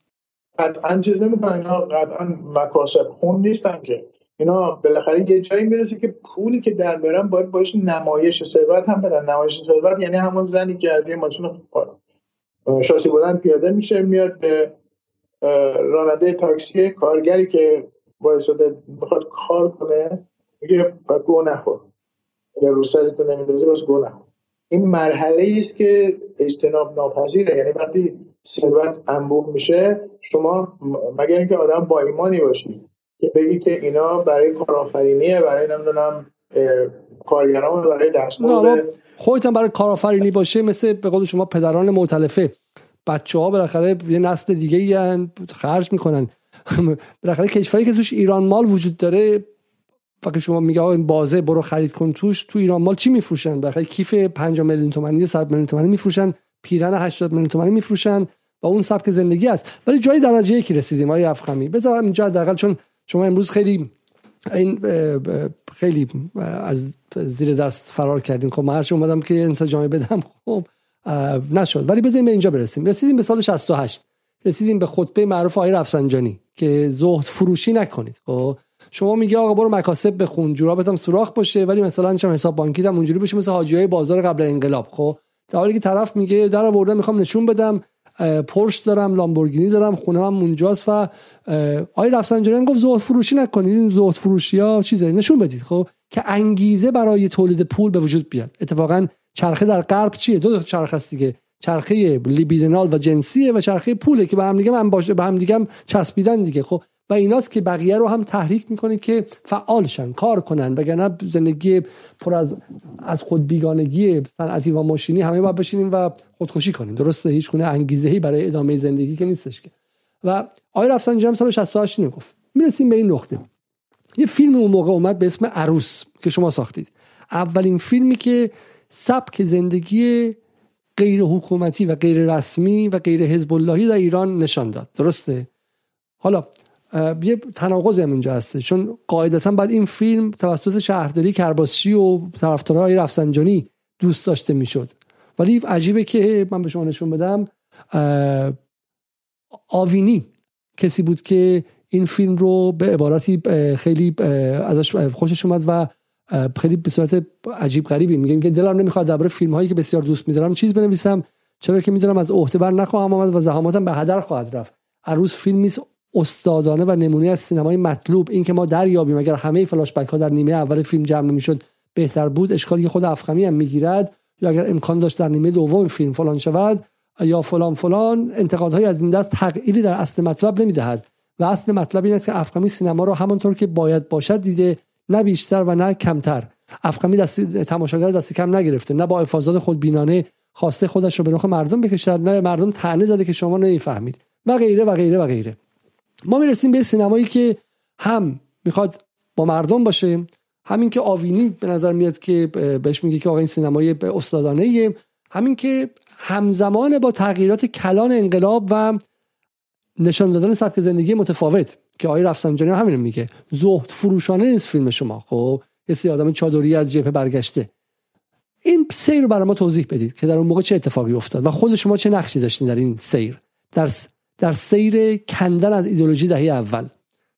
قطعا چیز نمی‌کنن، اینا قطعا مکاسب خون نیستن که، اینا بالاخره یه جایی میرسه که پولی که در میارن باید باش نمایش ثروت هم بدن. نمایش ثروت یعنی همون زنی که از یه ماشین شاسی بلند پیاده میشه میاد به راننده تاکسی کارگری که وایساده بخواد کار کنه میگه گو نخور، اگر رو سرت نمیندازی بس گو نخور. این مرحله است که اجتناب ناپذیره. یعنی وقتی ثروت انبوه میشه، شما مگر اینکه آدم با ایمانی باشی که بگی که اینا برای کارآفرینیه، برای نمیدونم کارگران، برای دستمزد، خودت هم برای کارآفرینی باشه، مثل به قول شما پدران مؤتلفه، بچه‌ها بالاخره یه نسل دیگه‌ای ان خرج میکنن. بالاخره کشوری که توش ایران مال وجود داره، فقط شما میگه آقا این بازه برو خرید کن توش، تو ایران مال چی میفروشن؟ بالاخره کیف پنجاه میلیون تومانی و صد میلیون تومانی میفروشن، پیرن هشتاد میلیون تومانی میفروشن و اون سبک زندگی است. ولی جای درجه یکی رسیدیم آقای افخمی. بذار اینجا حداقل، چون شما امروز خیلی این خیلی از زیر دست فرار کردین، خب من هرچی اومدم که انسجامی بدم خب نشد، ولی بذاریم به اینجا برسیم. رسیدیم به سال شصت و هشت، رسیدیم به خطبه معروف آقای رفسنجانی که زهد فروشی نکنید. خب شما میگه آقا برو مکاسب بخون، جورابت هم سوراخ باشه، ولی مثلا چم حساب بانکیت هم اونجوری باشه مثل حاجیای بازار قبل انقلاب. خب در حالی که طرف میگه در آوردم میخوام نشون بدم پورش دارم، لامبورگینی دارم، خونه هم اونجاست، و آقای رفسنجانی هم گفت زهد فروشی نکنید، این زهد فروشی ها چیزایی نشون بدید خب که انگیزه برای تولید پول به وجود بیاد. اتفاقا چرخه در غرب چیه؟ دو تا چرخه است دیگه، چرخه لیبیدینال و جنسیه و چرخه پوله که به هم دیگه هم باشه، به هم دیگه هم چسبیدن دیگه. خب و ایناست که بقیه رو هم تحریک میکنه که فعال شن، کار کنن، وگرنه زندگی پر از از خود بیگانگی صنعتی و ماشینی همه باید بشینیم و خودکشی کنیم. درسته؟ هیچ گونه انگیزه‌ای برای ادامه زندگی که نیستش که. و آقای رفسنجانی سال شصت و هشت نگفت. میرسیم به این نقطه. یه فیلم اون موقع اومد به اسم عروس که شما ساختید. اولین فیلمی که سبک زندگی غیر حکومتی و غیر رسمی و غیر حزب اللهی در ایران نشان داد. درسته؟ حالا یه تناقضی هم اینجا هسته، چون قاعدتا بعد این فیلم توسط شهرداری کرباسچی و طرفدارای رفسنجانی دوست داشته میشد، ولی عجیبه که من به شما نشون بدم آوینی کسی بود که این فیلم رو به عبارتی خیلی ازش خوشش اومد و خیلی به صورت عجیب غریبی میگه که دلم نمیخواد درباره فیلم هایی که بسیار دوست می‌دارم چیز بنویسم، چرا که میدونم از عهده بر نخواهم آمد و زحماتم به هدر خواهد رفت. عروس فیلمی استادانه و نمونه از سینمای مطلوب. این که ما دریابیم اگر همه فلاش بک ها در نیمه اول فیلم جمع نمیشد بهتر بود، اشکالی که خود افخمی هم میگیرد، یا اگر امکان داشت در نیمه دوم فیلم فلان شود یا فلان فلان، انتقادهای از این دست تغییری در اصل مطلب نمیدهد. و اصل مطلب این است که افخمی سینما رو همونطور که باید باشد دیده، نه بیشتر و نه کمتر. افخمی دست تماشاگر دست کم نگرفته، نه با افاضات خودبینانه خواسته خودش رو به رخ مردم بکشد، نه مردم طعنه زده که شما نمیفهمید و غیره و غیره و غیره. ما میرسیم به سینمایی که هم میخواد با مردم باشه، همین که آوینی به نظر میاد که بهش میگه که آقا این سینمای استادانه‌ایه، همین که همزمان با تغییرات کلان انقلاب و نشان دادن سبک زندگی متفاوت که آقای رفسنجانی همین میگه زهد فروشانه نیست فیلم شما. خب یه سری آدم چادری از جبهه برگشته. این سیر رو برای ما توضیح بدید که در اون موقع چه اتفاقی افتاد و خود شما چه نقشی داشتین در این سیر، در در سیر کندن از ایدئولوژی دهه اول.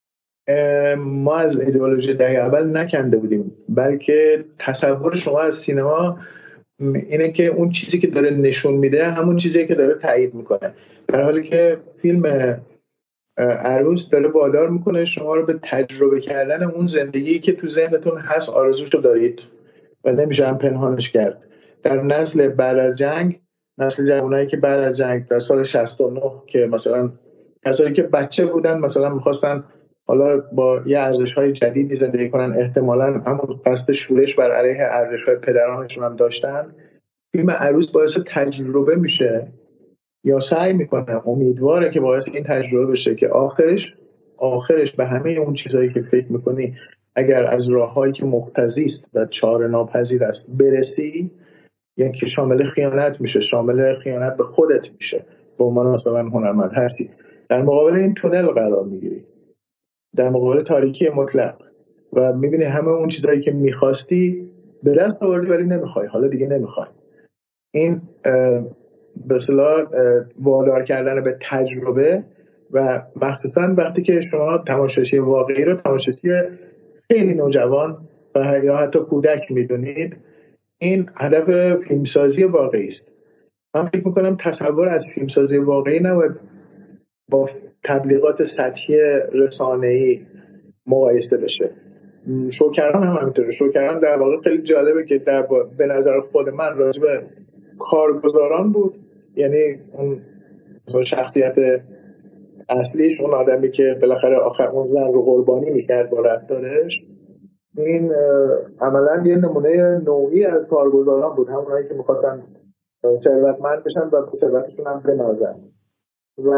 ما از ایدئولوژی دهه اول نکنده بودیم، بلکه تصور شما از سینما اینه که اون چیزی که داره نشون میده همون چیزیه که داره تایید میکنه، در حالی که فیلم عروس داره وادار میکنه شما رو به تجربه کردن اون زندگی که تو ذهنتون هست، آرزوش رو دارید و نمیشه هم پنهانش کرد. در نسل بعد از جنگ، نسل جوانایی که بعد از جنگ در سال شصت و نه که مثلا کسایی که بچه بودن مثلا میخواستن حالا با یه ارزش‌های جدیدی زندگی کنن، احتمالاً همون قصد شورش بر علیه ارزش‌های پدرانشون هم داشتن، فیلم عروس باعث تجربه میشه یا سعی میکنه، امیدواره که باعث این تجربه بشه که آخرش آخرش به همه اون چیزایی که فکر میکنی اگر از راههایی که مقتضی است و چاره ناپذیر است برسی، یعنی که شامل خیانت میشه، شامل خیانت به خودت میشه به عنوان مثلا هنرمند هستی، در مقابل این تونل قرار میگیری، در مقابل تاریکی مطلق و میبینی همه اون چیزایی که میخواستی به دست آوردی ولی نمیخوای، حالا دیگه نمیخوای. این به اصطلاح وادار کردن به تجربه و مخصوصا وقتی که شما تماشاچی واقعی رو تماشاچی خیلی نوجوان و یا حتی کودک میدونید، این هدف فیلمسازی واقعی است. من فکر میکنم تصور از فیلمسازی واقعی نباید با تبلیغات سطحی رسانه‌ای مقایسه بشه. شوکران هم همینطوره. شوکران در واقع خیلی جالبه که در به نظر خود من راجع به کارگزاران بود، یعنی اون شخصیت اصلیش اون آدمی که بالاخره آخر اون زن رو قربانی میکرد با رفتارش، این عملا یه نمونه نوعی از کارگزاران بود، همونایی که میخواستن ثروتمند بشن و به ثروتشون هم بنازن. و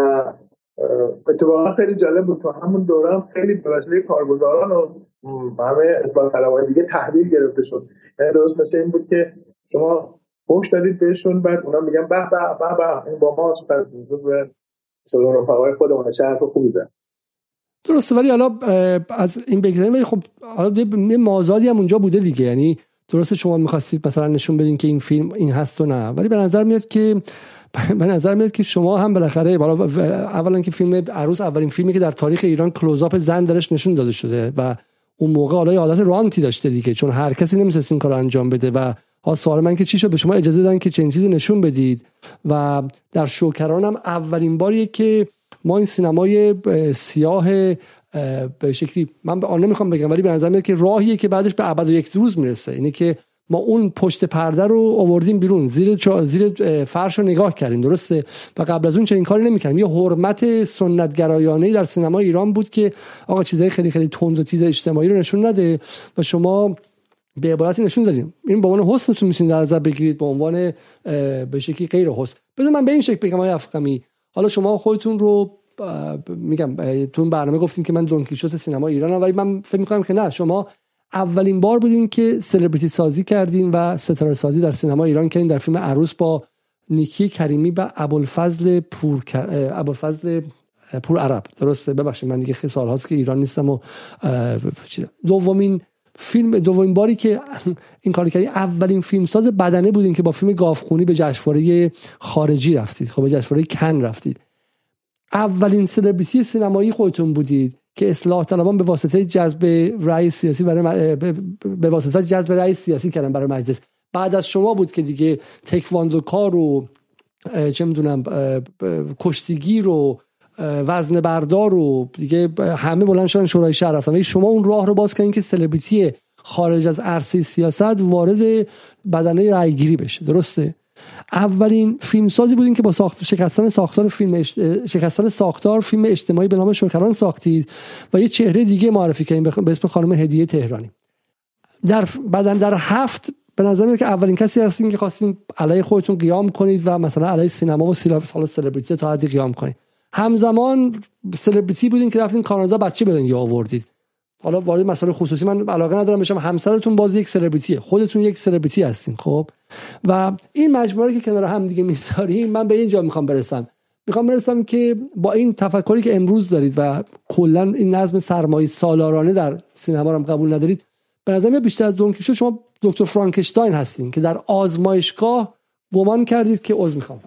اتفاقا خیلی جالب بود تو همون دوران خیلی به وسیله کارگزاران و همه اصلاح طلبای دیگه تحویل گرفته شد. یعنی درست مثل این بود که شما پشت دادید بهشون، بعد اونا میگن به به به به این با ما سپر جزو سلام رفقای خودمونه، چه حرف خوبی زد. درسته، ولی حالا از این بگذاریم، ولی خب حالا یه مازادی هم اونجا بوده دیگه. یعنی درسته شما می‌خواستید مثلا نشون بدین که این فیلم این هست و نه، ولی به نظر میاد که به نظر میاد که شما هم بالاخره اولا که فیلم عروس اولین فیلمی که در تاریخ ایران کلوزآپ زن درش نشون داده شده و اون موقع حالا یه حالت رانتی داشته دیگه، چون هر کسی نمی‌تونست این کارو انجام بده. و ها سوال من که چی شد به شما اجازه دادن که چنین چیزی نشون بدید؟ و در شوکران هم اولین باریه که ما این سینمای سیاه به شکلی، من به آن نمیخوام بگم ولی به نظر میاد که راهیه که بعدش به ابد و یک روز میرسه، اینه که ما اون پشت پرده رو آوردیم بیرون، زیر چا... زیر فرش رو نگاه کردیم، درسته؟ و قبل از اون چنین کاری نمی‌کردیم. یه حرمت سنت گرایانه‌ای در سینما ایران بود که آقا چیزای خیلی خیلی تند و تیز اجتماعی رو نشون نده و شما به عبارتی نشون دادیم. این به عنوان حسنتون میتونید در نظر بگیرید، به عنوان به شکلی غیر حسن. بذار من به این شکل بگم آقای افخمی، حالا شما خودتون رو میگم تو این برنامه گفتین که من دون کیشوت سینما ایرانم، ولی من فکر می‌کنم که نه، شما اولین بار بودین که سلبریتی سازی کردین و ستاره سازی در سینما ایران کردین در فیلم عروس با نیکی کریمی و ابوالفضل پور ابوالفضل پور عرب، درسته؟ ببخشید من دیگه خیلی سال‌هاست که ایران نیستم. و دومین فیلم دومین باری که این کار کردین، اولین فیلمساز بدنه بودین که با فیلم گاوخونی به جشنواره خارجی رفتید، خب به جشنواره کن رفتید. اولین سلبریتی سینمایی خودتون بودید که اصلاح طلبان به واسطه جذب رأی سیاسی برای به واسطه جذب رأی سیاسی کردن برای مجلس. بعد از شما بود که دیگه تکواندوکار رو چه میدونم کشتیگیر رو وزن بردار رو دیگه همه بلند شدن شورای شهر رفتن، ولی شما اون راه رو باز کردین که سلبریتی خارج از عرصه سیاست وارد بدنه رأی گیری بشه، درسته؟ اولین فیلمسازی بودین که با ساخت شکستن ساختار فیلم اش... شکستن ساختار فیلم اجتماعی به نام شوکران ساختید و یه چهره دیگه معرفی کردین به اسم خانم هدیه تهرانی. در بعدن در هفت به نظر میاد که اولین کسی هستین که خواستین علیه خودتون قیام کنید و مثلا علیه سینما و سال سلبریتی تا حدی قیام کنید. همزمان سلبریتی بودین که رفتین کانادا بچه بدن یا آوردید. حالا وارد مسائل خصوصی من علاقه ندارم بشم، همسرتون باز یک سلبریتیه، خودتون یک سلبریتی هستین. خب و این مجموعه که کنار هم دیگه میذاریم، من به اینجا میخوام برسم میخوام برسم که با این تفکری که امروز دارید و کلا این نظم سرمایه سالارانه در سینما رو قبول ندارید، به نظر میاد بیشتر از دون کیشوت شما دکتر فرانکشتاین هستین که در آزمایشگاه گمان کردید که عذر میخوام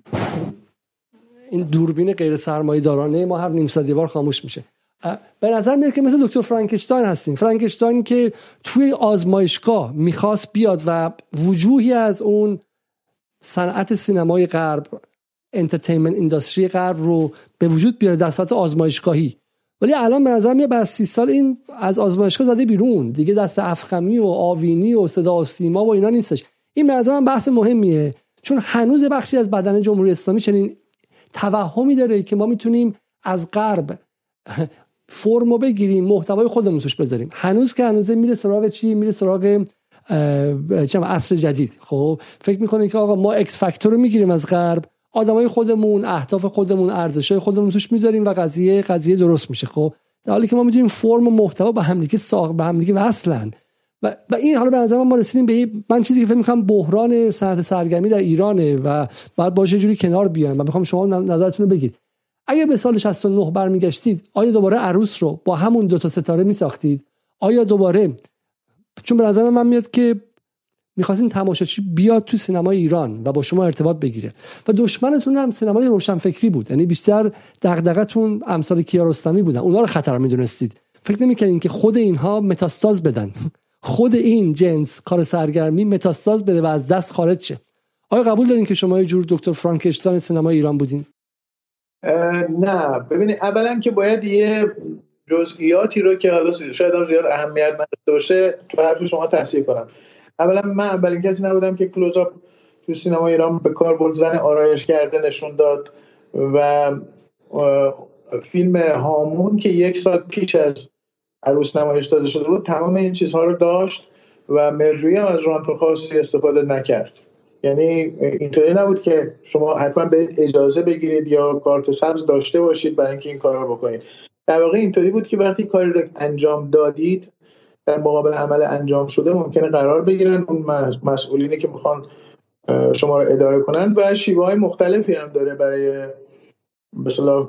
این دوربین غیر سرمایه‌دارانه ما هر نیم ساعت یه بار خاموش میشه. به نظر میاد که مثل دکتر فرانکشتاین هستین. فرانکشتاین که توی آزمایشگاه میخواست بیاد و وجوهی از اون صنعت سینمای غرب، انترتینمنت اینداستری غرب رو به وجود بیاره در سطح آزمایشگاهی، ولی الان به نظر میاد بعد سی سال این از آزمایشگاه زده بیرون دیگه، دست افخمی و آوینی و صدا و سیما و اینا نیستش. این به نظر من بحث مهمیه، چون هنوز بخشی از بدن جمهوری اسلامی چنین توهمی داره که ما میتونیم از غرب فرمو بگیریم، محتوای خودمون توش بذاریم. هنوز که هنوز میره سراغ چی؟ میره سراغ چم عصر جدید. خب فکر میکنه که آقا ما اکس فاکتور رو میگیریم از غرب، آدمای خودمون، اهداف خودمون، ارزشای خودمون توش میذاریم و قضیه قضیه درست میشه. خب در حالی که ما میدونیم فرم و محتوا با همدیگه ساق به همدیگه وصلن. و, و این حالا به نظر ما رسیدیم به این، من چیزی که فکر می‌کنم بحران صنعت سرگرمی در ایرانه و بعد باشه جوری کنار بیایم و می‌خوام شما نظرتون رو بگید. اگه به سال شصت و نه برمیگشتید آیا دوباره عروس رو با همون دو تا ستاره می‌ساختید؟ آیا دوباره، چون به نظر من میاد که می‌خواستین تماشاچی بیاد تو سینمای ایران و با شما ارتباط بگیره و دشمنتون هم سینمای روشنفکری بود، یعنی بیشتر دغدغه‌تون امثال کیارستمی بودن، اونا رو خطر می‌دونستید. فکر نمی‌کردین که خود اینها متاستاز بدن، خود این جنس کار سرگرمی متاستاز بده و از دست خارج شه؟ آیا قبول دارین که شما یه جور دکتر فرانکشتاین سینمای ایران بودین؟ نه، ببینید اولا که باید یه جزئیاتی رو که حالا شاید هم زیاد اهمیت نداشته باشه تو حرف شما تصحیح کنم. اولا من اولین کسی نبودم که کلوزآپ تو سینما ایران به کار برد زن آرایش کرده نشون داد و فیلم هامون که یک سال پیش از عروس نمایش داده شده بود تمام این چیزها رو داشت و مرجویی هم از رانت خاصی استفاده نکرد. یعنی اینطوری نبود که شما حتما به اجازه بگیرید یا کارت سبز داشته باشید برای اینکه این کارا رو بکنید. در واقع اینطوری بود که وقتی کاری رو انجام دادید در مقابل عمل انجام شده ممکنه قرار بگیرن اون مسئولینی که میخوان شما رو اداره کنن و شیوه‌های مختلفی هم داره برای مثلا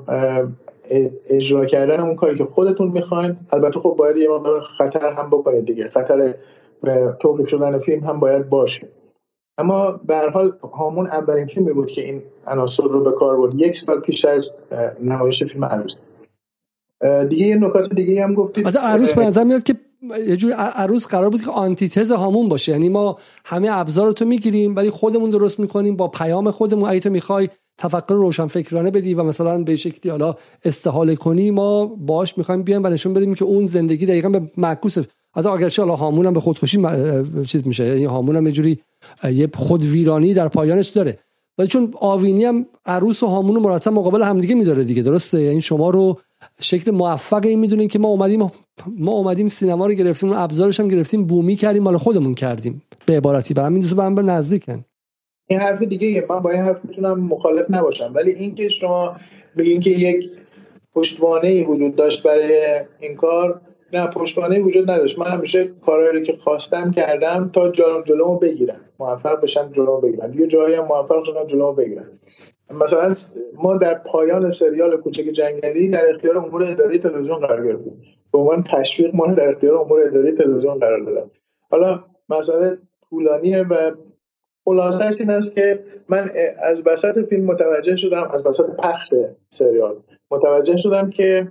اجرا کردن اون کاری که خودتون میخواین. البته خب باید یه مقدار خطر هم بکنید دیگه، خطر توقیف شدن فیلم هم باید باشه. اما به هر حال هامون اولین فیلمی بود که این عناصر رو به کار برد یک سال پیش از نمایش فیلم عروس. دیگه یه نکات دیگه هم گفتید. مثلا عروس به نظر میاد که یه جور عروس قرار بود که آنتیتز هامون باشه، یعنی ما همه ابزار رو تو میگیریم ولی خودمون درست میکنیم با پیام خودمون. اگه تو میخوای تفکر روشنفکرانه بدی و مثلا به شکلی حالا استحاله کنی، ما باش میخوایم بیایم و نشون بدیم که اون زندگی دقیقاً به معکوس. حتی اگرچه حالا هامون هم به خودکشی چیز میشه، یعنی هامون هم یه جوری یه خودویرانی در پایانش داره، ولی چون آوینی هم عروس و هامون رو مرتب مقابل همدیگه میذاره دیگه، درسته؟ یعنی شما رو شکل موفق این میدونین که ما اومدیم ما اومدیم سینما رو گرفتیم، اون ابزارش هم گرفتیم، بومی کردیم، مال خودمون کردیم به عبارتی. برام این دو تا به هم نزدیکن. این حرف دیگه من با این حرف میتونم مخالف نباشم، ولی اینکه شما بگین که یک پشتوانه‌ای وجود داشت برای این کار، نه، پشتوانه‌ای وجود نداشت. من همیشه کارهایی که خواستم کردم تا جلو جلومو بگیرن، موفق بشن جلومو بگیرن. یه جایی هم موفق شدن جلومو بگیرن. مثلا ما در پایان سریال کوچک جنگلی در اختیار امور اداری تلویزیون قرار گرفتیم. به عنوان تشویق ما در اختیار امور اداری تلویزیون قرار دادن. حالا مسئله طولانیه و خلاصش این است که من از وسط فیلم متوجه شدم، از وسط پخش سریال متوجه شدم که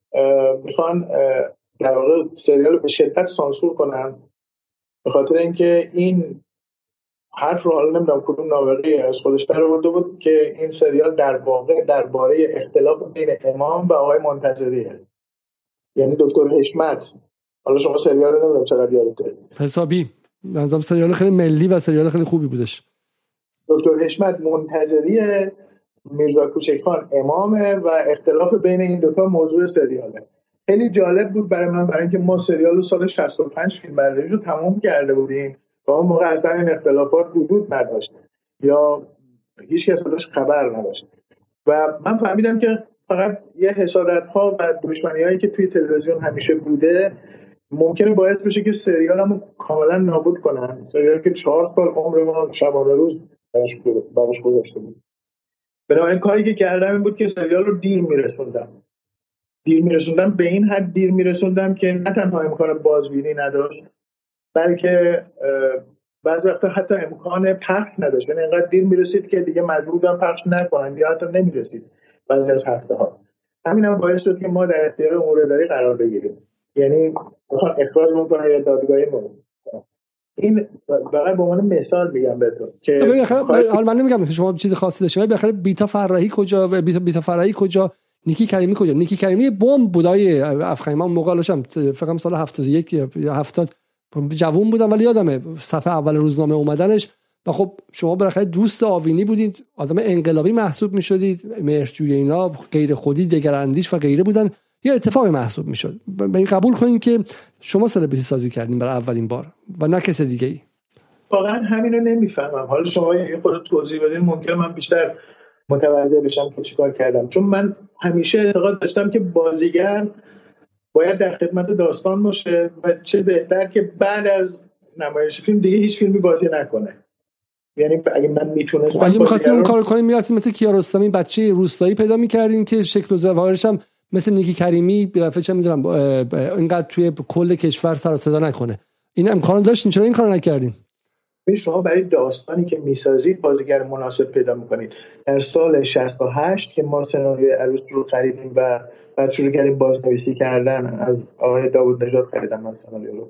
میخوان در واقع سریال رو به شدت سانسور کنن، به خاطر اینکه این حرف رو حالا نمیدونم کدوم نابغه از خودش در آورده بود که این سریال در واقع درباره اختلاف بین امام و آقای منتظریه، یعنی دکتر حشمت. حالا شما سریال رو نمیدونم چقدر یادته، حسابی مثلا سریال خیلی ملی و سریال خیلی خوبی بودش. دکتر حشمت منتظری، میرزا کوچکخان امامه و اختلاف بین این دوتا موضوع سریاله. خیلی جالب بود برای من، برای اینکه ما سریال رو سال شصت و پنج فیلم برداری رو تمام کرده بودیم و اون موقع اصلا این اختلافات وجود نداشت یا هیچ کس ازش خبر نداشت و من فهمیدم که فقط یه حسادت‌ها و دشمنی‌هایی که توی تلویزیون همیشه بوده ممکنه باعث بشه که سریالمو کاملا نابود کنن. سریالی که چهار سال عمر ما شبانه روز براش گذاشته بود. بنابراین کاری که کردم این بود که سریال رو دیر میرسوندم. دیر میرسوندم به این حد دیر میرسوندم که نه تنها امکان بازبینی نداشت، بلکه بعضی وقتا حتی امکان پخش نداشت. یعنی اینقدر دیر میرسید که دیگه مجبور بودن پخش نکنن یا حتی نمیرسید بعضی از هفته ها. همین هم باعث شد که ما در اختیار امور اداری قرار بگیریم، یعنی میخوان اخراجمون کنن یا دادگاهی مون. این واقعا به عنوان مثال میگم بهتون که حالا من نمیگم که شما چیز خاصی داشته، ولی بالاخره بیتا فرحی کجا، بیتا بیتا فرحی کجا، نیکی کریمی کجا؟ نیکی کریمی بمب بودای افغانی. من موقع داشتم فکر کنم سال هفتاد و یک یا هفتاد جوون بودم، ولی یادمه صفحه اول روزنامه اومدنش. و خب شما بالاخره دوست آوینی بودید، آدم انقلابی محسوب میشدید، مهرجوی اینا غیر خودی دگراندیش و غیره بودن، یه اتفاقی محسوب میشد. به این قبول کنین که شما سلبریتی سازی کردین برای اولین بار و نه کس دیگه ای. واقعا همین رو نمیفهمم. حالا شما یه خورده توضیح بدین ممکنه من بیشتر متوجه بشم که چیکار کردم. چون من همیشه اعتقاد داشتم که بازیگر باید در خدمت داستان باشه و چه بهتر که بعد از نمایش فیلم دیگه هیچ فیلمی بازی نکنه. یعنی اگه من میتونستم اگه می‌خواستیم اون کارو کنیم می‌رفتیم مثل کیارستمی بچه روستایی پیدا می‌کردیم که شکل و ظاهرش هم مثل نیکی کریمی برافه چه می‌دونم اینقدر توی کل کشور سر و صدا نکنه. این امکانو داشتین، چرا این کارو نکردین؟ شما برای داستانی که میسازید بازیگر مناسب پیدا میکنید. در سال شصت و هشت که ما سناریوی عروس رو خریدیم و بعد شروع کردیم بازنویسی کردن، از آقای داوود نژاد خریدم من سناریو رو،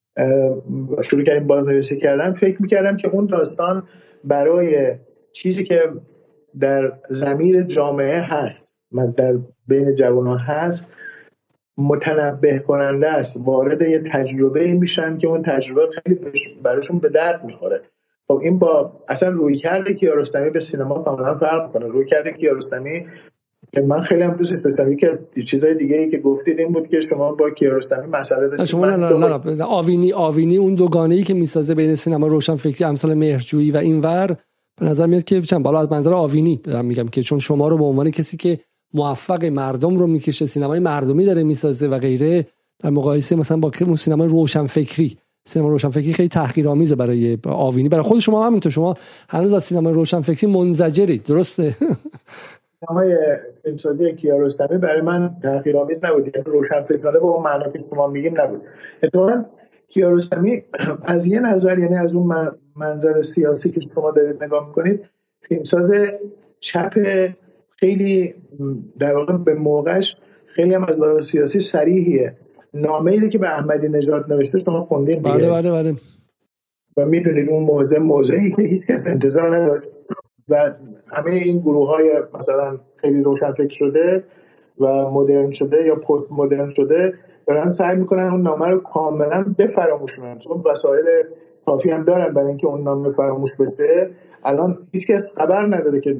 شروع کردیم بازنویسی کردن، فکر میکردم که اون داستان برای چیزی که در ضمیر جامعه هست، من در بین جوانان هست، متنبه کننده است، وارد یه تجربه میشن که اون تجربه خیلی براشون به درد میخوره. خب این با اصلا رویکرد کیارستمی به سینما کاملا فرق میکنه. رویکرد کیارستمی که من خیلی هم دوست داشتم، که چیزای دیگه‌ای که گفتید این بود که شما با کیارستمی مسئله داشتید. شما نه نه نه آوینی آوینی اون دوگانه‌ای که میسازه بین سینما روشنفکری امثال مهرجویی و اینور، به نظر میاد که چند بالا از منظر آوینی دارم میگم که چون شما رو به عنوان کسی که موفق مردم رو میکشه، سینمای مردمی داره میسازه و غیره، در مقایسه مثلا با اون سینمای روشنفکری، سینما روشنفکری خیلی تحقیرآمیزه برای آوینی. برای خود شما همینطور، شما هنوز از سینمای روشنفکری منزجرید، درسته؟ سینمای فیلمسازی کیارستمی برای من تحقیرآمیز نبود، یعنی روشنفکرانه به اون معنا که شما میگیم نبود. اتفاقا کیارستمی از یه نظر، یعنی از اون منظر سیاسی که شما دارید نگاه میکنید، فیلمساز چپ خیلی در واقع به موقعش خیلی هم از لحاظ سیاسی صریحیه. نامه‌ای که به احمدی نژاد نوشته شما خوندین دیگه. بله بله بله. و میدونید اون موضوع موضوعی که هیچ کس انتظار نداشت و همه این گروه‌های مثلا خیلی روشنفکر شده و مدرن شده یا پست مدرن شده دارن سعی میکنن اون نامه رو کاملا بفراموشونن، چون وسایل کافی هم دارن برای اینکه اون نامه فراموش بشه. الان هیچ کس خبر نداره که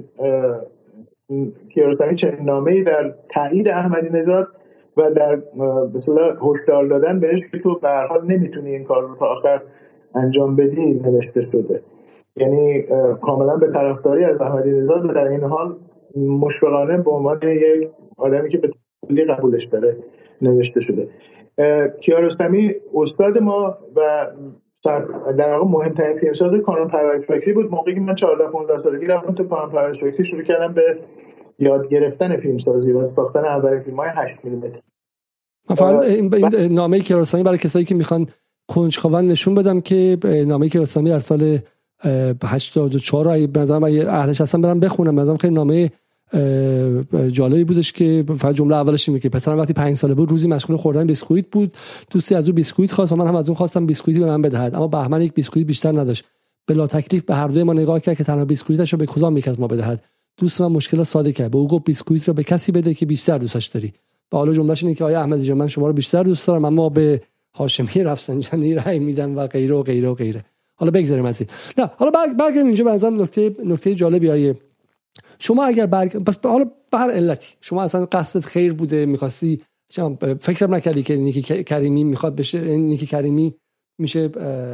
کیارستمی چه نامه‌ای در تایید احمدی نژاد و در مثلا هشدار دادن بهش که تو به هر حال نمیتونی این کار رو تا آخر انجام بدی نوشته شده. یعنی کاملا به طرفداری از احمدی نژاد و در این حال مشفقانه به عنوان یک آدمی که به کلی قبولش داره نوشته شده. کیارستمی استاد ما و در واقع مهمترین فیلمساز کانون پرورش فکری بود. موقعی که من چهارده پانزده سالگی رفتم تو کانون پرورش فکری، شروع کردم به یاد گرفتن فیلمسازی و ساختن اولین فیلم‌های هشت میلیمتر. مثلا این نامه کیارستمی برای کسایی که میخوان کنجکاوان نشون بدم که نامه کیارستمی در سال هشتاد و چهار رو به نظرم اهلش هستن برام بخونم. به نظرم خیلی نامه جالبی بودش که فقط جمله اولش اینه که پسرم وقتی پنج ساله بود روزی مشغول خوردن بیسکویت بود، دوستی از او بیسکویت خواست و من هم از اون خواستم بیسکویتی به من بدهد، اما بهمن یک بیسکویت بیشتر نداشت. بلا تکلیف به هر دوی ما نگاه کرد که تنها بیسکویتش رو به کدام یک از ما بدهد. دوست من مشکل ساده کرد، به او گفت بیسکویت رو به کسی بده که بیشتر دوستش داری. و حالا جملهش اینه که آیا احمدی جان من شما رو بیشتر دوست دارم اما به هاشمی رفسنجانی رأی میدم و غیره و غیره و غیره. حالا بگذاریم از این. نه حالا برگردیم اینجا. به نظرم نکته نکته جالبی آیه شما اگر برگ... پس حالا به هر علتی شما اصلا قصدت خیر بوده، می‌خواستی، فکرم نکردی که نیکی کریمی میخواد بشه، نیکی کریمی میشه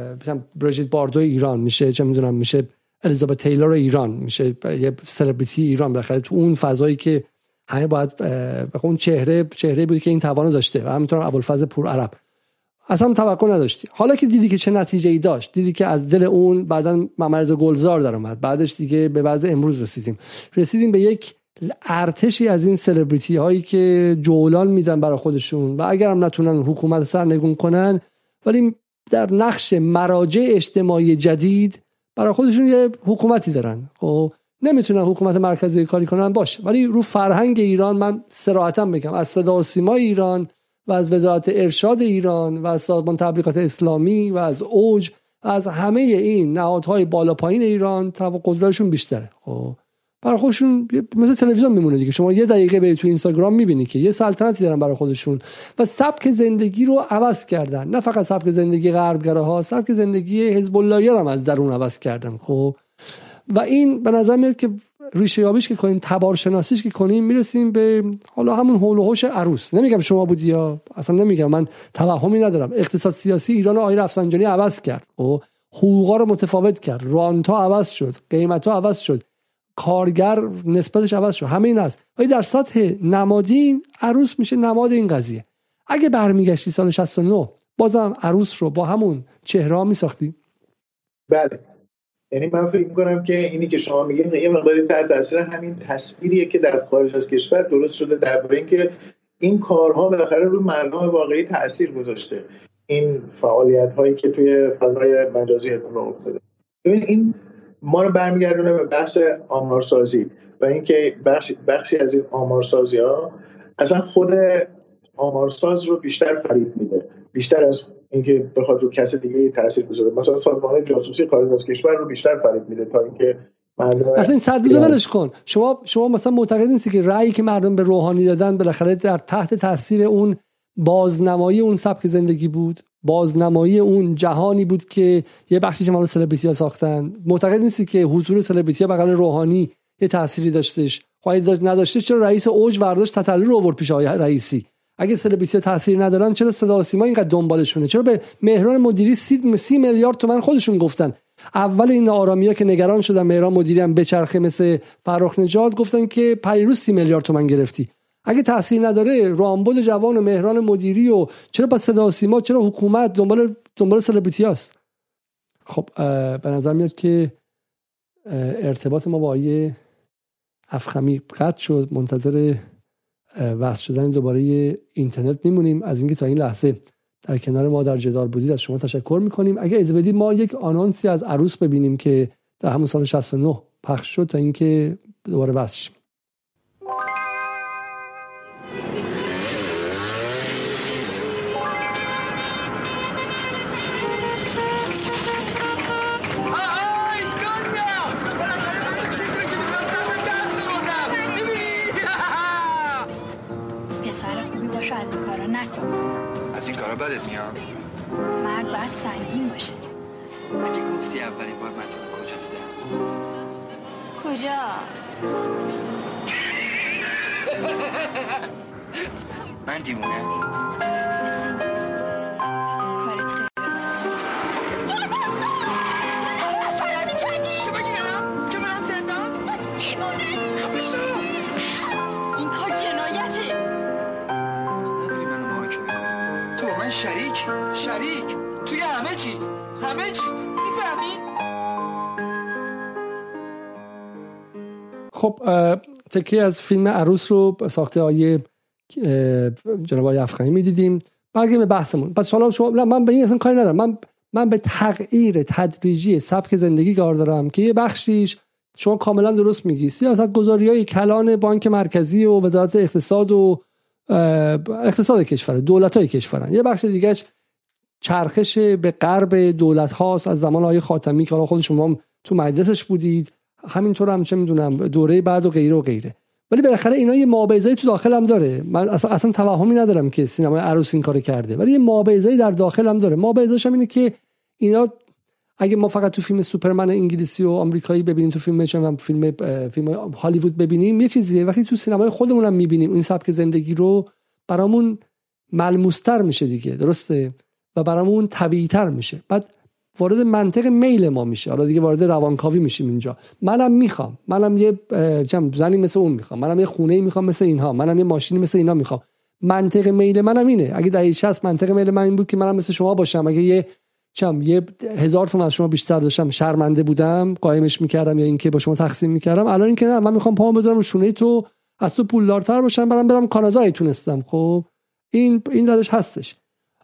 بریجیت باردو ایران، میشه چه میدونم میشه الیزابت تیلور ایران، میشه یه سلبریتی ایران. بالاخره تو اون فضایی که همه باید اون چهره چهره بودی که این توانو داشته و همینطور ابوالفضل پور عرب اصلا توقع نداشتی. حالا که دیدی که چه نتیجه‌ای داشت، دیدی که از دل اون بعداً ممرز گلزار در اومد، بعدش دیگه به وضع امروز رسیدیم رسیدیم به یک ارتشی از این سلبریتی هایی که جولان میدن برای خودشون و اگر هم نتونن حکومت سرنگون کنن ولی در نقش مراجع اجتماعی جدید برای خودشون یه حکومتی دارن. خب نمیتونن حکومت مرکزی کاری کنن باشه، ولی رو فرهنگ ایران من صراحتاً بگم از صدا و سیما ایران و از وزارت ارشاد ایران و از سازمان تبلیغات اسلامی و از اوج و از همه این نهادهای بالا پایین ایران قدرتشون بیشتره. خب برای خودشون مثل تلویزیون میمونه دیگه. شما یه دقیقه برید تو اینستاگرام میبینی که یه سلطنتی دارن برای خودشون و سبک زندگی رو عوض کردن. نه فقط سبک زندگی غربگراها، سبک زندگی حزب اللهی هم از درون عوض کردن. خب و این به نظر میاد که ریشه یابیش که کنیم، تبار شناسیش که کنیم، میرسیم به حالا همون هول و هوش عروس. نمیگم شما بودی یا اصلا نمیگم، من توهمی ندارم. اقتصاد سیاسی ایران آقای رفسنجانی عوض کرد و حقوقا رو متفاوت کرد، رانت‌ها عوض شد، قیمت‌ها عوض شد، کارگر نسبتش عوض شد، همه این هست. ولی در سطح نمادین عروس میشه نماد این قضیه. اگه برمیگشتی سال شصت و نه بازم عروس رو با همون چهره ها میساختی؟ بله، یعنی من فکر میکنم که اینی که شما میگین یه مقداری تحت تاثیر همین تصویریه که در خارج از کشور درست شده درباره اینکه این کارها بالاخره رو مردم واقعی تاثیر گذاشته، این فعالیت هایی که توی فضای مجازی اتفاق افتاده. ببین این ما رو برمیگردونه به بحث آمارسازی و اینکه بخش بخشی از این آمارسازی ها اصلا خود آمارساز رو بیشتر فریب میده، بیشتر از اینکه بخواد رو کس دیگه تاثیر بذاره. مثلا سازمان جاسوسی خارج از کشور رو بیشتر فریب میده تا اینکه مردم اصلا این سردود ولش کن. شما شما مثلا معتقد نیستی که رأیی که مردم به روحانی دادن بالاخره در تحت تاثیر اون بازنمایی اون سبک زندگی بود، بازنمایی اون جهانی بود که یه بخشیش مال سلبریتی ها ساختن؟ معتقد نیستی که حضور سلبریتی ها بغل روحانی یه تأثیری داشتش؟ خواهید نداشته چرا رئیس اوج ورداشت تتلو رو آورد پیش آقای رئیسی؟ اگه سلبریتی ها تأثیر ندارن چرا صدا و سیما اینقدر دنبالشونه؟ چرا به مهران مدیری سی میلیارد تومان خودشون گفتن؟ اول این آرامیا که نگران شدن مهران مدیری هم بچرخه مثل فرخ نژاد گفتن که پریروز سی میلیارد تومان گرفتی. اگه تأثیر نداره رامبد جوان و مهران مدیری و چرا با صدا و سیما، چرا حکومت دنبال دنبال سلبریتی هست؟ خب به نظر میاد که ارتباط ما با آقای افخمی قطع شد. منتظر وصل شدن دوباره اینترنت میمونیم. از اینکه تا این لحظه در کنار ما در جدال بودید از شما تشکر میکنیم. اگه اجازه بدید ما یک آنانسی از عروس ببینیم که در همون سال شصت و نه پخش شد تا اینکه دوباره وصل شیم. از این کارا بدت میاد؟ مرد باید سنگین باشه. اگه گفتی اولین بار من تو کجا دیدم؟ کجا؟ من دیوونه؟ مثل این کارت خیلی چه بگیرم؟ چه برم زندان؟ دیوونه خفشو! این کار جنایته. نداری منو محاکمه کنی. تو با من شریک شریک توی همه چیز همه چیز میفهمی؟ خب تکی از فیلم عروس رو ساخته آیه جناب آقای افخمی میدیدیم. برگردیم به بحثمون. پس حالا شما من به این اصلا کاری ندارم. من من به تغییر تدریجی سبک زندگی کار دارم که یه بخشیش شما کاملا درست میگی، سیاست گذاری‌های کلان بانک مرکزی و وزارت اقتصاد و اقتصاد کشور، دولت‌های کشورن. یه بخش دیگه‌اش چرخش به غرب دولت هاست از زمان آقای خاتمی که حالا خود شما تو مجلسش بودید، همینطور هم چه میدونم دوره بعد و غیره و غیره. ولی بالاخره اینا یه مابعضایی تو داخل هم داره. من اصلا اصلا توهمی ندارم که سینمای عروس این کارو کرده، ولی یه مابعضایی در داخل هم داره. مابعضاش هم اینه که اینا اگه ما فقط تو فیلم سوپرمن انگلیسی و آمریکایی ببینیم، تو فیلم چم فیلم فیلم هالیوود ببینیم یه چیزیه، وقتی تو سینمای خودمون هم میبینیم این سبک زندگی رو برامون ملموس‌تر میشه دیگه، درسته؟ و برامون طبیعی‌تر میشه. بعد وارد منطق میل ما میشه. حالا دیگه وارد روانکاوی میشیم اینجا. منم میخوام، منم یه چم زنی مثل اون میخوام، منم یه خونه‌ای میخوام مثل اینها، منم یه ماشینی مثل اینا میخوام. منطق میل منم اینه. اگه دهه شصت منطق میل من این بود که منم مثل شما باشم، اگه یه چم یه هزار تومان از شما بیشتر داشتم شرمنده بودم قایمش میکردم یا اینکه با شما تقسیم میکردم. الان اینکه نه، من میخوام پامو بذارم رو شونه تو، از تو پولدارتر باشم، برام برم کانادا ای تونستم. خب این این درش هستش.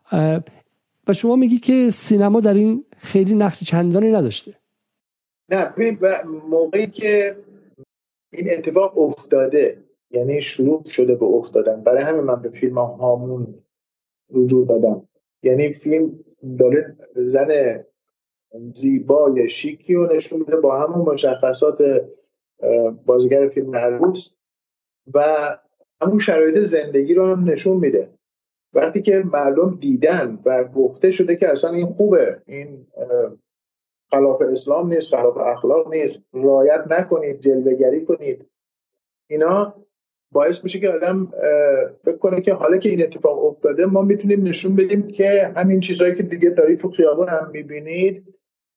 و شما میگی که سینما در این خیلی نقش چندانی نداشته. نه ببین، موقعی که این اتفاق افتاده، یعنی شروع شده به افتادن، برای همین من به فیلم هامون رجوع دادم. یعنی فیلم داره زن زیبای شیکی و نشون میده با همون مشخصات بازیگر فیلم عروس و همون شرایط زندگی رو هم نشون میده. وقتی که مردم دیدن و گفته شده که اصلا این خوبه، این خلاف اسلام نیست، خلاف اخلاق نیست، رعایت نکنید، جلوه‌گری کنید، اینا باعث میشه که آدم فکر کنه که حالا که این اتفاق افتاده ما میتونیم نشون بدیم که همین چیزایی که دیگه دارید تو خیابون هم میبینید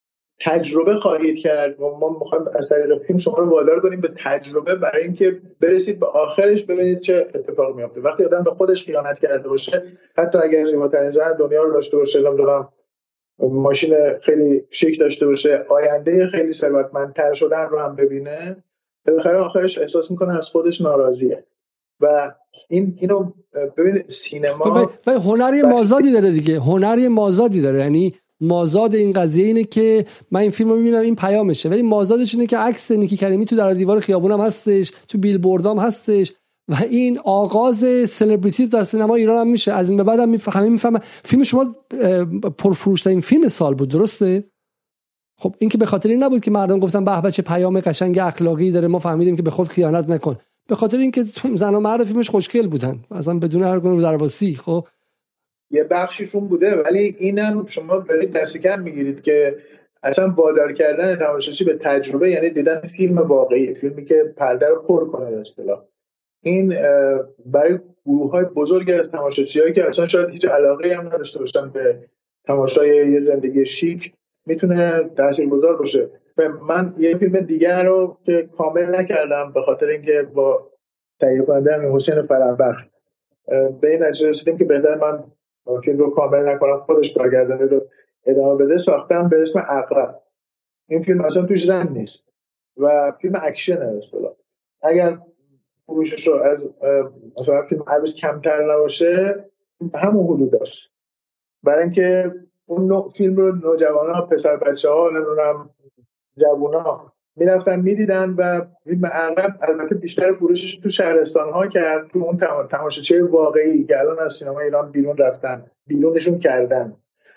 تجربه خواهید کرد و ما میخوایم از طریق فیلم شما رو وادار کنیم به تجربه برای اینکه برسید به آخرش ببینید چه اتفاقی میفته. وقتی آدم به خودش خیانت کرده باشه، حتی اگر زیباترین زن دنیا رو داشته باشه، نمیدونم ماشین خیلی شیک داشته باشه، آینده خیلی ثروتمندتر شدن رو هم ببینه، بالاخره آخرش احساس میکنه از خودش ناراضیه. و این اینو ببین سینما و هنری مازادی داره دیگه، هنری مازادی داره. یعنی مازاد این قضیه اینه که من این فیلمو میبینم این پیامشه، ولی مازادش اینه که عکس نیکی کریمی تو در دیوار خیابونم هستش، تو بیلبوردام هستش و این آغاز سلبریتی در سینما ایران هم میشه. از این به بعدم میفهمیم میفهمم فیلم شما پرفروش‌ترین فیلم سال بود، درسته؟ خب این که به خاطر این نبود که مردم گفتن به به چه پیام قشنگ اخلاقی داره، ما فهمیدیم که به خود خیانت نکن، به خاطر اینکه زن و مرد فیلمش خوشگل بودن اصلا بدون هر گونه درواسی. خب یه بخشیشون بوده، ولی اینم شما دارید دست کم میگیرید که اصلا وادار کردن تماشاچی به تجربه یعنی دیدن فیلم واقعی، فیلمی که پرده رو پر کنه به اصطلاح. این برای گروه‌های بزرگی از تماشاچی‌هایی که اصلا شاید هیچ علاقه‌ای هم نداشته باشن به تماشای یه زندگی شیک میتونه تاثیرگذار باشه. من یه فیلم دیگر رو که کامل نکردم به خاطر اینکه با تهیه کننده همین حسین فرهبخش به این نتیجه رسیدیم که بهتر من فیلم رو کامل نکنم، خودش کارگردانی رو ادامه بده، ساختم به اسم عقرب. این فیلم اصلا توش زن نیست و فیلم اکشن به اصطلاح. اگر فروشش رو از مثلا فیلم عروس کمتر نباشه همون حدود است، برای اینکه اون نوع فیلم رو نوجوانا، پسر بچه ها، نمیدونم جوونا میرفتن میدیدن و فیلم عقرب البته بیشتر فروشش تو شهرستان ها کرد، تو اون تماشاچی واقعی که الان از سینما ایران بیرون رفتن، بیرونشون کردن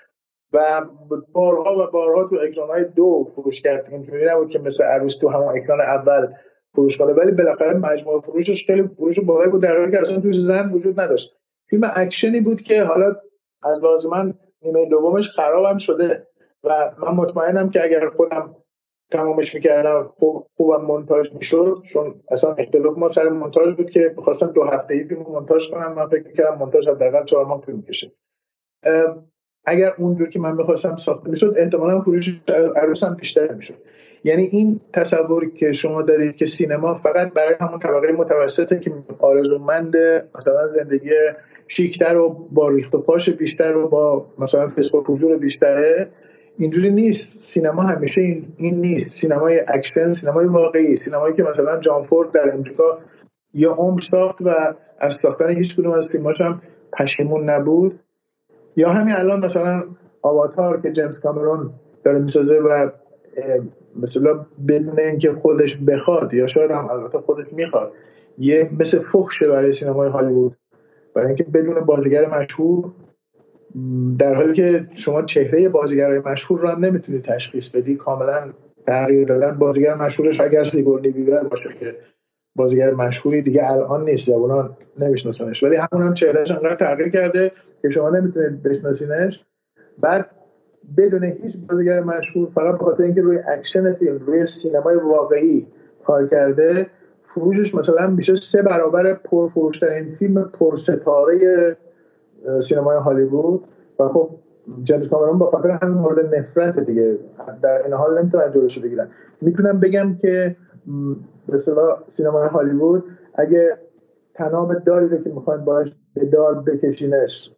و بارها و بارها تو اکران‌های دو فروش کرد. اینجوری نبود که مثل عروس تو همون اکران اول فروش کنه، ولی بالاخره مجموع فروشش خیلی فروش بالایی بود در حالی که اصلا توش زن وجود نداشت. فیلم اکشنی بود که حالا از لازما نیمه دومش خرابم شده و من مطمئنم که اگر خودم تمامش میکردم خوب خوبم مونتاژ میشد، چون اصلا اختلاف ما سر مونتاژ بود که می‌خواستم دو هفته‌ای فیلم مونتاژ کنم. من فکر می‌کردم مونتاژ حداقل چهار ماه طول می‌کشه. اگر اونجور که من می‌خواستم ساخته میشد احتمالاً فروش عروس هم بیشتر میشد. یعنی این تصوری که شما دارید که سینما فقط برای همون طبقه متوسطه که آرزومند مثلا زندگی شیک‌تر و با ریخت و پاش بیشتر و با مثلا فسق و فجور بیشتره، اینجوری نیست. سینما همیشه این, این نیست. سینمای اکشن، سینمای واقعی، سینمایی که مثلا جان فورد در امریکا یا عمر ساخت و از ساختن هیچ کدوم از فیلماش هم پشیمون نبود، یا همین الان مثلا آواتار که جیمز کامرون داره میسازه و مثلا بدون اینکه خودش بخواد یا شاید هم البته خودش میخواد یه مثل فحشه برای سینمای هالیوود، برای اینکه بدون بازیگر مشهور، در حالی که شما چهره بازیگرای مشهور رو هم نمیتونید تشخیص بدی، کاملا تغییر دادن. بازیگر مشهورش اگر سیگورنی ویور باشه که بازیگر مشهوری دیگه الان نیست، جوانان نمیشناسنش، ولی همون هم چهرهش انقدر تغییر کرده که شما نمیتونید بشناسینش. بعد بدون هیچ بازیگر مشهور، فقط به خاطر اینکه روی اکشن فیلم، روی سینمای واقعی کار کرده، فروشش مثلا میشه سه برابر پرفروش‌ترین فیلم پرستاره سینمای هالیوود. و خب جیمز کامرون با خاطر همین مورد نفرت دیگه در این حال نمیتونن جلوشو بگیرن. میتونم بگم که به اصطلاح سینمای هالیوود اگه تناب داری رو که میخواین باهاش به دار بکشینش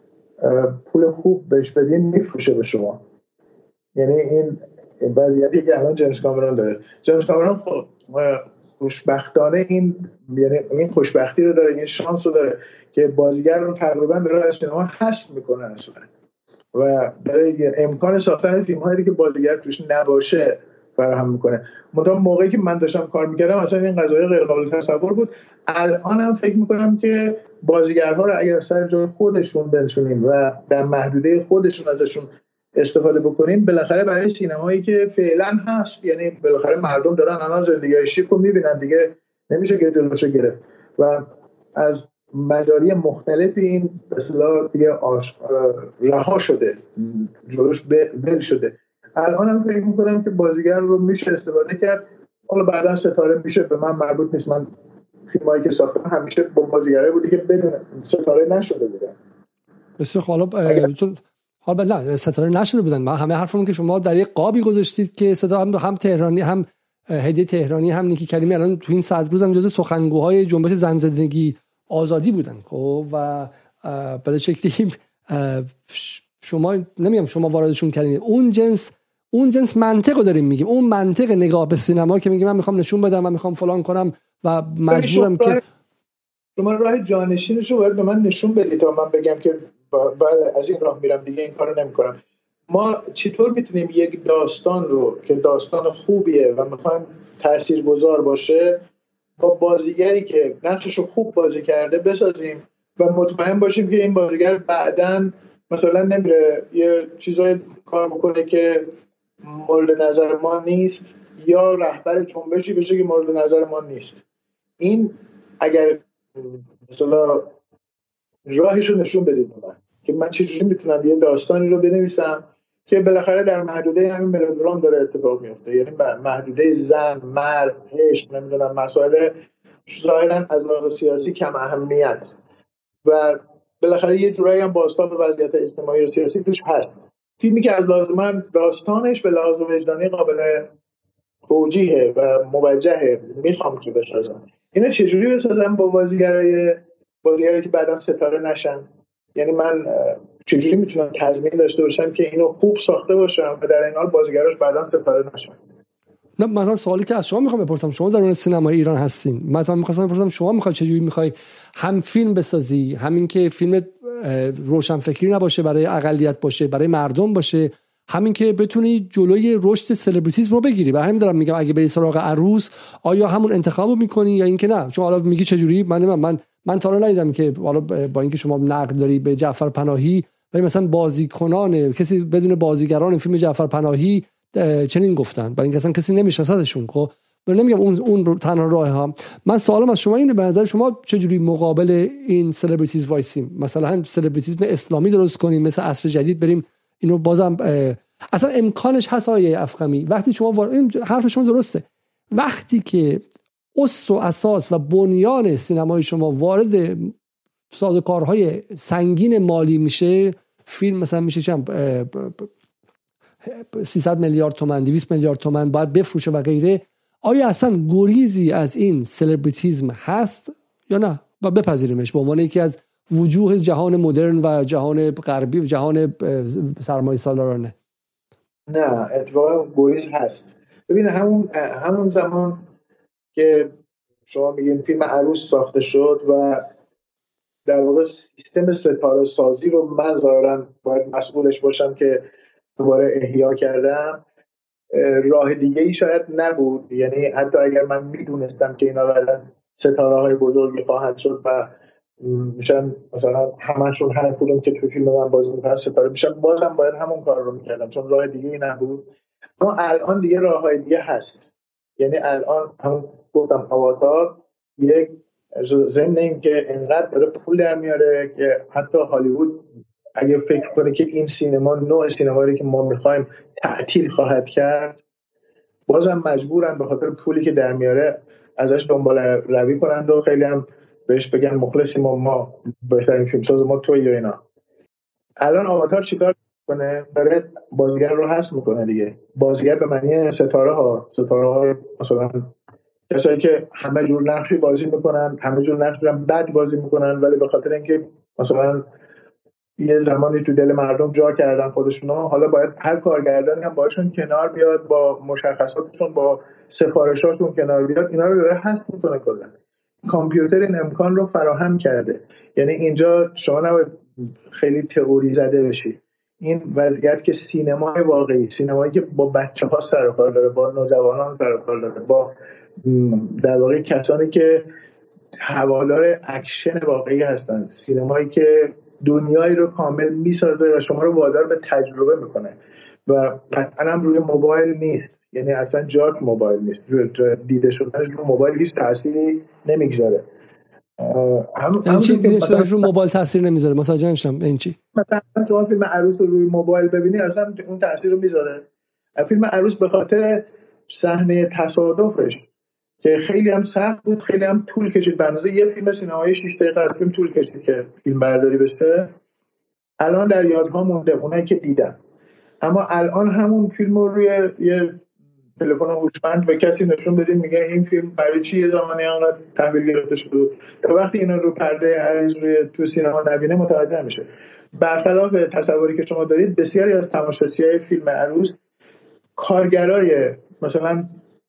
پول خوب بهش بدین میفروشه به شما. یعنی این وضعیتی که الان جیمز کامرون داره. جیمز کامرون خب خوشبختانه این یعنی این خوشبختی رو داره، این شانس رو داره که بازیگر رو تقریبا به راه سینما حذف میکنه اصلا و داره امکان ساختن فیلم‌هایی که بازیگر توش نباشه فراهم میکنه. مثلا موقعی که من داشتم کار میکردم اصلا این قضیه غیر قابل تصور بود. الانم فکر میکنم که بازیگرها رو اگر سر جای خودشون بنشونیم و در محدوده خودشون ازشون استفاده بکنیم، بالاخره برای سینمایی که فعلا هست، یعنی بالاخره مردم دارن الان زندگی شیک رو میبینن دیگه، نمیشه که جلوشو گرفت و از مجاری مختلفی این به اصطلاح دیگه رها شده، جلوش بل شده. الان هم فکر میکنم که بازیگر رو میشه استفاده کرد. حالا بعدا ستاره میشه، به من مربوط نیست. من فیلمایی که ساختم همیشه با بازیگرایی بودی که بدون ستاره نشده بودن. بسیار حالا حالا نه ستاره نشده بودن. ما همه حرفمون که شما در یک قابی گذاشتید که صدا هم هم تهرانی هم هدیه تهرانی هم نیکی کریمی الان تو این صد روز هم جزء سخنگوهای جنبش زن زندگی آزادی بودن. خب و به شکلی شما نمیگم شما واردشون کردین، اون جنس اون جنس منطقو داریم میگیم، اون منطق نگاه به سینما که میگه من میخوام نشون بدم، من میخوام فلان کنم و مجبورم که شما راه جانشینش رو باید به من نشون بدید تا من بگم که بله از این راه میرم دیگه این کارو نمیکنم. ما چطور میتونیم یک داستان رو که داستان خوبیه و میخوایم تاثیرگذار باشه با بازیگری که نقشش رو خوب بازی کرده بسازیم و مطمئن باشیم که این بازیگر بعداً مثلا نمیره یه چیزای کار بکنه که مورد نظر ما نیست یا رهبر جنبشی بشه که مورد نظر ما نیست. این اگر مثلا راهش رو نشون بدید به من که من چجوری میتونم یه داستانی رو بنویسم که بالاخره در محدوده همین ملودرام داره اتفاق میفته، یعنی محدوده زن، مرد، عشق، نمیدونم مسائل ظاهرا از لحاظ سیاسی کم اهمیت و بالاخره یه جورایی هم بازتاب به وضعیت اجتماعی و سیاسی توش هست. فیلمی که از لحاظ من داستانش به لحاظ وجدانی قابل توجیهه و موجهه، میخوام که بسازم. اینو چجوری بسازم با بازیگرای بازیگرایی که بعداً ستاره نشن؟ یعنی من چجوری میتونم تضمین داشته باشم که اینو خوب ساخته باشم و در این حال بازیگراش بعداً ستاره نشن؟ نه مثلا سوالی که از شما میخوام بپرسم، شما در اون سینمای ایران هستین، مثلا میخواستم بپرسم شما میخوای چجوری میخوای هم فیلم بسازی، همین که فیلم روشنفکری نباشه، برای اقلیت باشه، برای مردم باشه، همین که بتونی جلوی رشد سلبریتیسم رو بگیری. و همین دارم میگم اگه بری سراغ عروس آیا همون انتخابو میکنی یا اینکه نه؟ چون حالا میگی چجوری، من من من تا الان ندیدم که حالا با اینکه شما نقد داری به جعفر پناهی ولی مثلا بازیکنان کسی بدون بازیگران فیلم جعفر پناهی چنین گفتن، برای اینکه اصلا کسی نمیشناسدشون. خب من نمیگم اون اون تنها راه ها. من سوالم از شما اینه، به نظر شما چجوری مقابل این سلبریتیز وایسیم؟ مثلا هم سلبریتیسم اسلامی درست کنیم مثل عصر جدید بریم اینو بازم اصلا امکانش هست آیه افخمی؟ وقتی شما وار... این حرف شما درسته، وقتی که اصل و اساس و بنیان سینمای شما وارد سازوکارهای سنگین مالی میشه، فیلم مثلا میشه چند سیصد میلیارد تومان، دویست میلیارد تومان باید بفروشه و غیره، آیا اصلا گریزی از این سلبریتیسم هست یا نه و بپذیریمش به عنوان یکی از وجوه جهان مدرن و جهان غربی و جهان سرمایه سالارانه؟ نه اتفاقا گریز هست. ببین همون همون زمان که شما میگین فیلم عروس ساخته شد و در واقع سیستم ستاره سازی رو من ظاهرا باید مسئولش باشم که دوباره احیا کردم، راه دیگه ای شاید نبود. یعنی حتی اگر من میدونستم که اینا بعدا ستاره های بزرگی خواهد شد و میشن مثلا همشون هر کدوم که تو فیلم من بازی میکنن ستاره میشن، بازم باید همون کار رو میکردم چون راه دیگه ای نبود. اما الان دیگه راه های دیگه هست. یعنی الان هم گفتم آواتار یک ضمن این که انقدر داره پول در میاره که حتی هالیوود اگه فکر کنه که این سینما نوع سینمایی که ما میخوایم تعطیل خواهد کرد، بازم مجبورن به خاطر پولی که در میاره ازش دنبال روی کنند و خیلی هم بهش بگن مخلصی ما ما بهترین فیلمساز ما توی یا اینا. الان آواتار چیکار کنه؟ داره بازیگر رو حذف میکنه دیگه. بازیگر به معنی ستاره ها ستاره ها مثلا کسایی که همه جور نقشی بازی میکنن، همه جور نقشی هم بد بازی میکنن، ولی به خاطر اینکه مثلا یه زمانی تو دل مردم جا کردن خودشونو، حالا باید هر کارگردانی هم باشون کنار بیاد، با مشخصاتشون با سفارشاشون کنار بیاد. اینا رو داره حذف میکنه. کلا کامپیوتر این امکان رو فراهم کرده. یعنی اینجا شما نباید خیلی تئوری زده بشی. این وضعیت که سینمای واقعی، سینمایی که با بچه‌ها سر و کار داره، با نوجوانان سر و کار داره، با در واقع کسانی که حوالار اکشن واقعی هستن، سینمایی که دنیایی رو کامل میسازه و شما رو وادار به تجربه میکنه و قطعا هم روی موبایل نیست. یعنی اصلا جاش موبایل نیست، دیده شدنش روی موبایل هیچ تأثیری نمیگذاره. هم این چی دیده شدنش روی موبایل تأثیر نمیذاره؟ مثلا جانشم این چی؟ مثلا شما فیلم عروس رو روی موبایل ببینی اصلا اون تأثیر رو میذاره. فیلم عروس به خاطر صحنه تصادفش که خیلی هم سخت بود، خیلی هم طول کشید، به اندازه یه فیلم سینمایی شش دقیقه از فیلم طول کشید که فیلم برداری بشه. الان در یادها مونده اونایی که دیدن. اما الان همون فیلم رو روی یه تلفن هوشمند به کسی نشون بدین میگه این فیلم برای چی یه زمانی انقدر تحویل گرفته شده، تا وقتی اینو رو پرده عریض روی تو سینما نبینه متوجه نمیشه. برخلاف تصوری که شما دارید، بسیاری از تماشاچیای فیلم عروس کارگرای مثلا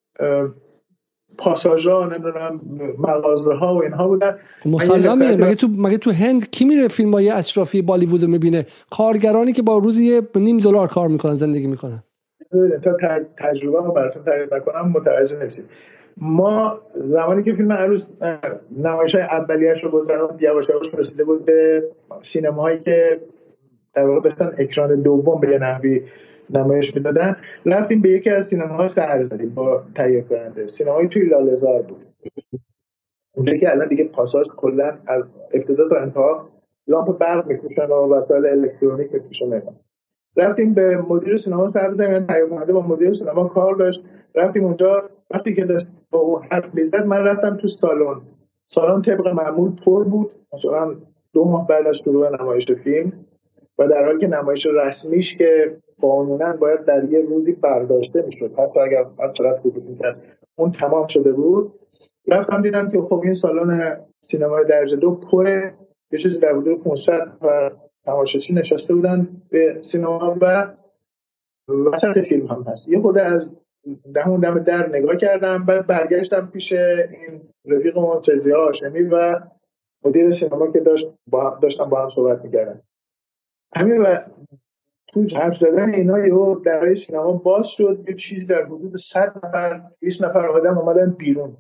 پاساژها، نمیدونم مغازه ها و اینها بودن. مسلمه. مگه تو مگه تو هند کی میره فیلم‌های اشرافی بالیوود رو میبینه؟ کارگرانی که با روزی نیم دلار کار میکنن، زندگی میکنن. تا تجربه رو براتون تعریف کنم متوجه نمیشید. ما زمانی که فیلم عروس نمایش‌های اولیه‌اش رو گذروند، یواش یواش رسیده بود به سینماهایی که در واقع داشتن اکران دوم به نحوی نمایش میدادن. رفتیم به یکی از سینماها سر زدیم با تهیه کننده. سینمای توی لاله‌زار بود، اونجایی که الان دیگه پاساژ کلا از ابتدا تا انتها لامپ برق میفروشن و وسایل الکترونیک میفروشن. رفتیم به مدیر سینما سر زدیم، تهیه کننده با مدیر سینما کار داشت. رفتیم اونجا، وقتی که داشت با اون حرف می‌زد من رفتم تو سالن. سالن طبق معمول پر بود، مثلا دو ماه بعد از شروع نمایش فیلم، و در حالی که نمایش رسمیش که قانونا باید در یه روزی برداشته میشد، حتی اگر چقدر کوبیس میکرد، اون تمام شده بود. رفتم دیدم که خب این سالن سینمای درجه دو پره، یه چیزی در حدود پانصد و تماشاچی نشسته بودن به سینما و وسط فیلم هم هست. یه خورده از دهون دم در نگاه کردم، بعد برگشتم پیش این رفیقم فضیه هاشمی و مدیر سینما که داشت با داشتم با هم صحبت میکردن. همین و تو حرف زدن اینا یهو درای سینما باز شد، یه چیزی در حدود صد نفر بیست نفر آدم اومدن بیرون.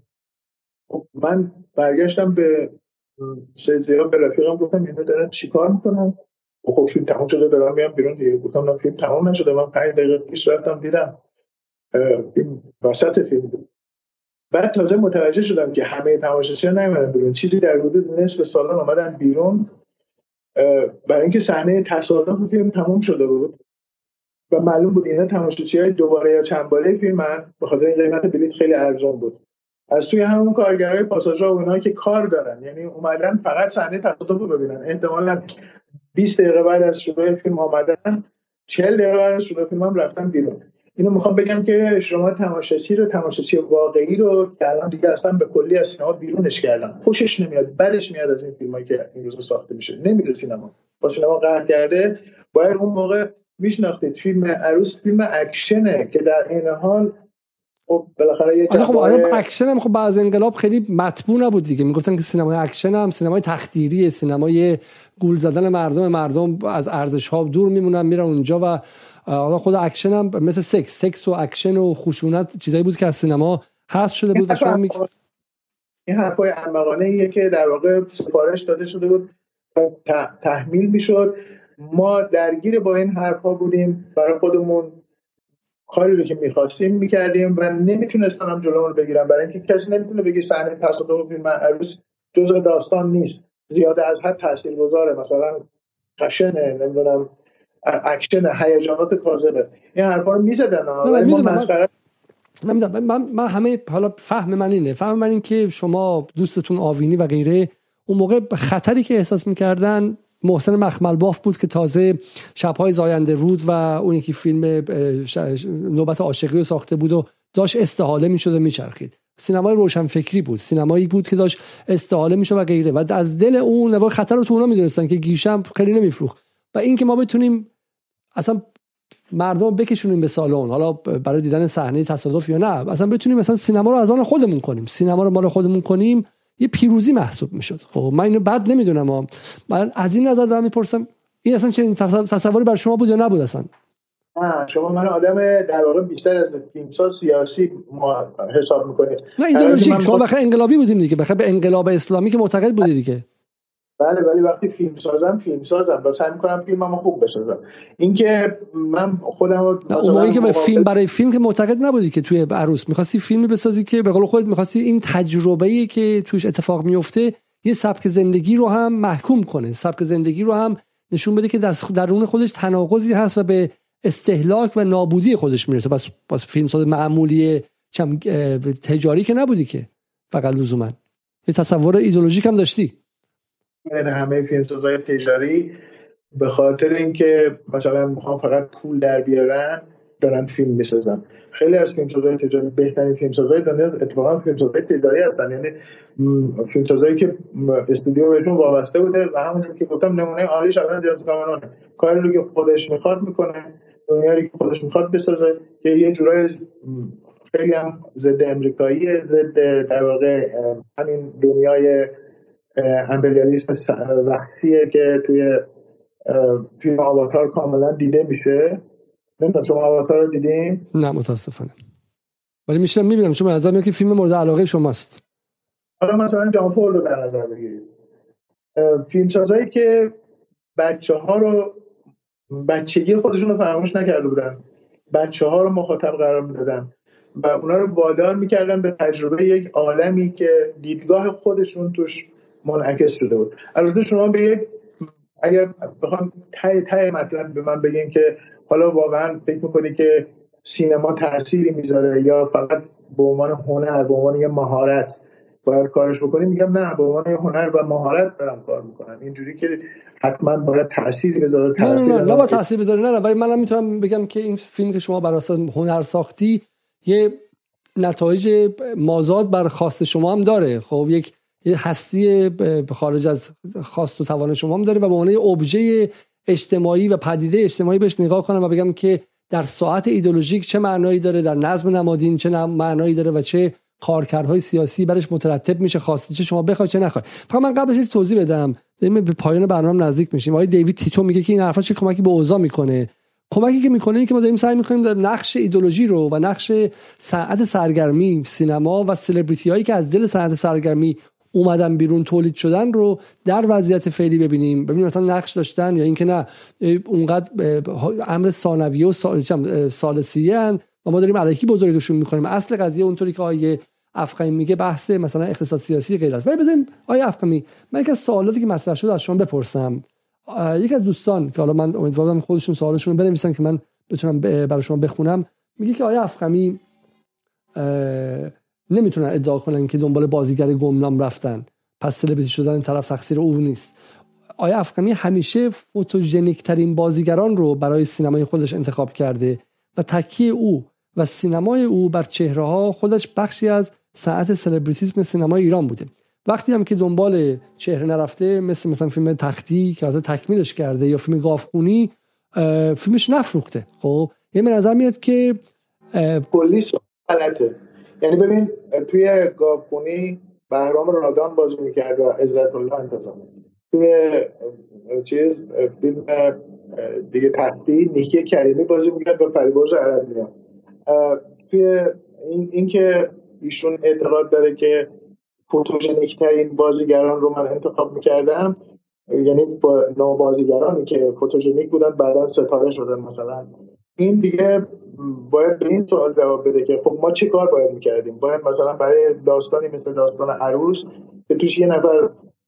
من برگشتم به سیدزیا به رفیقم گفتم اینا دارن چیکار میکنن؟ خب فیلم تموم شده دارم میام بیرون دیگه. گفتم نه فیلم تموم نشده، من پنج دقیقه پیش رفتم دیدم. فیلم وسط فیلم بود. بعد تازه متوجه شدم که همه تماشاچی‌ها نمیدونن بیرون، چیزی در حدود نصف سالن اومدن بیرون برای اینکه صحنه تصادف فیلم تموم شده بود و معلوم بود اینا تماشاچی‌های دوباره یا چند باره فیلمن، به خاطر این قیمت بلیط خیلی ارزان بود. از توی همون کارگرای پاساژها و اونایی که کار دارن، یعنی اومدن فقط صحنه تصادف رو ببینن، احتمالاً بیست دقیقه بعد از شروع فیلم اومدن، چهل دقیقه بعد از شروع فیلم هم رفتن بیرون. اینو میخوام بگم که شما تماشاچی رو، تماشاچی واقعی رو که الان دیگه اصلا به کلی از سینما بیرونش کردن، خوشش نمیاد، بدش میاد از این فیلمایی که این روزا ساخته میشه. نمیره سینما، با سینما قهر کرده. باید اون موقع میشناختید فیلم عروس فیلم اکشنه که در این حال خب بالاخره یه خب آره اکشن هم خب بعد انقلاب خیلی مطبوع نبود دیگه. میگفتن که سینمای اکشن هم سینمای تخدیریه، سینمای گول زدن مردم، مردم از ارزش ها دور میمونن میرن اونجا. و حالا خود اکشن هم مثل سکس سکس و اکشن و خشونت چیزایی بود که از سینما حذف شده بود. و شما می... این حرفای احمقانه ایه که در واقع سفارش داده شده بود تحمیل میشد. ما درگیر با این حرفا بودیم، برای خودمون کاری رو که می‌خواستیم می‌کردیم و نمیتونستن هم جلومون رو بگیرن، برای اینکه کسی نمیتونه بگه صحنه تصادف فیلم عروس جزء داستان نیست، زیاده از حد تاثیرگذاره، مثلا خشنه، نمیدونم اکشن، هیجانات کاذبه. این حرفا رو می‌زدن. ولی ما مسخره من من من همه حالا فهم من اینه، فهم من این که شما دوستتون آوینی و غیره اون موقع خطری که احساس می‌کردن محسن مخمل باف بود که تازه شب‌های زاینده رود و اون یکی فیلم نوبت عاشقی رو ساخته بود و داشت استحاله می‌شد و می‌چرخید. سینمای روشنفکری بود، سینمایی بود که داشت استحاله می‌شد و غیره. و از دل اون نوع خطر رو تو اونا می‌دونستن که گیشم خیلی نمی‌فروخت. و این که ما بتونیم اصلا مردم بکشونیم به سالن، حالا برای دیدن صحنه تصادف یا نه، اصلا بتونیم مثلا سینما رو از آن خودمون کنیم، سینما رو مال خودمون کنیم، یه پیروزی محسوب میشد. خب من اینو بد نمیدونم، اما من از این نظر دارم میپرسم این اصلا چه تصوری بر شما بود یا نبود اصلا؟ نه شما من آدم در واقع بیشتر از فیلمساز سیاسی حساب میکنید. نه ایدئولوژیک، شما بخاطر انقلابی بودیم دیگه، بخاطر به انقلاب اسلامی که معتقد بودید دیگه. بله ولی وقتی فیلم سازم فیلم سازم و سعی میکنم فیلممو خوب بسازم. اینکه من خودم اون موقعی که به فیلم برای فیلم که معتقد نبودی که توی عروس می‌خواستی فیلمی بسازی که به قول خودت می‌خواستی این تجربه‌ای که توش اتفاق میفته یه سبک زندگی رو هم محکوم کنه، سبک زندگی رو هم نشون بده که در درون خودش تناقضی هست و به استهلاک و نابودی خودش میرسه. بس بس فیلم ساز معمولی چم تجاری که نبودی که فقط لزوما یه تصور ایدئولوژیک هم داشتی. همه فیلمسازهای تجاری به خاطر اینکه مثلا میخوام فقط پول در بیارن دارن فیلم میسازن. خیلی از فیلمسازهای تجاری بهترین فیلمسازهای دنیا اتفاقا فیلمسازهای تجاری هستن، یعنی فیلمسازایی که استودیو بهشون وابسته بوده و همونجوری که گفتم نمونه عالیش الان جیمز کامرونه، کاری رو که خودش میخواد میکنه، دنیایی که خودش میخواد بسازه که یه جورایی خیلی هم ضد امریکایی، ضد در واقع همین دنیای امپریالیسم وحشیه که توی فیلم آواتار کاملا دیده میشه. نمیدونم شما آواتار رو دیدین؟ نه متاسفانه، ولی میشم میبینم شما از میاد که فیلم مورد علاقه شماست. حالا مثلا جان پول رو در نظر بگیرید، فیلمسازایی که بچه ها رو بچگی خودشون رو فراموش نکرده بودن، بچه ها رو مخاطب قرار میدادن و اونا رو وادار میکردن به تجربه یک عالمی که دیدگاه خودشون توش منعکس شده بود. البته شما به یک اگر بخوام ته ته مطلب به من بگین که حالا واقعا فکر میکنی که سینما تأثیری میذاره یا فقط به عنوان هنر، به عنوان یه مهارت باید کارش بکنیم، میگم نه، به عنوان هنر و مهارت دارم کار میکنم. اینجوری که حتما باید تأثیری بذاره، تأثیر نه نه نه باید تأثیر بذاره، نه نه ولی منم میتونم بگم که این فیلم که شما بر اساس هنر ساختی یه نتایج مازاد بر خواست شما هم داره. خب یک یه هستی خارج از خواست و توان شما هم داره و به عنوان ابژه اجتماعی و پدیده اجتماعی بهش نگاه کنم و بگم که در ساعت ایدئولوژیک چه معنایی داره، در نظم نمادین چه معنایی داره و چه کارکردهای سیاسی برش مترتب میشه، خواسته چه شما بخواید چه نخواید. فقط من قبلش توضیح بدم، داریم به پایان برنامه نزدیک میشیم. آقای دیوید تیتو میگه که این حرفا چه کمکی به اوضاع میکنه. کمکی که میکنه این که ما داریم سعی میکنیم در نقش ایدئولوژی رو و نقش صنعت سرگرمی، سینما و سلبریتی هایی که از دل صنعت سرگرمی اومدن بیرون تولید شدن رو در وضعیت فعلی ببینیم. ببینیم مثلا نقش داشتن یا اینکه نه اونقدر امر ثانویه و ثالثیه ان و ما داریم الکی بزرگشون میکنیم. اصل قضیه اونطوری که آیه افخمی میگه بحث مثلا اقتصاد سیاسی غیر است. ولی بزنیم آیه افخمی، من یک از سوالاتی که مطرح شده از شما بپرسم. یکی از دوستان که حالا من امیدوارم خودشون سوالشون رو بنویسن که من بتونم برای شما بخونم، میگه که آیه افخمی نمیتونن ادعا کنن که دنبال بازیگر گمنام رفتن، پس سلبریتی شدن این طرف تقصیر او نیست. آیه افخمی همیشه فوتوژنیک ترین بازیگران رو برای سینمای خودش انتخاب کرده و تکیه او و سینمای او بر چهره‌ها خودش بخشی از صنعت سلبریتیسم سینمای ایران بوده. وقتی هم که دنبال چهره نرفته، مثل مثلا فیلم تختی که حتی تکمیلش کرده یا فیلم گاوخونی، فیلمش نفروخته. خب یه به نظر میاد که کلی غلطه. یعنی ببین توی گاوخونی بهرام رادان بازی میکرد و عزت الله انتظامی، توی چیز فیلم دیگه تختی نیکی کریمی بازی میکرد و فریبرز عربیان. توی این, این که ایشون اعتقاد داره که فوتوژنیک ترین بازیگران رو من انتخاب میکردم، یعنی با نوبازیگرانی که فوتوژنیک بودن بعداً ستاره شدن مثلا، این دیگه باید به این سوال جواب بده که خب ما چه کار باید میکردیم؟ باید مثلا برای داستانی مثل داستان عروس که توش یه نفر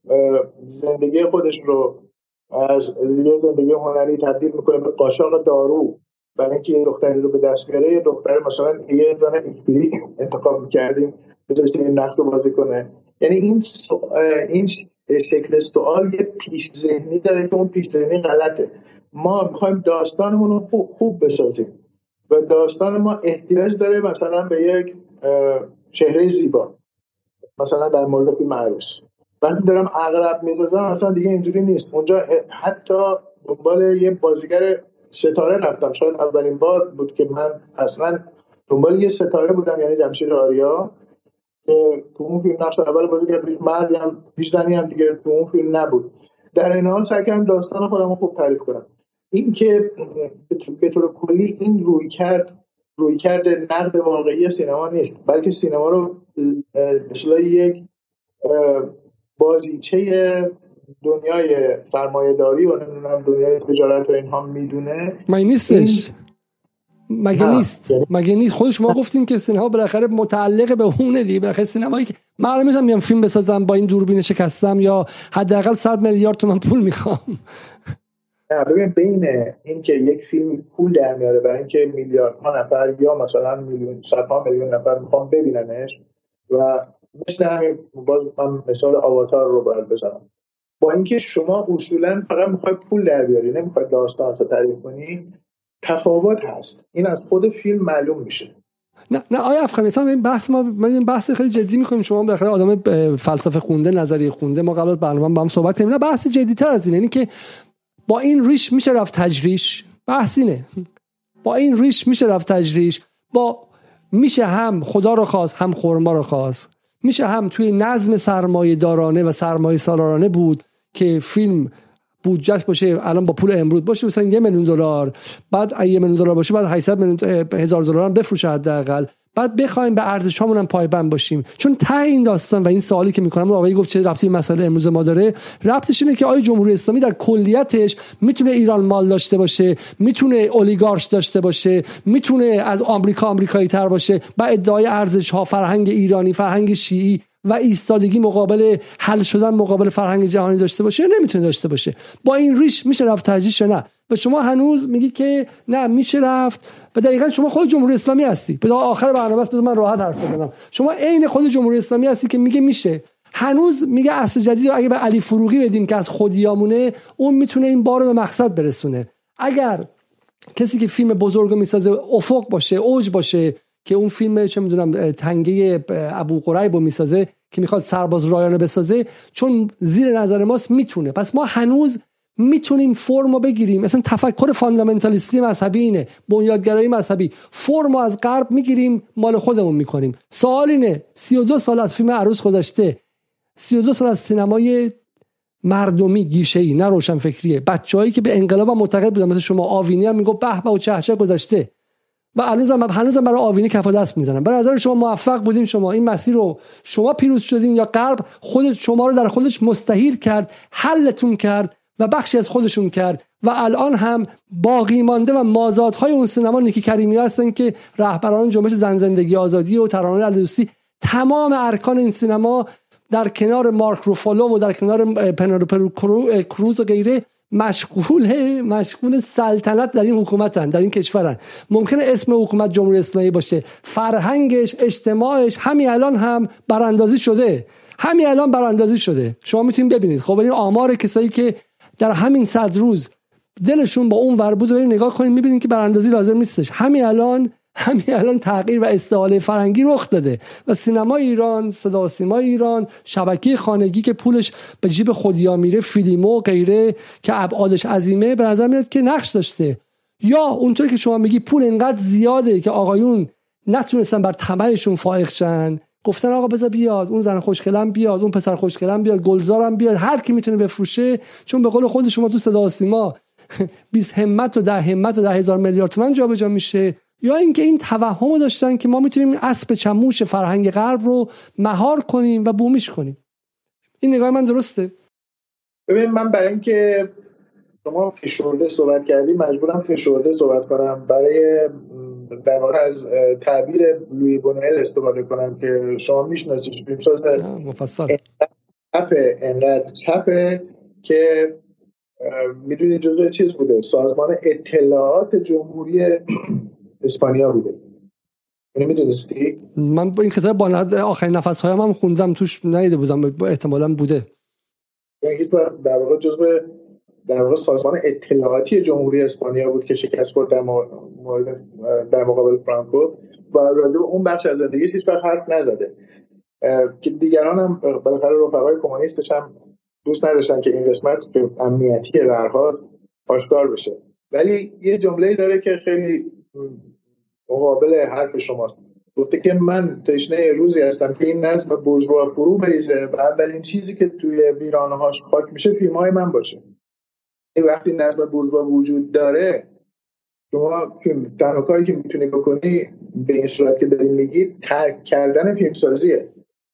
زندگی خودش رو از یه زندگی هنری تبدیل میکنه به قاچاق دارو برای اینکه یه دختری رو به دست بیاره، یه دختر مثلا یه زن اکبری انتخاب میکردیم بذاشتیم این نقش رو بازی کنه. یعنی این سو... این شکل سوال یه پیش ذهنی داره که اون پیش ذهنی غلطه. ما میخوایم داستانمون رو خوب, خوب بسازیم و داستان ما احتیاج داره مثلا به یک چهره زیبا. مثلا در مورد فیلم عروس وقتی دارم عقرب میسازم اصلا دیگه اینجوری نیست. اونجا حتی دنبال یه بازیگر ستاره رفتم. شاید اولین بار بود که من اصلا دنبال یه ستاره بودم، یعنی جمشید آریا که تو اون فیلم نقش اول بازی کرد. هیچ مردی هم هیچ زنی هم دیگه تو اون فیلم نبود. در این حال سعی کردم داستان خودم رو خوب تعریف کنم. این که به طور کلی این روی کرد روی کرده نقد واقعی سینما نیست، بلکه سینما رو مثلا یک بازیچه دنیای سرمایه‌داری و نمیدونم دنیای تجارت و اینها میدونه. مگه نیستش؟ مگه نیست؟ مگه نیست؟ خود شما گفتین که سینما بالاخره متعلق به اونه دیگه. بالاخره سینمایی که من نمی‌تونم میام فیلم بسازم با این دوربین شکستم یا حداقل صد میلیارد تومان پول میخوام. نه ببین، بین این که یک فیلم پول در میاره برای اینکه میلیاردها نفر یا مثلا میلیون صدها میلیون نفر میخوام ببیننش و مثل همین باز من مثال آواتار رو باید بزنم. با اینکه شما اصولا فقط میخوای پول در بیاری، نمیخوای داستان رو تعریف کنی، تفاوت هست. این از خود فیلم معلوم میشه. نه نه آیا افخمی مثلا این بحث ما ما این بحث خیلی جدی می‌کنیم، شما بالاخره آدم فلسفه خونده، نظریه خونده، ما قبل از برنامه با هم صحبت کردیم. نه بحث جدی‌تر از اینه، یعنی که با این ریش میشه رفت تجریش. بحث اینه با این ریش میشه رفت تجریش، با میشه هم خدا رو خواست هم خرما رو خواست، میشه هم توی نظم سرمایه دارانه و سرمایه سالارانه بود که فیلم بودجهش باشه الان با پول امروز باشه مثلا یه میلیون دلار، بعد یه میلیون دلار باشه بعد هشتصد میلیون هزار دلار هم بفروشه حداقل، بعد بخوایم به ارزشامون هم پایبند باشیم. چون ته این داستان و این سوالی که میکنم آقای گفت چه ربطی به مسئله امروز ما داره، ربطش اینه که آیا جمهوری اسلامی در کلیتش میتونه ایران مال داشته باشه، میتونه اولیگارش داشته باشه، میتونه از آمریکا آمریکایی تر باشه، با ادعای ارزش ها، فرهنگ ایرانی، فرهنگ شیعی و ایستادگی مقابل حل شدن مقابل فرهنگ جهانی داشته باشه یا نمیتونه داشته باشه؟ با این ریش میشه رفت ترجیح یا نه؟ و شما هنوز میگی که نه میشه رفت، و دقیقاً شما خود جمهوری اسلامی هستی. به آخر برنامه است، من راحت حرف بزنم، شما عین خود جمهوری اسلامی هستی که میگه میشه. هنوز میگه عصر جدید اگه به علی فروغی بدیم که از خودیامونه، اون میتونه این بارو به مقصد برسونه. اگر کسی که فیلم بزرگو میسازه افق باشه، اوج باشه، که اون فیلم چه میدونم تنگه ابو قریبو میسازه که میخواد سرباز رایانه بسازه، چون زیر نظر ماست میتونه. پس ما هنوز میتونیم فرمو بگیریم. مثلا تفکر فاندامنتالیستی مذهبی اینه، بنیادگرایی مذهبی، فرمو از غرب میگیریم مال خودمون میکنیم. سوال اینه سی و دو سال از فیلم عروس گذشته، سی و دو سال از سینمای مردمی گیشه‌ای نه روشن فکریه، بچه‌هایی که به انقلاب معتقد بودن مثل شما، آوینی هم میگه به به و چه چه گذشته و هنوزم هنوزم برای آوینی کف دست میزنن. به نظر شما موفق بودین؟ شما این مسیر رو شما پیروز شدین یا غرب خود شما رو در خودش مستحیل کرد، حلتون کرد و بخشی از خودشون کرد و الان هم باقی مانده و مازادهای اون سینما نیکی کریمی هستن که رهبران جنبش زن زندگی آزادی و ترانه الدوسی، تمام ارکان این سینما در کنار مارک روفالو و در کنار پنلوپه کروز و غیره مشغول مشغول سلطنت در این حکومتن، در این کشورن. ممکنه اسم حکومت جمهوری اسلامی باشه، فرهنگش، اجتماعش همین الان هم براندازی شده، همین الان براندازی شده. شما میتونید ببینید. خب این آمار کسایی که در همین صد روز دلشون با اون ور بود رو نگاه کنید، میبینید که براندازی لازم نیستش. همین الان همین الان تغییر و استحاله فرهنگی رخ داده و سینما ایران، صدا و سیما ایران، شبکه خانگی که پولش به جیب خودیا میره، فیلمو و غیره که ابعادش عظیمه، به نظر میاد که نقش داشته. یا اونطوری که شما میگی پول اینقدر زیاده که آقایون نتونستن بر طمعشون فائق شن، گفتن آقا بذار بیاد اون زن خوشگلم بیاد، اون پسر خوشگلم بیاد، گلزارم بیاد، هر کی میتونه بفروشه. چون به قول خود شما تو صدا و سیما بیست همت و ده همت و ده هزار میلیارد تومان جابجا میشه. یا اینکه این توهمو داشتن که ما میتونیم اسب چموش فرهنگ غرب رو مهار کنیم و بومیش کنیم. این نگاه من درسته؟ ببین من برای اینکه شما فشرده صحبت کردی مجبورم فشرده صحبت کنم، برای در واقع از تعبیر لویی بونوئل استفاده کنم که شما میشناسیش، فیلمساز مفصل چپه، انقدر چپه که میدونی جزء چیز بوده، سازمان اطلاعات جمهوری اسپانیا بوده. اینو میدونستی؟ من با این کتاب با آخرین نفس‌هایم هم خوندم، توش ندیده بودم، احتمالاً بوده. یعنی در واقع جزء در واقع سازمان اطلاعاتی جمهوری اسپانیا بود که شکست خورد در مورد در مقابل فرانکو و راجع به اون بخش از زندگیش هیچ وقت حرف نزده که دیگران هم بالاخره رفقای کمونیستش هم دوست نداشتن که این قسمت که امنیتی به هر حال آشکار بشه. ولی یه جمله‌ای داره که خیلی مقابل حرف شماست. گفته که من تشنه روزی هستم که این نظم بورژوا فرو بریزه و اولین چیزی که توی ویرانه‌هاش خاک میشه فیلم‌های من باشه. این وقتی نظم بورژوا وجود داره، شما تنها کاری که میتونی بکنی به این صورت که دارین میگید ترک کردن فیلمسازیه.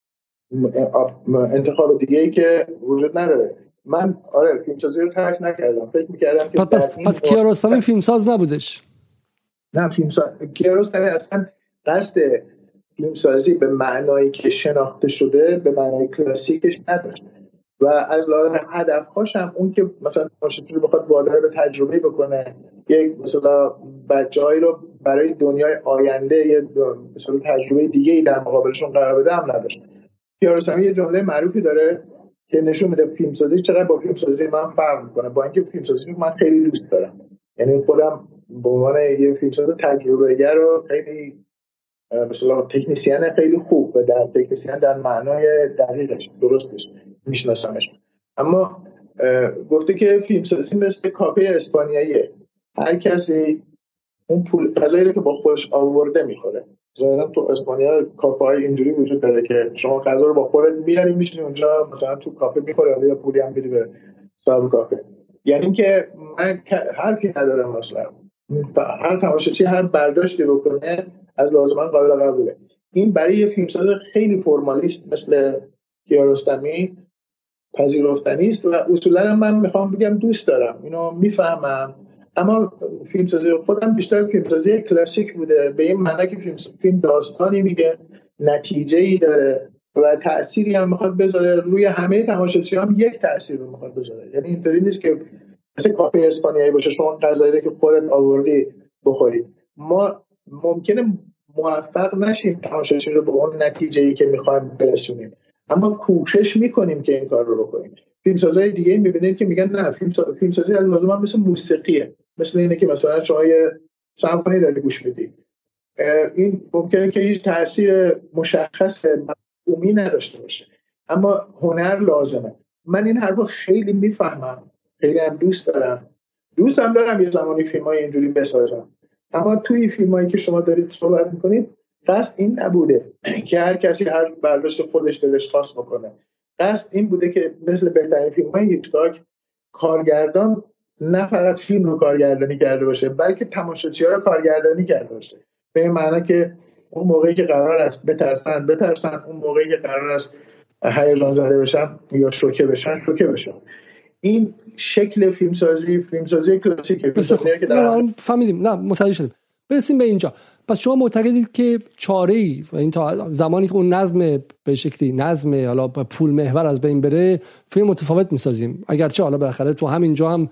انتخاب دیگه ای که وجود نداره. من آره فیلمسازی رو ترک نکردم، فکر میکردم که پس پس کیارستمی فیلمساز نبودش. نه فیلمساز کیارستمی اصلا قصد فیلمسازی به معنایی که شناخته شده به معنای کلاسیکش نداشت و از لحاظ هدفهاش هم اون که مثلا ماشینی بخواد وادار به تجربه بکنه، یک مثلا بچه‌ای رو برای دنیای آینده یه مثلا تجربه دیگه‌ای در مقابلشون قرار بده هم نداشت. کیارستمی یه جمله معروفی داره که نشون میده فیلمسازی چقدر با فیلمسازی من فرق میکنه، با اینکه فیلمسازی من خیلی دوست دارم. یعنی خودم به عنوان یه فیلمساز تجربه‌گر و خیلی مثلا تکنیسیان خیلی خوب و در تکنیسیان در معنای دقیقش درستش میشناسمش. اما گفته که فیلمسازی مثل کافه اسپانیاییه، هر کسی اون پول غذایی رو که با خودش آورده میخوره. ظاهرا تو اسپانیا کافه های اینجوری وجود داره که شما غذا رو با خودت میاری میشینی اونجا، مثلا تو کافه میخوری یا پولی هم میدی به صاحب کافه. یعنی که من حرفی ندارم، مثلا هر تماشاچی هر برداشتی بکنه از لازمان قابل قبوله. این برای یه فیلمساز خیلی فرمالیست مثل کیارستمی پذیرفتنی است و اصولا من میخوام بگم دوست دارم، اینو میفهمم. اما فیلمسازی خودم بیشتر فیلمسازی کلاسیک بوده، به این معنی که فیلم فیلم داستانی میگه، نتیجه‌ای داره و تأثیری هم میخواد بذاره روی همه تماشاچی‌ها، هم یک تأثیر رو میخواد بذاره. یعنی اینطوری نیست که مثل کافه اسپانیایی باشه شما غذایی که خودت آوردی بخوری. ما ممکنه موفق نشیم تماشاچی رو به اون نتیجه‌ای که میخوایم برسونیم، اما کوشش میکنیم که این کار رو بکنیم. فیلمسازهای دیگه میبینید که میگن نه فیلم فیلمسازی لازما مثل موسیقیه، مثل اینه که مثلا شما یه سمفونی داری گوش میدی، این ممکنه که هیچ تاثیر مشخص مفهومی نداشته باشه، اما هنر لازمه. من این حرفو خیلی میفهمم، خیلی هم دوست دارم دوست هم دارم یه زمانی فیلمای اینجوری بسازم. اما توی فیلمایی که شما دارید صحبت میکنید قصد این نبوده که هر کسی هر برداشت خودش دلش خواست بکنه. قصد این بوده که مثل بهترین فیلم‌های هیچکاک کارگردان نه فقط فیلم رو کارگردانی کرده باشه بلکه تماشاچی‌ها رو کارگردانی کرده باشه، به این معنی که اون موقعی که قرار است بترسن بترسن، اون موقعی که قرار است هیجان زده بشن یا شوکه بشن شوکه بشن. این شکل فیلمسازی فیلمسازی کلاسیکه، فیلمسازی که در فهمیدیم، نه متوجه شدیم. برسیم به اینجا. پس شما معتقدید که چاره‌ای و این تا زمانی که اون نظم به شکلی نظم حالا پول محور از بین بره فیلم متفاوت می‌سازیم، اگرچه حالا بالاخره تو همینجا هم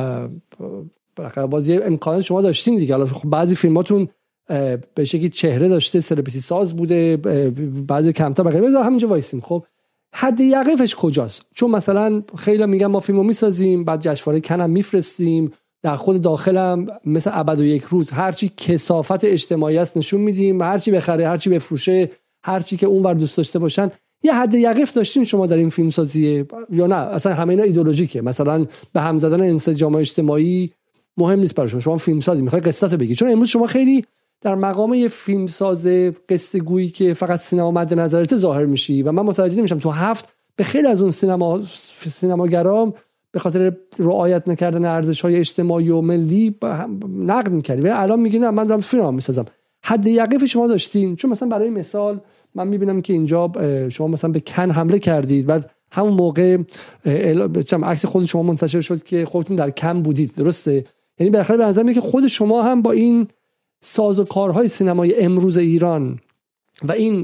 بالاخره باز یه امکانات شما داشتین دیگه. حالا خب بعضی فیلماتون به شکلی چهره داشته، سلبریتی ساز بوده، بعضی کمتر، بقیه بذار همینجا وایسیم. خب حد یقفش کجاست؟ چون مثلا خیلی میگن ما فیلمو میسازیم بعد جشنواره کن هم میفرستیم، در خود داخلم مثل ابد و یک روز هرچی کثافت اجتماعی است نشون میدیم، هرچی بخره هرچی بفروشه هرچی که اونور دوست داشته باشن. یه حد یقف داشتین شما در این فیلم سازی یا نه اصلا همه اینا ایدئولوژیکه؟ مثلا به هم زدن انسجام اجتماعی مهم نیست برای شما، شما فیلم سازی میخوای قصه بگی. چون امروز شما خیلی در مقام یه فیلمساز قصه گویی که فقط سینما مد نظرت ظاهر میشی و من متوجه نمیشم تو هفت به خیلی از اون سینما سینماگرام به خاطر رعایت نکردن ارزش‌های اجتماعی و ملی نقد می‌کردی و الان میگی نه من دارم فیلم می‌سازم. حد یقف شما داشتین؟ چون مثلا برای مثال من می‌بینم که اینجا شما مثلا به کن حمله کردید، بعد همون موقع چم عکس خود شما منتشر شد که خودتون در کن بودید، درسته؟ یعنی بالاخره به نظر میاد که خود شما هم با این سازوکارهای سینمای امروز ایران و این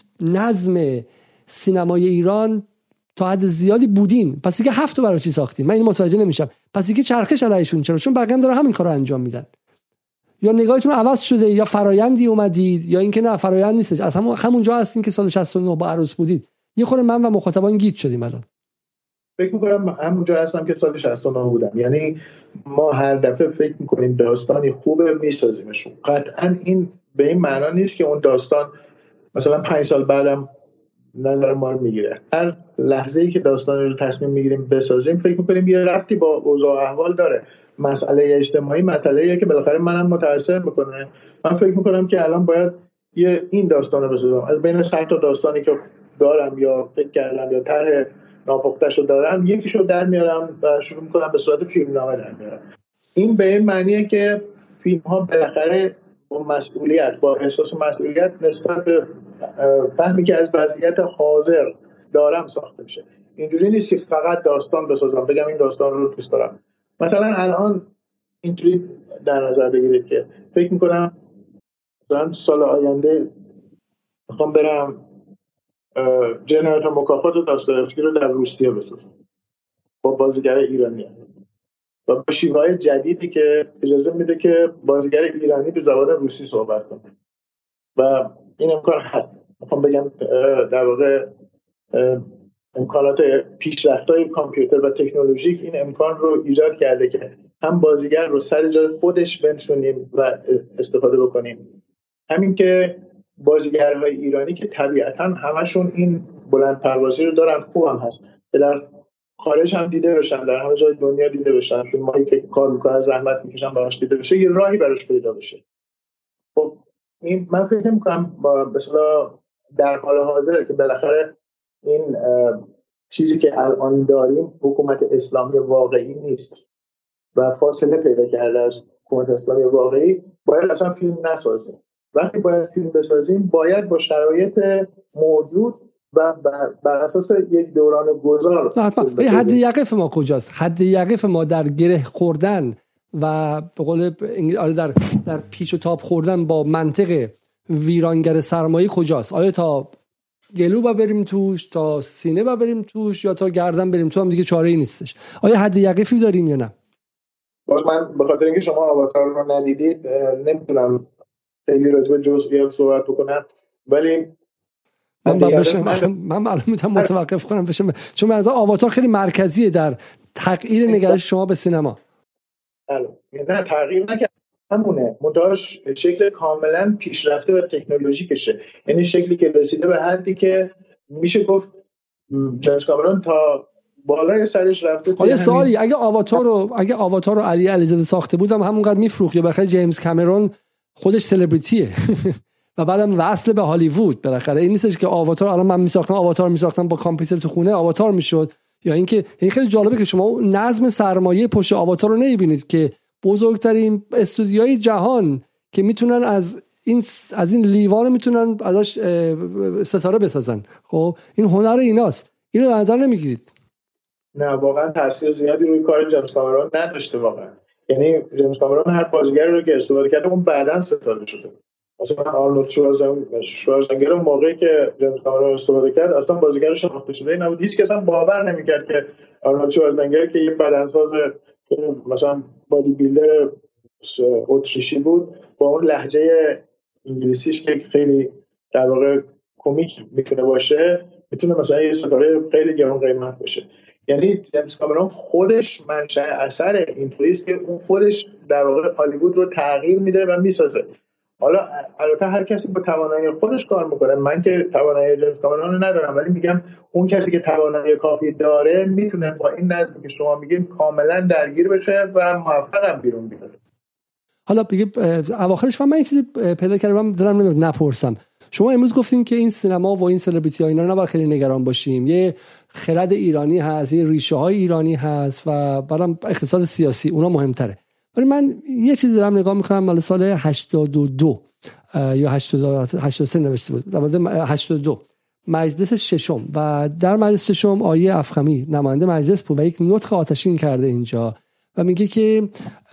نظم سینمای ایران تا حد زیادی بودین. پس دیگه هفت برای چی ساختین؟ من این متوجه نمیشم. پس دیگه چرخش علیشون چرا؟ چون بقیه هم داره همین کارو انجام میدن. یا نگاهتون عوض شده یا فرایندی اومدید یا اینکه نه فرایند نیست، از همون همونجا هستین که سال شصت و نه با عروس بودید. یه خورده من و مخاطبان گیج شدیم الان. فکر می‌کنم همونجا هستم که سال شصت و نه بودم. یعنی ما هر دفعه فکر می‌کنیم داستانی خوبه میسازیمشون. قطعاً این به این معنا نیست که اون داستان مثلا پنج سال بعدم نظر ما رو میگیره. هر لحظه‌ای که داستان رو تصمیم میگیریم بسازیم فکر می‌کنیم یه ربطی با اوضاع احوال داره. مسئله اجتماعی مسئله‌ایه که بالاخره منم متأثر می‌کنه. من فکر می‌کنم که الان باید یه این داستان رو بسازم. از بین صد تا داستانی که دارم یا فکر کردم یا طرح ناپخته‌شو دارم یکیشو در میارم و شروع می‌کنم به صورت فیلمنامه در میارم. این به این معنیه که فیلم‌ها بالاخره با مسئولیت با احساس مسئولیت نسبت به فهمی که از وضعیت حاضر دارم ساخته میشه. اینجوری نیست که فقط داستان بسازم بگم این داستان رو دوست دارم. مثلا الان اینجوری در نظر بگیرید که فکر می‌کنم مثلا سال آینده میخوام برم جنایت و مکافات داستایوفسکی رو در روسیه بسازم با بازیگر ایرانی و با شیوه‌های جدیدی که اجازه میده که بازیگر ایرانی به زبان روسی صحبت کنه و این امکان هست. میخوام بگم در واقع امکانات پیشرفت‌های کامپیوتر و تکنولوژیک این امکان رو ایجاد کرده که هم بازیگر رو سر جای خودش بنشونیم و استفاده بکنیم، همین که بازیگرهای ایرانی که طبیعتاً همشون این بلند پروازی رو دارن، خوب هم هست که در خارج هم دیده بشن، در همه جای دنیا دیده بشن، فیلمایی که کار میکنن زحمت میکشن براش دیده بشه، یه راهی براش پیدا بشه. خب این من فکر میکنم به اصطلاح در حال حاضر که بالاخره این چیزی که الان داریم حکومت اسلامی واقعی نیست و فاصله پیدا کرده از حکومت اسلامی واقعی، باید اصلا فیلم نسازیم. وقتی باید فیلم بسازیم باید با شرایط موجود و بر اساس یک دوران گذار. حد یقف ما کجاست؟ حد یقف ما در گره خوردن و به قول انگلیسی در در پیچ و تاب خوردن با منطق ویرانگر سرمایه کجاست؟ آیا تا گلو با بریم توش، تا سینه با بریم توش، یا تا گردن بریم تو؟ هم دیگه چاره‌ای نیستش. آیا حد یقفی داریم یا نه؟ باز من به خاطر اینکه شما آواتار رو ندیدید نمیتونم خیلی راجع به جزئیات صحبت بکنم، ولی من بشم من من الان میتونم متوقف کنم بشم، چون از آواتار خیلی مرکزیه در تغییر نگرش شما به سینما. نه تغییر نکرد، همونه، متاش شکل کاملا پیشرفته و تکنولوژیکشه، یعنی شکلی که رسیده به حدی که میشه گفت جیمز کامرون تا بالای سرش رفته. حالا سوالی، اگه آواتار رو اگه آواتار رو علی علیزاده ساخته بودم همونقدر میفروخت، یا بالاخره جیمز کامرون خودش سلبریتیه و بعدم وصل به هالیوود، بالاخره این نیستش که آواتار الان من میساختم آواتار میساختم با کامپیوتر تو خونه آواتار میشد. یا اینکه این خیلی جالبه که شما نظم سرمایه پشت آواتار رو نمیبینید که بزرگترین استودیوهای جهان که میتونن از این از این لیوان میتونن ازش ستاره بسازن. خب این هنر ایناست، اینو در نظر نمیگیرید؟ نه واقعا تاثیر زیادی روی کار جیمز کامرون نداشته واقعا. یعنی جیمز کامرون هر بازیگری رو که استفاده کرده اون بعداً ستاره شده. مثلا آرنولد شوارزنگر اون موقعی که جیمز کامرون استفاده کرد اصلا بازیگر شناخته شده نبود، هیچ کس هم باور نمی‌کرد که آرنولد شوارزنگر که یه بدنساز مثلا بادی بیلدر اتریشی بود با اون لهجه انگلیسیش که خیلی در واقع کمیک میتونه باشه میتونه مثلا یه ستاره خیلی گران قیمت باشه. یعنی جیمز کامرون خودش منشأ اثر اینطوریه که اون خودش در واقع هالیوود رو تغییر میده و میسازه. حالا البته هر کسی با توانایی خودش کار میکنه، من که توانایی جیمز کامرون رو ندارم، ولی میگم اون کسی که توانایی کافی داره میتونه با این نظمی که شما میگین کاملا درگیر بشه و موفق هم بیرون بیاد. حالا بگید اواخرش من این چیزی پیدا کردم دلم نمیاد نپرسم. شما امروز گفتین که این سینما و این سلبریتی ها اینا نباید خیلی نگران باشیم، یه خرد ایرانی هست، یه ریشه های ایرانی هست و بعدم اقتصاد سیاسی اونا مهمتره. ولی من یه چیزی دارم نگاه میکنم، مال سال هشتاد و دو یا هشتاد و سه نوشته بود، در مورد هشتاد و دو مجلس ششم، و در مجلس ششم آیه افخمی نماینده مجلس بود و یک نطق آتشین کرده اینجا و میگه که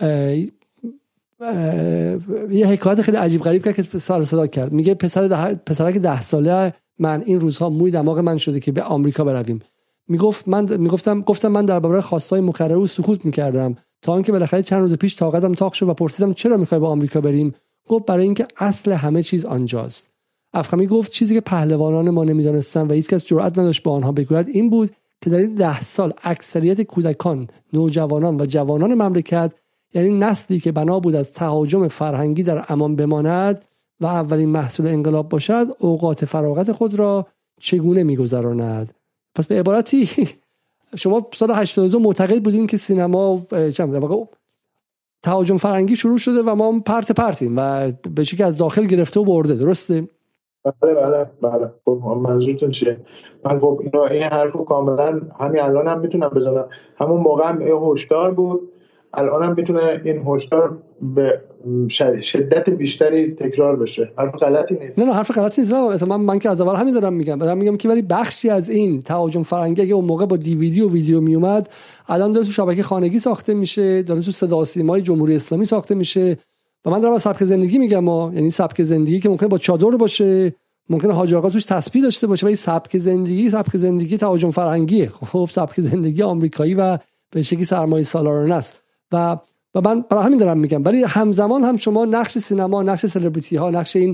یه حکایت خیلی عجیب غریب کرد که سر صدا کرد. میگه پسر ده... پسرک ده ساله من این روزها موی دماغ من شده که به آمریکا برویم. میگفت من میگفتم گفتم من درباره خواستای مکرر او سکوت میکردم تا اینکه بالاخره چند روز پیش طاقتم تاق شد و پرسیدم چرا میخوای به آمریکا بریم؟ گفت برای اینکه اصل همه چیز آنجاست. افخمی گفت چیزی که پهلوانان ما نمیدانستن و هیچکس جرئت نداشت به آنها بگوید این بود که در این ده سال اکثریت کودکان، نوجوانان و جوانان مملکت، یعنی نسلی که بنا بود از تهاجم فرهنگی در امان بماند و اولین محصول انقلاب باشد، اوقات فراغت خود را چگونه میگذراند. پس به عبارتی شما سال هشتاد و دو معتقد بودین که سینما چند تهاجم فرهنگی شروع شده و ما پرت پرتیم و به شکلی از داخل گرفته و برده، درسته؟ بله بله بله. خب منظورتون چیه؟ من خب اینو این حرفو کاملا همین الانم هم میتونم بزنم. همون موقع هم این هشدار بود، الان هم میتونه این هشدار به شدت بیشتری تکرار بشه. حرف غلطی نیست. نه نه حرف غلطی نیست. نه من من که از اول همین دارم میگم. دارم میگم که ولی بخشی از این تهاجم فرهنگی که اون موقع با دیویدی و ویدیو میومد الان داره تو شبکه خانگی ساخته میشه، داره تو صدا و سیمای جمهوری اسلامی ساخته میشه. و من دارم از سبک زندگی میگم، ما یعنی سبک زندگی که ممکنه با چادر باشه، ممکنه حاج آقا توش تسبیح داشته باشه، ولی سبک زندگی سبک زندگی تهاجم فرهنگیه. خب سبک زندگی آمریکایی و به شکلی سرمایه سالارانه است. و و من برای همین دارم میگم. ولی همزمان هم شما نقش سینما، نقش سلبریتی ها، نقش این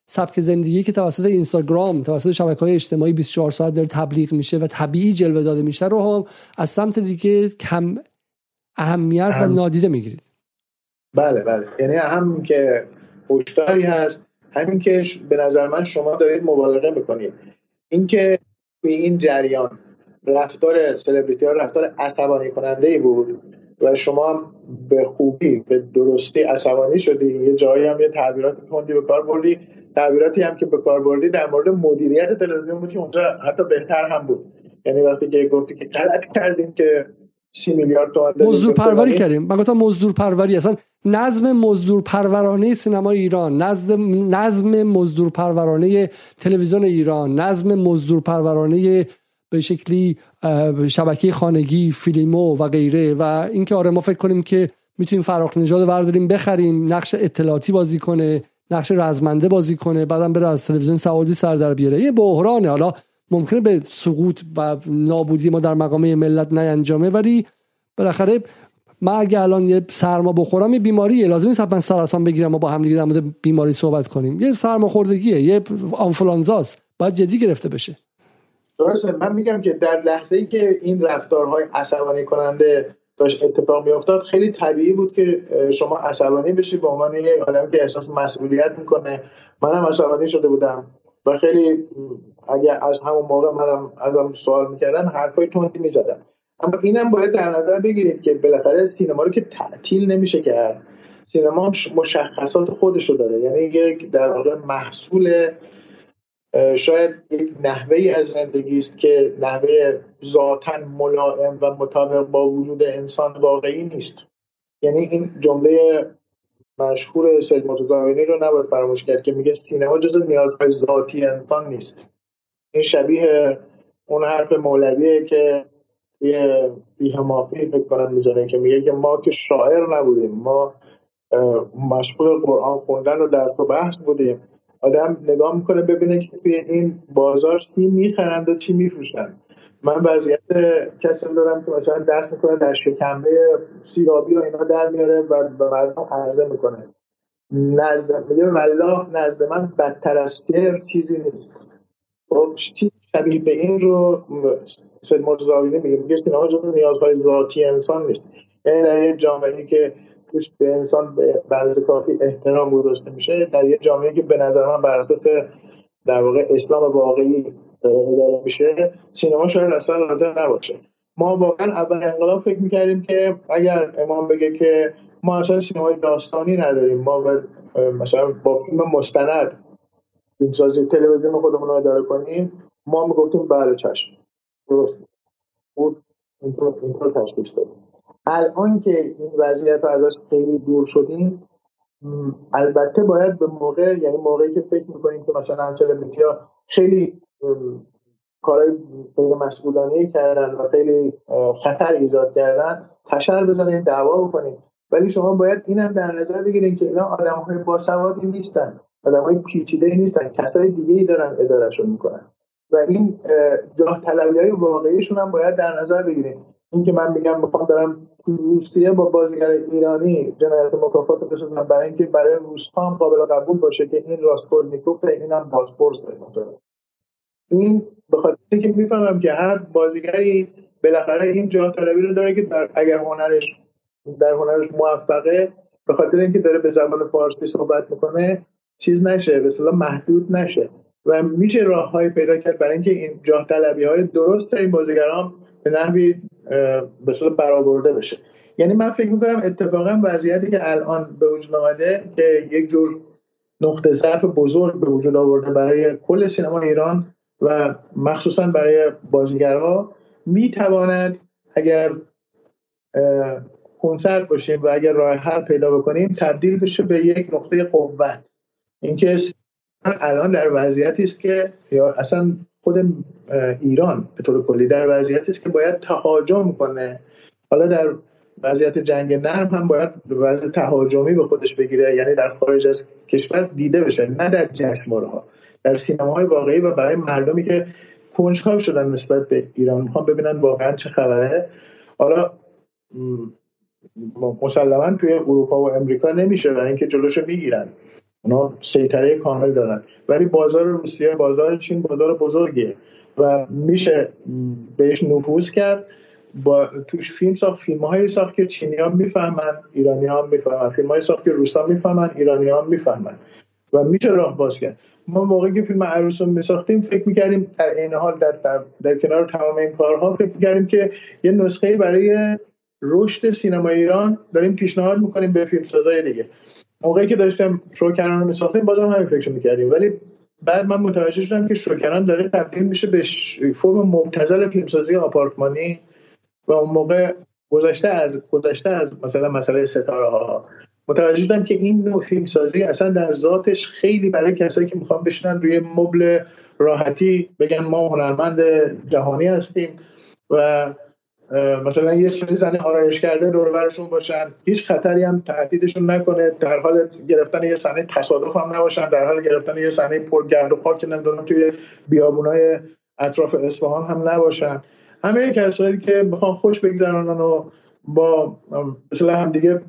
سبک زندگی که توسط اینستاگرام، توسط شبکه‌های اجتماعی بیست و چهار ساعت داره تبلیغ میشه و طبیعی جلوه داده میشه رو هم از سمت دیگه کم اهمیت و نادیده میگیرید. بله بله، یعنی هم که هشداری هست، همین که به نظر من شما دارید مبالغه میکنید. این که توی این جریان رفتار سلبریتی ها رفتار عصبانی کننده ای بود و شما به خوبی به درستی عصبانی شدی، یه جایی هم یه تعبیرات تندی به کار بردی، تعبیراتی هم که به کار بردی در مورد مدیریت تلویزیون بود که اونجا حتی بهتر هم بود. یعنی وقتی که گفتی که غلط کردیم که سی میلیارد تومان مزدور پروری کردیم، من گفتم مزدور پروری، اصلا نظم مزدور پرورانه سینمای ایران، نظم نظم مزدور پرورانه تلویزیون ایران، نظم مزدور پرورانه به شکلی شبکه خانگی، فیلمو و غیره. و اینکه آره ما فکر کنیم که میتونیم فراخ نژاد برداریم بخریم، نقش اطلاعاتی بازی کنه، نقش رزمنده بازی کنه، بعدم بره از تلویزیون سعودی سر در بیاره. یه بحرانه. حالا ممکنه به سقوط و نابودی ما در مقامه ملت نینجامه، ولی بالاخره من اگه الان یه سرما بخورم یه بیماریه، لازم نیست حتما سرطان بگیرم و با هم دیگه در مورد بیماری صحبت کنیم. یه سرماخوردگیه، یه آنفولانزاست، باید جدی گرفته بشه. درسته. من میگم که در لحظه‌ای که این رفتارهای عصبانی کننده داشت اتفاق میافتاد، خیلی طبیعی بود که شما عصبانی بشی به عنوان یک آدمی که احساس مسئولیت میکنه. منم عصبانی شده بودم و خیلی اگه از همون موقع منم ازم سوال میکردن حرفای تندی میزدم. اما اینم باید در نظر بگیرید که بالاخره سینما رو که تعطیل نمیشه کرد. سینما مشخصات خودشو داره، یعنی یک در واقع محصول شاید یک نحوهی از زندگی است که نحوه ذاتاً ملائم و مطابق با وجود انسان واقعی نیست. یعنی این جمله مشهور سید مرتضوی رو نباید فراموش کرد که میگه سینما جزو نیازهای ذاتی انسان نیست. این شبیه اون حرف مولویه که یه فیه مافی فکر کنم میزنه که میگه که ما که شاعر نبودیم، ما مشغول قرآن خوندن و درس و بحث بودیم. آدم نگاه میکنه ببینه که توی این بازار چی میخرند و چی میفروشن. من وضعیت کسی دارم که مثلا دست میکنه در شکمه سیرابی و اینا در میاره و به مردم عرضه میکنه. نزد میگه والله نزد من بدتر از شعر چیزی نیست. خب چیز شبیه به این رو سید مرتضوی میگه، میگه سینما جزو نیازهای ذاتی انسان نیست. یعنی در یک جامعه‌ای که توش به انسان به اندازه کافی احترام گذاشته میشه، در یک جامعه‌ای که به نظر من بر اساس در واقع اسلام واقعی اداره میشه، سینما شاید اصلا لازم نباشه. ما واقعا اول انقلاب فکر میکردیم که اگر امام بگه که ما اصلا سینمای داستانی نداریم، ما مثلا با فیلم مستند فیلمسازی تلویزیون خودمون رو اداره کنیم، ما میگفتیم بله چشم درست بود، اینطور اینطور تشخیص دادیم. الان که این وضعیت رو ازش خیلی دور شدیم، البته باید به موقع، یعنی موقعی که فکر میکنیم که مثلا سلبریتی‌ها خیلی کارهای غیر مسئولانه کردن و خیلی خطر ایجاد کردن، تشر بزنیم، دعوا بکنیم، ولی شما باید اینم در نظر بگیرید که اینا آدم‌های باسوادی نیستن، آدم‌های پیچیده‌ای نیستن، کسای دیگه‌ای دارن ادارهشون میکنن و این جاه طلبی‌های واقعیشون هم باید در نظر بگیرید. این که من میگم میخوام برم روسیه با بازیگر ایرانی جنایت مکافات بسازم برای اینکه برای روس‌ها هم قابل قبول باشه که این راسکولنیکوف اینم پاسپورت مثلا، این به خاطر اینکه میفهمم که هر بازیگری بالاخره این جاه طلبی رو داره که در اگر هنرش در هنرش موفقه، به خاطر اینکه داره به زبان فارسی صحبت میکنه چیز نشه، به اصطلاح محدود نشه و میشه راههای پیدا کرد برای اینکه این جاه طلبی‌های درست این بازیگران به نحوی به اصطلاح برآورده بشه. یعنی من فکر میکنم اتفاقا وضعیتی که الان به وجود آمده که یک جور نقطه ضعف بزرگ به وجود آورده برای کل سینما ایران و مخصوصا برای بازیگرها، میتواند اگر خونسرد باشیم و اگر راه حل پیدا بکنیم تبدیل بشه به یک نقطه قوت. اینکه الان در وضعیتی است که یا اصلا خود ایران به طور کلی در وضعیتی است که باید تهاجم کنه. حالا در وضعیت جنگ نرم هم باید وضع تهاجمی به خودش بگیره، یعنی در خارج از کشور دیده بشه، نه در جشنواره‌ها، در سینماهای واقعی و برای مردمی که کنجکاو شدن نسبت به ایران، میخوان ببینن واقعا چه خبره. حالا مسلماً توی اروپا و امریکا نمیشه برای اینکه جلوشو میگیرن، اونا سیطره کامل دارن. ولی بازار روسیه، بازار چین بازار بزرگیه و میشه بهش نفوذ کرد. با توش فیلم ساخت، فیلم‌های ساخت که چینی‌ها میفهمن، ایرانی‌ها میفهمن، فیلم‌های ساخت که روسا میفهمن، ایرانی‌ها میفهمن و میشه راه باز کرد. ما موقعی که فیلم عروس رو میساختیم فکر می‌کردیم در این حال در, در, در کنار تمام این کارها فکر می‌کردیم که یه نسخه برای رشد سینما ایران داریم پیشنهاد می‌کنیم به فیلمسازای دیگه. موقعی که داشتم شوکران رو میساختیم بازم همین فکر می‌کردیم، ولی بعد من متوجه شدم که شوکران داره تبدیل میشه به فرم مبتذل فیلمسازی آپارتمانی و اون موقع گذشته از گذشته از مثلا مسئله ستاره ها متوجه شدم که این نوع فیلمسازی اصلا در ذاتش خیلی برای کسایی که میخوان بشینن روی مبل راحتی بگن ما هنرمند جهانی هستیم و مثلا یه سری زن آرایش کرده دور و برشون باشن، هیچ خطری هم تهدیدشون نکنه، در حال گرفتن یه صحنه تصادف هم نباشن، در حال گرفتن یه صحنه پرگرد و خاک نمیدونم توی بیابونای اطراف اصفهان هم نباشن. همه کسایی که میخوان خوش بگذرونن و با مثلا هم دیگه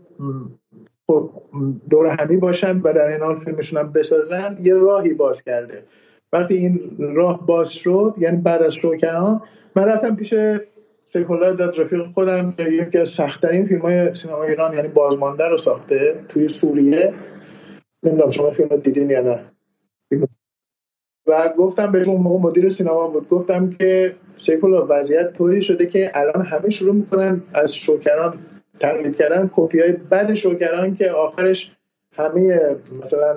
دور همی باشن و در این حال فیلمشون هم بسازن، یه راهی باز کرده. وقتی این راه باز شد، یعنی بعد از شوکران، من رفتم پیش سیف الله داد رفیق خودم که یکی از سخت‌ترین فیلم‌های سینما ایران یعنی بازمانده رو ساخته توی سوریه. نمیدونم شما فیلم رو دیدین یا نه. و گفتم بهش، اون موقع مدیر سینما بود، گفتم که سیف الله وضعیت طوری شده که الان همه شروع میکنن از شوکران تقلید کردن، کپیای بد شوکران که آخرش همه مثلا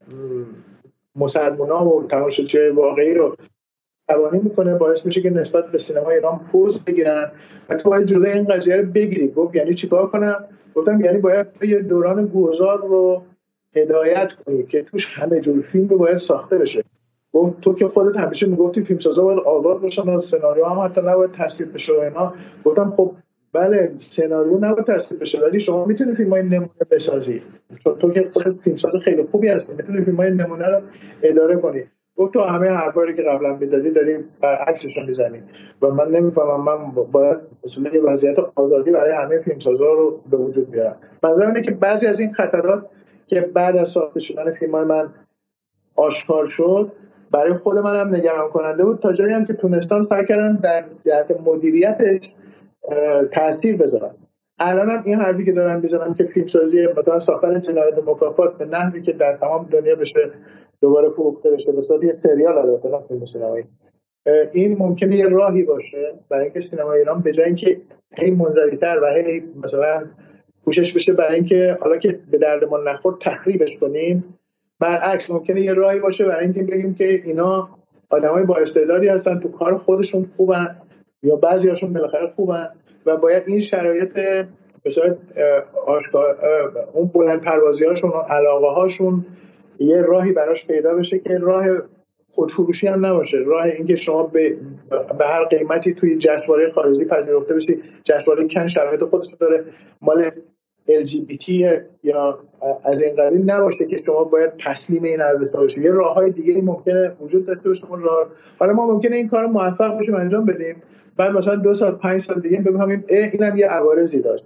مسلمونا و تماشاچیای واقعی رو تبانی میکنه، باعث میشه که نسبت به سینما ایران پوز بگیرن و تو باید جلوی این قضیه رو بگیری. گفت یعنی چیکار کنم؟ گفتم یعنی باید یه دوران گذار رو هدایت کنی که توش همه جور فیلم باید ساخته بشه. گفت تو که خودت همیشه میگفتی فیلمسازا باید آزاد باشن و سناریو هم حتی نباید تصویب بشه و اینا. گفتم خب بله سناریو نباید تصویب بشه ولی شما میتونی فیلمای نمونه بسازی، چون تو که خودت فیلمساز خیلی خوبی هستی، میتونی فیلمای نمونه رو اداره کنی. گفت تو همه حرفایی که قبلا میزدی داری برعکسش رو میزنی و من نمیفهمم، من باید اصلا یه وضعیت آزادی برای همه فیلمسازا رو به وجود بیارم. منظورم اینه که بعضی از این خطرات که بعد از ساخته شدن فیلمای من آشکار شد برای خود منم نگران کننده بود، تا جایی هم که تونستم سعی کردم در جهت مدیریتش تاثیر بذارم. الانم این حرفی که دارم میزنم که فیلمسازی مثلا ساختن جنایت مکافات به نحوی که در تمام دنیا بشه دوباره فروخته بشه به صورت یه سریال، البته نه فیلم سینمایی، این ممکنه یه راهی باشه برای اینکه سینما ایران به جای اینکه هی منزوی‌تر و هی مثلا کوشش بشه برای اینکه حالا که به درد ما نخورد تخریبش کنیم، برعکس ممکنه یه راهی باشه برای اینکه بگیم که اینا آدمای با استعدادی هستن، تو کار خودشون خوبن یا بعضیاشون بالاخره خوبن و باید این شرایط به صورت آشکار اون بلند پروازی‌هاشون و علاقه‌هاشون یه راهی براش پیدا بشه که راه خودفروشی هم نباشه، راه اینکه شما به به هر قیمتی توی جشنواره خارجی پذیرفته بشی. جشنواره کن شرایط خودش داره، مال ال جی بی تی یا از این قبیل نباشه که شما باید تسلیم این ارزش‌ها باشید. یه راههای دیگه ممکنه وجود داشته باشه. راه حالا ما ممکنه این کارو موفق باشیم انجام بدیم، بعد مثلا دو سال پنج سال دیگه بفهمیم اینم یه عوارضی داشت.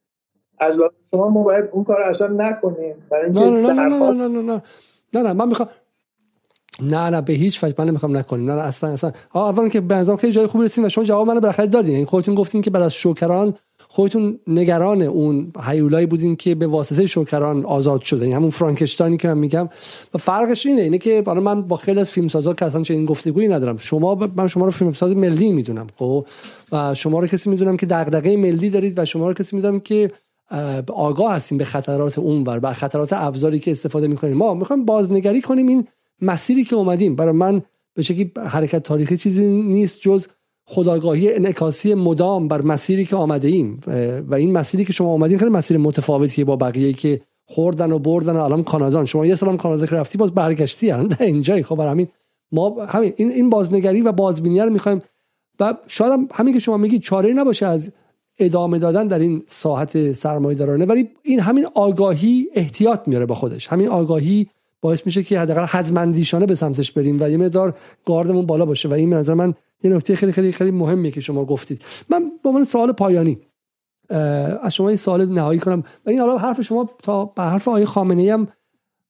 از لحاظ شما ما باید اون کارو اصلا نکنیم برای اینکه نه نه نه نه نه نه نه نه نه من میخوام نه نه به هیچ وجه من نمیخوام نکنیم، نه اصلا اصلا اولا که به نظرم خیلی جای خوبی رسیدیم و شما جواب منو بالاخره دادین. یعنی خودتون گفتین که بعد از شوکران خودتون نگران اون هیولایی بودین که به واسطه شوکران آزاد شده، یعنی همون فرانکشتاینی که من میگم. و فرقش اینه اینه که برای من با خیلی از فیلمسازا که اصلا چه این گفتگویی ندارم، شما ب... من شما رو فیلمساز ملی میدونم، خب و شما رو کسی میدونم که دغدغه ملی دارید و شما رو کسی میدونم که آگاه هستیم به خطرات اونور، به خطرات ابزاری که استفاده میکنیم. ما میخوایم بازنگری کنیم این مسیری که اومدیم. برای من به شکلی حرکت تاریخی چیزی نیست جز خودآگاهی انعکاسی مدام بر مسیری که آمده ایم و این مسیری که شما اومدین خیلی مسیر متفاوتیه با بقیه‌ای که خوردن و بردن و الان کانادا. شما یه سالم کانادا که رفتی باز برگشتی الان اینجایی. خب برای همین ما همین این این بازنگری و بازبینی رو میخوایم و شاید هم همین که شما میگید چاره‌ای نباشه از ادامه دادن در این ساحت سرمایه‌دارانه، ولی این همین آگاهی احتیاط میاره با خودش. همین آگاهی باعث میشه که حداقل حزم‌اندیشانه به سمتش بریم و یه مقدار گاردمون بالا باشه و این به نظر من یه نکته خیلی خیلی خیلی مهمیه که شما گفتید. من به عنوان سوال پایانی از شما این سوال نهایی کنم و این حالا حرف شما تا به حرف آقای خامنه‌ای هم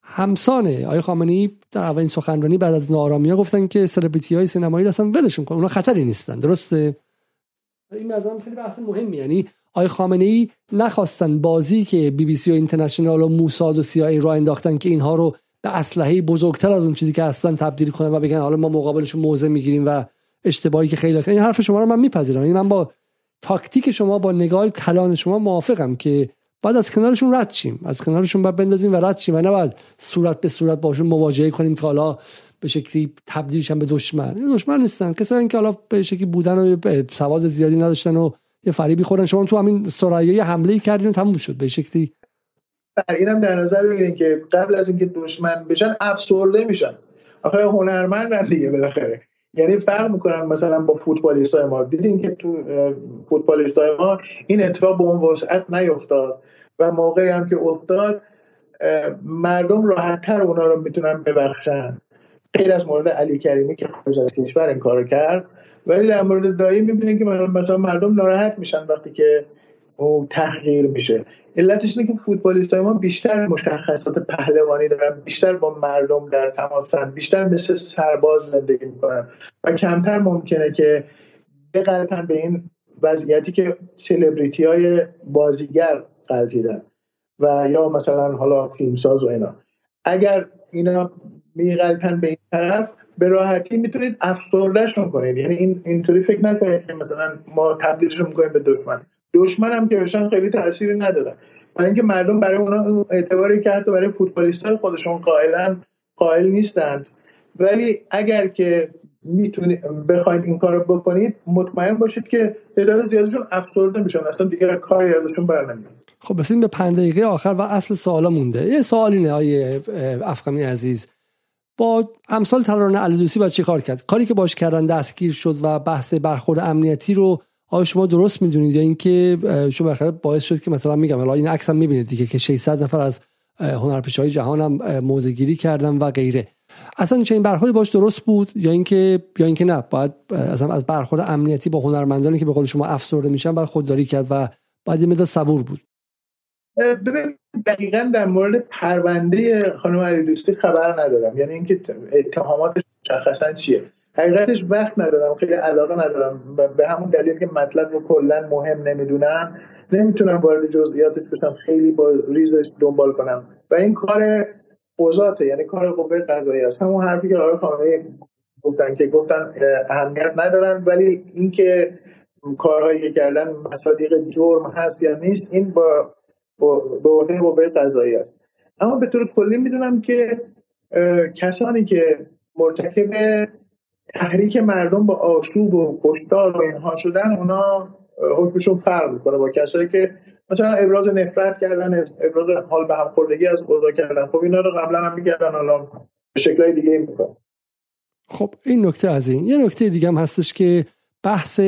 همسان آقای خامنه‌ای در اولین سخنرانی بعد از ناآرامی‌ها گفتن که سلبریتی‌های سینمایی اصلا ولشون کن، اونا خطری نیستن. درسته؟ این مثلا خیلی بحث مهمی، یعنی آقای خامنه‌ای نخواستن بازی که بی بی سی و اینترنشنال و موساد و سی آی ای راه انداختن که اینها رو به اسلحه بزرگتر از اون چیزی که اصلا تبدیل کنن و بگن حالا ما مقابلشون موضع میگیریم و اشتباهی که خیلی این حرف شما رو من میپذیرم. یعنی من با تاکتیک شما، با نگاه کلان شما موافقم که بعد از کنارشون رد شیم، از کنارشون بعد بندازیم و رد شیم و نه بعد صورت به صورت باشون مواجهه کنیم که حالا به شکلی تبدیل شن به دشمن. دشمن نیستن، کسایی که حالا به شکلی بودن و سواد زیادی نداشتن و یه فریبی خوردن. شما تو همین ثریا حمله کردین و تموم شد به شکلی. اینم در نظر بگیرین که قبل از اینکه دشمن بشن افسرده میشن. آخه هنرمندن دیگه بالاخره. یعنی فرق میکنن مثلا با فوتبالیستای ما. دیدین که تو فوتبالیستای ما این اتفاق به اون وسعت نیفتاد و موقعی هم که افتاد مردم راحت‌تر اونا رو میتونن ببخشن، غیر از مورد علی کریمی که خارج از کشور این کارو کرد. ولی در مورد دایی میبینین که مثلا مردم ناراحت میشن وقتی که او تحقیر میشه. علتش اینه که فوتبالیستای ما بیشتر مشخصات پهلوانی دارن، بیشتر با مردم در تماسن، بیشتر مثل سرباز زندگی میکنن و کمتر ممکنه که بغلطن به این وضعیتی که سلبریتی های بازیگر غلطیدن و یا مثلا حالا فیلمساز و اینا. اگر اینا میغلطن به این طرف به راحتی میتونید افسردهشون کنید. یعنی این اینطوری فکر نکنید که مثلا ما تبدیلشون میکنیم به دشمن. دشمن هم که بشن خیلی تأثیری نداره، برای اینکه مردم برای اونا اعتباری که حتی برای فوتبالیستای خودشون قائلن قائل نیستند. ولی اگر که میتونید بخواید این کارو بکنید مطمئن باشید که تعداد زیادشون افسرده میشن، اصلا دیگه کاری ازشون برنمیاد. خب بسیم به پنج دقیقه آخر و اصل سوالا مونده. یه سوال اینه آیه افخمی عزیز، با امثال ترانه علیدوسی باید چی کار کرد؟ کاری که باش کردن دستگیر شد و بحث برخورد امنیتی رو آیا شما درست میدونید یا اینکه شما بالاخره باعث شد که مثلا میگم الان این عکس هم میبینید دیگه که ششصد نفر از هنرپیشه‌های جهان هم موضع‌گیری کردن و غیره. اصلا چه این برخوردی باش درست بود یا اینکه یا اینکه نه باید اصلا از برخورد امنیتی با هنرمندانی که به قول شما افسرده میشن باید خودداری کرد و باید یه مقدار صبور بود؟ ببین دقیقاً در مورد پرونده خانم علیدوستی خبر ندارم، یعنی اینکه اتهاماتش مشخصاً چیه. حقیقتش وقت ندارم، خیلی علاقه ندارم، به همون دلیل که مطلب رو کلا مهم نمیدونم نمیتونم وارد جزئیاتش بشم، خیلی با ریزش دنبال کنم و این کار قضاته، یعنی کار قوه قضاییه است. همون حرفی که آقای خامنه‌ای گفتن که گفتن اهمیت ندارن، ولی اینکه کارهایی که کردن مصادیق جرم هست یا نیست این با به عهده قوه قضاییه است. اما به طور کلی میدونم که کسانی که مرتکب تحریک مردم با آشوب و کشتار و اینها شدن اونا حکمشون فرق میکنه با کسایی که مثلا ابراز نفرت کردن، ابراز حال به هم خوردگی از اوضاع کردن. خب اینا رو قبلا هم میکردن، حالا به شکل‌های دیگه میکنن. خب این نکته از این. یه نکته دیگه هم هستش که بحث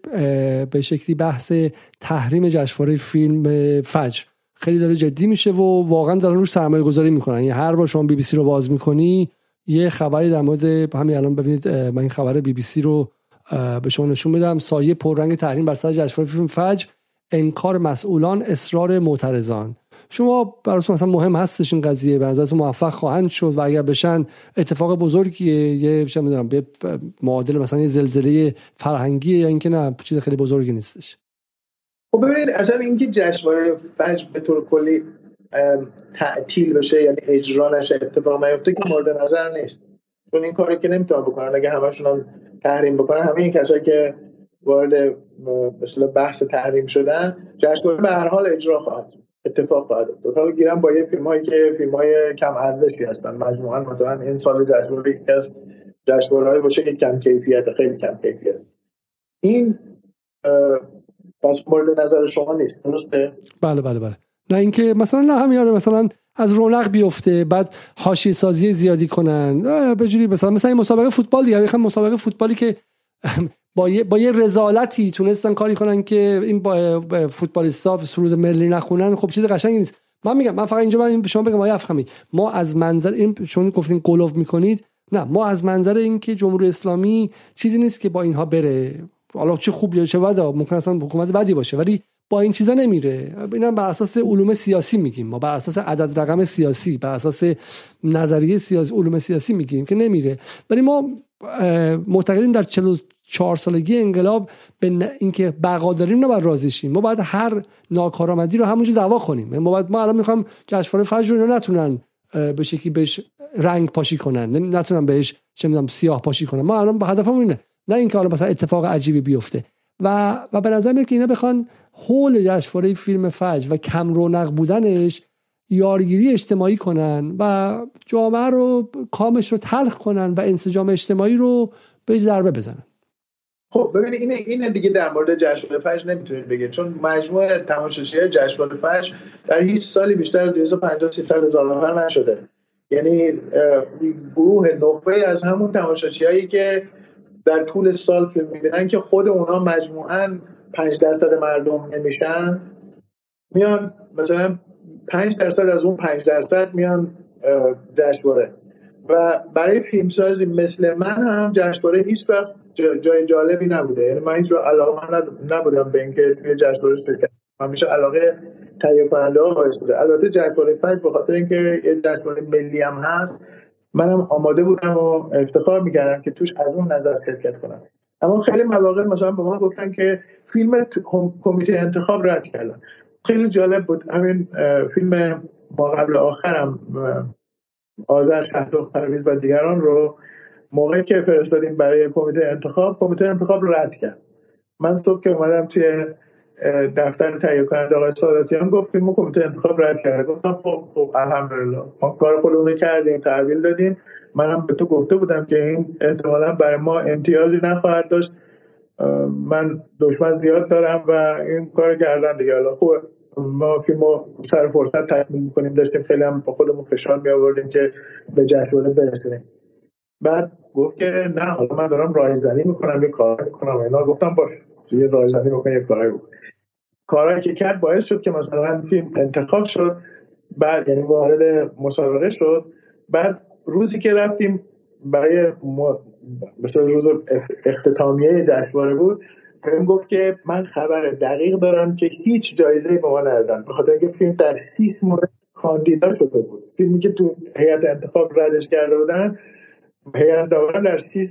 به شکلی بحث تحریم جشنواره فیلم فجر خیلی داره جدی میشه و واقعا دارن روش سرمایه گذاری میکنن. یعنی هر بار شما بی بی سی رو باز میکنی یه خبری در مورد همین الان ببینید، من این خبر بی بی سی رو به شما نشون میدم. سایه پررنگ تحریم بر سر جشنواره فیلم فجر، انکار مسئولان، اصرار معترضان. شما براتون مثلا مهم هستش این قضیه؟ به نظرتون موفق خواهند شد و اگر بشن اتفاق بزرگیه، یه چه میدونم به معادل مثلا یه زلزله فرهنگیه یا اینکه نه چیز خیلی بزرگی نیستش؟ خب ببینید اصلا اینکه جشنواره فجر به طور کلی تعطیل بشه یعنی اجرا نشه، اتفاق نیفته که مورد نظر نیست، چون این کاری که نمیتونن بکنن. اگه همشون هم تحریم بکنن، همه این کسایی که وارد مثلا بحث تحریم شدن، جشنواره به هر حال اجرا خواهد اتفاق خواهد افتاد. حالا گیرم با یه فیلمایی که فیلمای کم ارزشی هستن، مجموعاً مثلا این سال جشنواره یکی از جشنواره‌های باشه که کم کیفیت، خیلی کم کیفیت. این پس مورد نظر شما نیست، درسته؟ بله بله بله. نه اینکه مثلا نه همیاره مثلا از رونق بیفته بعد حاشیه سازی زیادی کنن به جوری مثلا مثلا این مسابقه فوتبال دیگه، میخوام مسابقه فوتبالی که با یه با یه رذالتی تونستن کاری کنن که این با فوتبالیستا سرود ملی نخونن، خب چیز قشنگی نیست. من میگم من فقط اینجا من به شما بگم آقای افخمی، ما از منظر این چون گفتین گلوف میکنید، نه ما از منظر این که جمهوری اسلامی چیزی نیست که با اینها بره، حالا چه خوب یا چه بد، ممکن اصلا حکومت بدی باشه، ولی با این چیزا نمیره. اینا بر اساس علوم سیاسی میگیم، ما بر اساس عدد رقم سیاسی، بر اساس نظریه سیاسی، علوم سیاسی میگیم که نمیره. ولی ما معتقدیم در چهل و چهار سالگی انقلاب به اینکه بقا داریم نباید راضی شیم. ما باید هر ناکارآمدی رو همونجا دعوا کنیم. ما باید ما الان میخوام جشنواره فجر رو نتونن به شکلی بهش رنگ پاشی کنن، نتونن بهش چه میدونم سیاه پاشی کنن. ما الان به هدفمون اینه، نه اینکه حالا مثلا اتفاق عجیبی بیفته. و و به نظر میاد که اینا بخوان حول جشنواره فیلم فجر و کم رونق بودنش یارگیری اجتماعی کنن و جامعه رو کامش رو تلخ کنن و انسجام اجتماعی رو بهش ضربه بزنن. خب ببینید این این دیگه در مورد جشنواره فجر نمیتونید بگید، چون مجموع تماشاچیان جشنواره فجر در هیچ سالی بیشتر از دویست و پنجاه تا سیصد هزار نفر نشده. یعنی گروه نخبه از همون تماشاچیایی که در طول سال فیلم میبینن که خود اونا مجموعاً پنج درصد مردم نمیشن، میان مثلا پنج درصد از اون پنج درصد میان جشنواره. و برای فیلمسازی مثل من هم جشنواره هیچ وقت جای جالبی نبوده. یعنی من هیچ وقت علاقه نبودم به اینکه توی جشنواره شرکت کنم، همیشه علاقه تهیه کننده ها باعث بوده. البته جشنواره فجر به خاطر اینکه یه جشنواره ملی هم هست، منم آماده بودم و افتخار میکردم که توش از اون نظر شرکت کنم. اما خیلی مواقع مثلا به ما گفتن که فیلم کمیته انتخاب رد کردن. خیلی جالب بود. همین فیلم ما قبل آخرم آذر شهردخت پرویز و دیگران رو موقعی که فرستادیم برای کمیته انتخاب، کمیته انتخاب رد کرد. من صبح که اومدم توی دفتر تهیه کننده آقای ساداتیان گفت فیلم کمیته انتخاب رد کرد. گفتم خب خب الحمدلله ما کار خودمون رو کردیم، تحویل دادیم. منم به تو گفته بودم که این احتمالاً برای ما امتیازی نخواهد داشت، من دشمن زیاد دارم و این کار کردن دیگه. حالا خوبه ما فیلمو سر فرصت تکمیل می‌کنیم. داشتیم خیلی هم با خودمون فشار می‌آوردیم که به جشنواره برسیم. بعد گفت که نه حالا من دارم رایزنی می‌کنم، یه کار می‌کنم. اینا گفتم باش یه رایزنی بکن، یه کاری بکن. کارایی که کرد باعث شد که مثلا فیلم انتخاب شد، بعد یعنی وارد مسابقه شد. بعد روزی که رفتیم برای مثلا روز اختتامیه جشنواره بود، فیلم گفت که من خبر دقیق دارم که هیچ جایزه‌ای به ما ندادن، به خاطر اینکه فیلم در شش مورد کاندیدا شده بود. فیلمی که تو هیئت انتخاب ردش کرده بودن، هیئت داوران در شش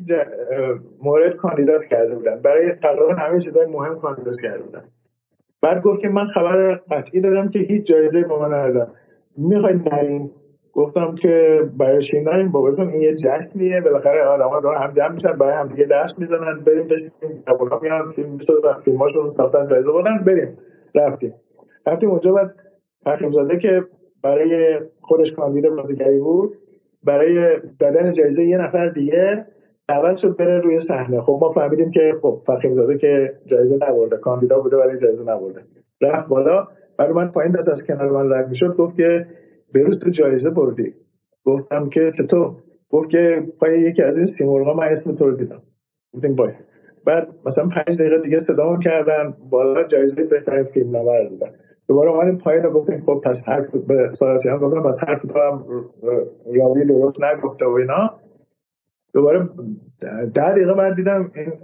مورد کاندیدا کرده بودن، برای تقریبا همه چیزای مهم کاندیدا کرده بودن. بعد گفت که من خبر قطعی دارم که هیچ جایزه‌ای به ما ندادن، میخواید نریم؟ گفتم که برای چی نریم باباتون، این یه جشنیه، بالاخره آدم‌ها دارن هم جمع میشن برای هم دیگه دست میزنن، بریم بشینیم اونا میان فیلم میسازن، فیلماشون ساختن جایزه بردن، بریم. رفتیم رفتیم اونجا. بعد فخیم‌زاده که برای خودش کاندید بازیگری بود، برای دادن جایزه یه نفر دیگه دعوت شد بره روی صحنه. خب ما فهمیدیم که خب فخیم‌زاده که جایزه نبرده، کاندیدا بوده ولی جایزه نبرده. رفت بالا، برای من پایین دست از کنار من رد میشد، گفت که بروز تو جایزه بردی. گفتم که چطور؟ گفت که پای یکی از این سیمرغا من اسم تو رو دیدم. گفتیم باش. بعد مثلا پنج دقیقه دیگه صدامو کردن بالا، جایزه بهترین فیلمنامه رو دادن. دوباره اومدیم پایین و گفتیم خب پس حرف به ساداتیان گفتم پس حرف تو هم راوی درست نگفته و اینا. دوباره ده دقیقه بعد دیدم این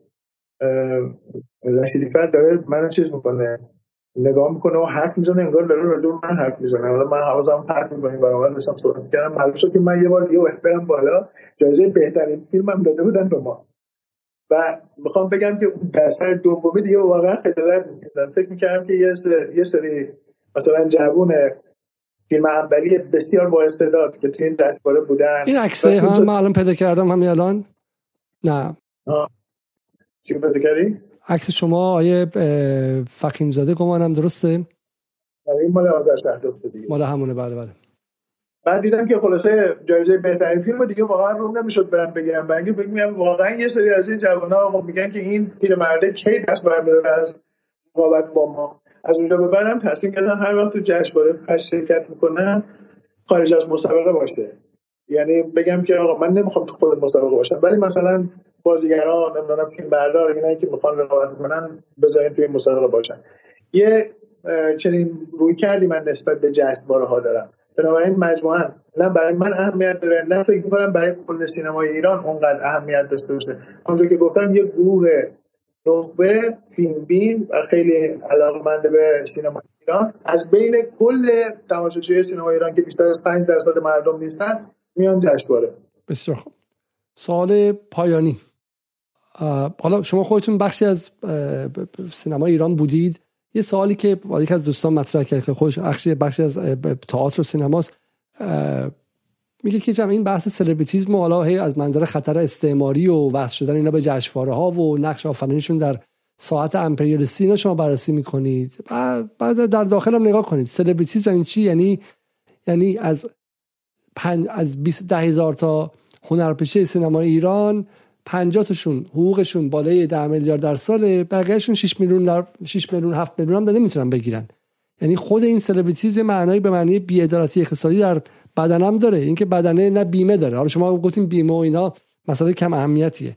رشیدی فرد داره منو چیز میکنه، نگاه میکنه و حرف میزنه، انگار داره راجع به من حرف میزنه. حالا من حواسم پرت میکنم، برام داشتم صحبت میکردم. معلوم شد که من یه بار دیگه برم بالا، جایزه بهترین فیلمم داده بودن به ما. و میخوام بگم که در سر دومی دیگه واقعا خجالت میکشیدم. فکر میکردم که یه سری یه سری مثلا جوون فیلم انبری بسیار با استعداد که تو این جشنواره بودن. این عکسه ها من الان پیدا کردم همین الان. نه ها چی پیدا کردی؟ عکس شما آیه فخیم‌زاده گمانم درسته؟ این مال آذر شهردخت دیگه. مال همونه. بله بله. بعد دیدم که خلاصه جایزه بهترین فیلم دیگه واقعا روم نمیشد برام بگیرم، برای اینکه فکر می‌کنم واقعا یه سری از این جوونا خب میگن که این پیرمرده کی دست برمی‌داره از رقابت با ما. از اونجا به بعدم تصمیم گرفتم هر وقت تو جشنواره فجر شرکت میکنم خارج از مسابقه باشه. یعنی بگم که آقا من نمیخوام تو خود مسابقه باشم، ولی مثلا بازیگران نمیدونم فیلمبردار اینایی که میخوان رقابت کنن بذارین توی مسابقه باشن. یه چنین روی کردی من نسبت به جشنواره ها دارم. بنابراین مجموعاً نه برای من اهمیت داره، نه فکر می‌کنم برای کل سینمای ایران اونقدر اهمیت داشته باشه. همونجوری که گفتم یه گروه نخبه فیلم بین و خیلی علاقه‌مند به سینما ایران از بین کل تماشاچی سینما ایران که بیشتر از پنج درصد مردم نیستن میان جشنواره. بسیار خوب. سوال پایانی. حالا شما خودتون بخشی از سینما ایران بودید. یه سوالی که یکی از دوستان مطرح کرد که خودش بخشی بخشی از تئاتر و سینماست، میگه که جمع این بحث سلبریتیسم و حالا هی از منظر خطر استعماری و وصل شدن اینا به جشنواره ها و نقش آفرینشون در ساعت امپریالیستی اینا شما بررسی میکنید. بعد در داخل هم نگاه کنید سلبریتیسم یعنی چی؟ یعنی یعنی از پنج از بیست ده هزار تا هنرپیشه سینما ایران پنجاه تاشون حقوقشون بالای ده میلیارد در سال، بقیه‌شون شش میلیون در شش میلیون هفت میلیون هم داده نمیتونن بگیرن. یعنی خود این سلبریتیسم معنایی به معنی بی‌عدالتی اقتصادی در بدنم داره. اینکه بدنه نه بیمه داره. حالا شما گفتین بیمه و اینا مسئله کم اهمیتیه،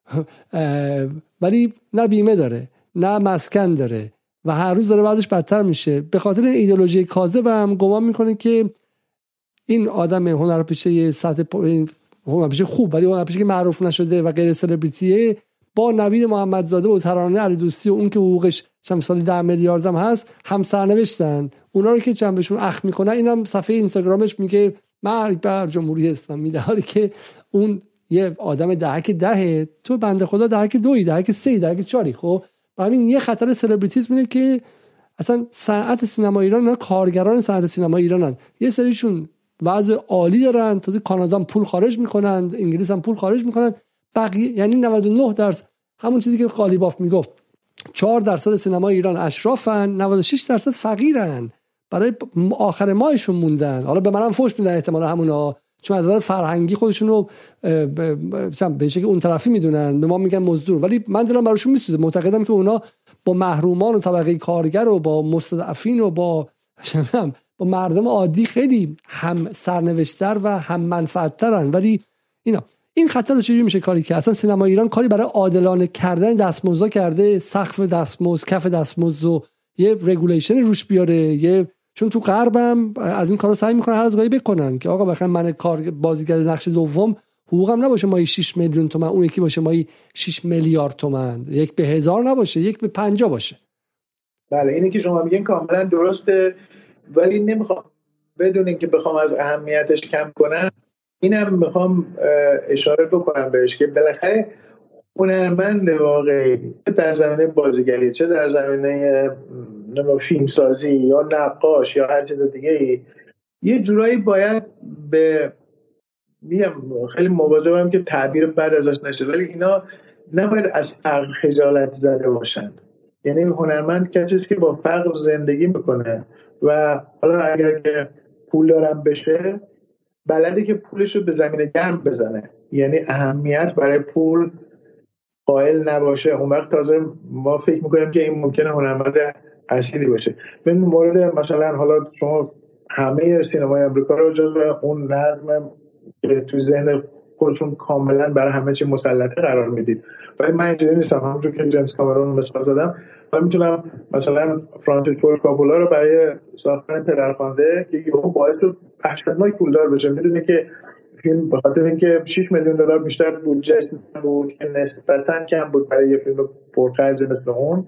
ولی نه بیمه داره نه مسکن داره و هر روز داره بعدش بدتر میشه. به خاطر ایدئولوژی کاذب هم گمان میکنه که این آدم هنرپیشه سطح هنرپیشه خوب ولی هنرپیشه که معروف نشده و غیر سلبریتیه با نوید محمدزاده و ترانه علیدوستی و اون که حقوقش چند سالی ده میلیارد هم هست هم سرنوشتن. اونا رو که جنبشون اخم میکنن اینم صفحه اینستاگرامش میگه مرگ بر جمهوری اسلامی، در حالی که اون یه آدم دهک دهه، تو بنده خدا دهک دوی دهک سه دهک چاری. خب همین یه خطر سلبریتیسم اینه که اصلا صنعت سینما ایران، نه کارگران صنعت سینما ایرانن، یه سریشون وضع عالی دارن، تازه کانادا هم پول خارج میکنن، انگلیس هم پول خارج میکنن، بقیه یعنی نود و نه درصد همون چیزی که قالیباف میگفت چهار درصد سینما ایران اشرافن، نود و شش درصد فقیرن، برای آخر ماهشون موندن. حالا به منم فوش میدن احتمالا همونا، چون از نظر فرهنگی خودشون رو به شکلی اون طرفی میدونن، به ما میگن مزدور، ولی من دلم براشون میسوزه. معتقدم که اونا با محرومان و طبقه کارگر و با مستضعفین و با با مردم عادی خیلی هم سرنوشت‌تر و هم منفعت‌ترن. ولی اینا این خطر رو چجوری میشه کاری که اصلا سینما ایران کاری برای عادلانه کردن دستمزد کرده، سقف دستمزد، کف دستمزد و یه رگولیشن روش بیاره، یه چون تو غربم از این کارا سعی میکنن هر از گاهی بکنن که آقا بخاطر من کار بازیگر نقش دوم حقوقم نباشه مایی شش میلیون تومان، اون یکی باشه مایی شش میلیارد تومان، یک به هزار نباشه یک به پنجاه باشه. بله اینی که شما میگین کاملا درسته، ولی نمیخوام بدون اینکه بخوام از اهمیتش کم کنم اینم میخوام اشاره بکنم بهش که بالاخره هنرمند واقعی در زمینه بازیگری، چه در زمینه فیلمسازی یا نقاش یا هر چیز دیگه، یه جورایی باید به میگم خیلی مواظبم که تعبیر بد ازش نشه، ولی اینا نباید از فقر خجالت زده باشند. یعنی هنرمند کسی است که با فقر زندگی میکنه و حالا اگر که پول دارم بشه بلده که پولش رو به زمین گرم بزنه، یعنی اهمیت برای پول قائل نباشه. اون وقت تازه ما فکر میکنیم که این ممکنه هنرمند اصیلی باشه. به مورد مثلا حالا شما همه سینمای آمریکا رو جزو اون نظم که تو ذهن خودتون کاملا برای همه چی مسلطه قرار میدید، ولی من اینجوری نیستم. همونجور که جیمز کامرون مثال زدم، من میتونم مثلا فرانسیس فورد کاپولا رو برای ساختن پدرخوانده که یهو باعث شد وحشتناک پولدار بشه، میدونه که فیلم به خاطر اینکه شش میلیون دلار بیشتر بودجه بود که نسبتاً کم بود برای یه فیلم پرخرج مثل اون،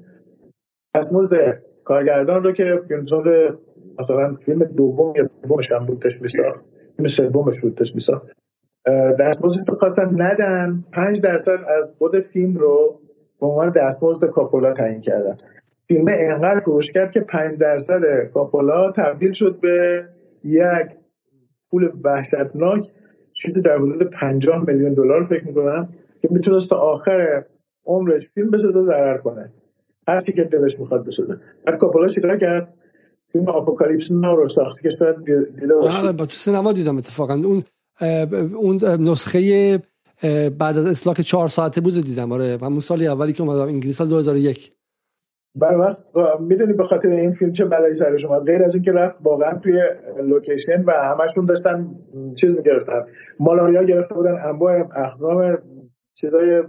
دستمزد کارگردان رو که فیلمساز مثلا فیلم دوم یا سومش هم بود داشت میساخت، فیلم سومش بود داشت میساخت، دستمزدش رو خواستن ندن، پنج درصد از خود فیلم رو به عنوان دستمزد کاپولا تعیین کردن. فیلم اینقدر فروش کرد که پنج درصد کاپولا تبدیل شد به یک پول وحشتناک، چیزی در حدود پنجاه میلیون دلار فکر میکنم، که میتونست تا آخر عمرش فیلم بسازه ضرر کنه، هر چی که دلش میخواد بسازه. بعد کاپولا چیکار کرد؟ فیلم آپوکالیپس ناو رو ساخت که شاید دیده باشید. آره با تو سینما دیدم اتفاقا. اون اون نسخه بعد از اصلاح که چهار ساعته بود دیدم. آره همون سال اولی که اومدم انگلیس سال دو هزار و یک. برای وقت میدونی به خاطر این فیلم چه بلایی سرش اومد؟ غیر از اینکه رفت واقعا توی لوکیشن و همشون داشتن چیز میگرفتن، مالاریا گرفته بودن، انواع اقسام چیزای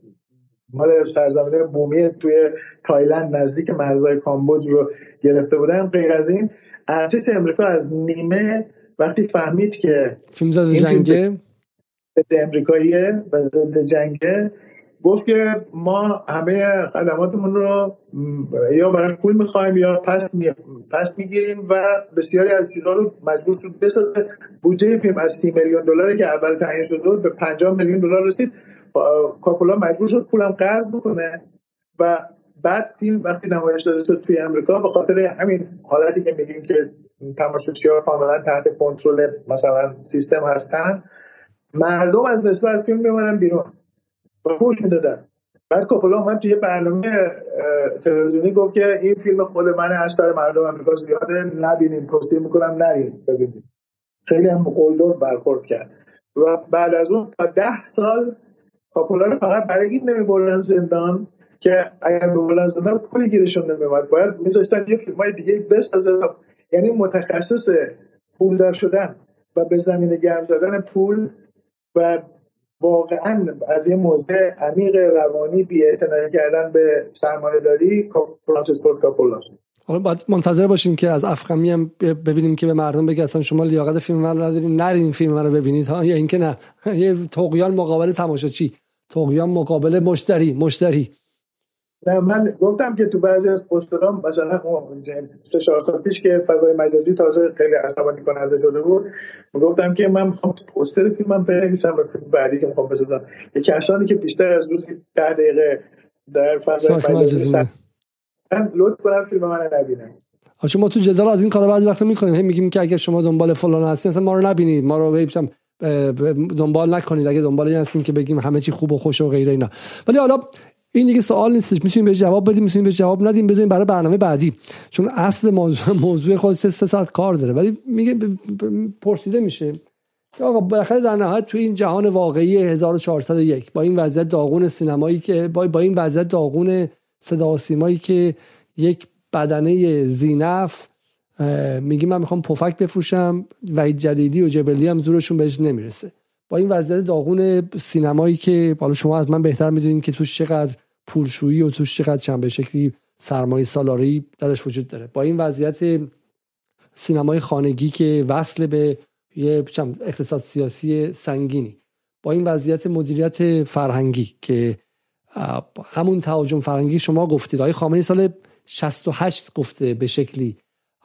مال سرزمین بومی توی تایلند نزدیک مرزهای کامبوج رو گرفته بودن. غیر از این ارتش امریکا از نیمه وقتی فهمید که فیلم ضد جنگه ضد امریکاییه و ضد جنگه، گفت که ما همه خدماتمون رو یا برای پول میخوایم یا پس می... پس میگیریم و بسیاری از چیزها رو مجبور شد بسازه. بودجه فیلم از سی میلیون دلاری که اول تعیین شده بود به پنجاه میلیون دلار رسید. کاپولا مجبور شد پولم قرض بکنه و بعد فیلم وقتی نمایش داده شد توی امریکا به خاطر همین حالتی که میگیم که تماشاگرها کاملا تحت کنترل مثلا سیستم هستن، مردم از نسبت از فیلم میمونن بیرون و فوش میدادن. بعد کاپولا اومد توی برنامه تلویزیونی گفت که این فیلم خود من از سر مردم امریکا زیاده، نبینید، توصیه میکنم نرید ببینید. خیلی هم قلدر برخورد کرد و بعد از اون تا ده سال کاپولا رو فقط برای این نمیبردن زندان که اگر ببردن زندان پولی گیرشون نمیومد، باید میذاشتن یه فیلمای دیگه بسازه. یعنی متخصص پولدار شدن و به زمین گرم زدن پول و واقعا از یه موضوع عمیق روانی بی‌اعتنایی کردن به سرمایه‌داری فرانسیس فورد کاپولاست. حالا باید منتظر باشیم که از افخمی هم ببینیم که به مردم بگه اصلا شما لیاقت فیلم من رو ندارین، نرین این فیلم من رو ببینید ها، یا اینکه نه یه طغیان مقابل تماشاچی، طغیان مقابل مشتری مشتری نه من گفتم که تو بعضی از پست‌ها مثلا سه چهار سال پیش که فضای مجازی تازه خیلی عصبانی کننده شده بود، گفتم که من میخوام پوستر فیلمم بنویسم به فیلم بعدی که میخوام بسازم، یه کسانی که بیشتر از روزی ده دقیقه در فضای مجازی من لطف کنم فیلم من نبینم. چون ما تو جدال از این کارا بعضی وقتا میکنیم، هم میگیم که اگه شما دنبال فلان هستین اصلا ما رو نبینید، ما رو ببینید دنبال نکنید، اگه دنبال این هستین که بگیم همه چی خوب و خوش و غیره اینا. ولی حالا این دیگه سوال نیستش، میتونیم بهش جواب بدیم، میتونیم بهش جواب ندیم، بذاریم برای برنامه بعدی، چون اصل موضوع موضوع خودش سه ساعت کار داره. ولی میگه پرسیده میشه که آقا بالاخره در نهایت تو این جهان واقعی هزار و چهارصد و یک با این وضعیت داغون سینمایی که با با این وضعیت داغون صدا و سیمایی که یک بدنه زینف میگه من میخوام پفک بفروشم، وحید جلیلی و جبلی هم زورشون بهش نمیرسه، با این وضعیت داغون سینمایی که حالا شما از من بهتر میدونین که توش چقدر پولشویی و توش چقدر چند به شکلی سرمایه سالاری درش وجود داره، با این وضعیت سینمای خانگی که وصل به یه اقتصاد سیاسی سنگینی، با این وضعیت مدیریت فرهنگی که همون تهاجم فرهنگی شما گفتید، آقای خامنه‌ای سال شصت و هشت گفته به شکلی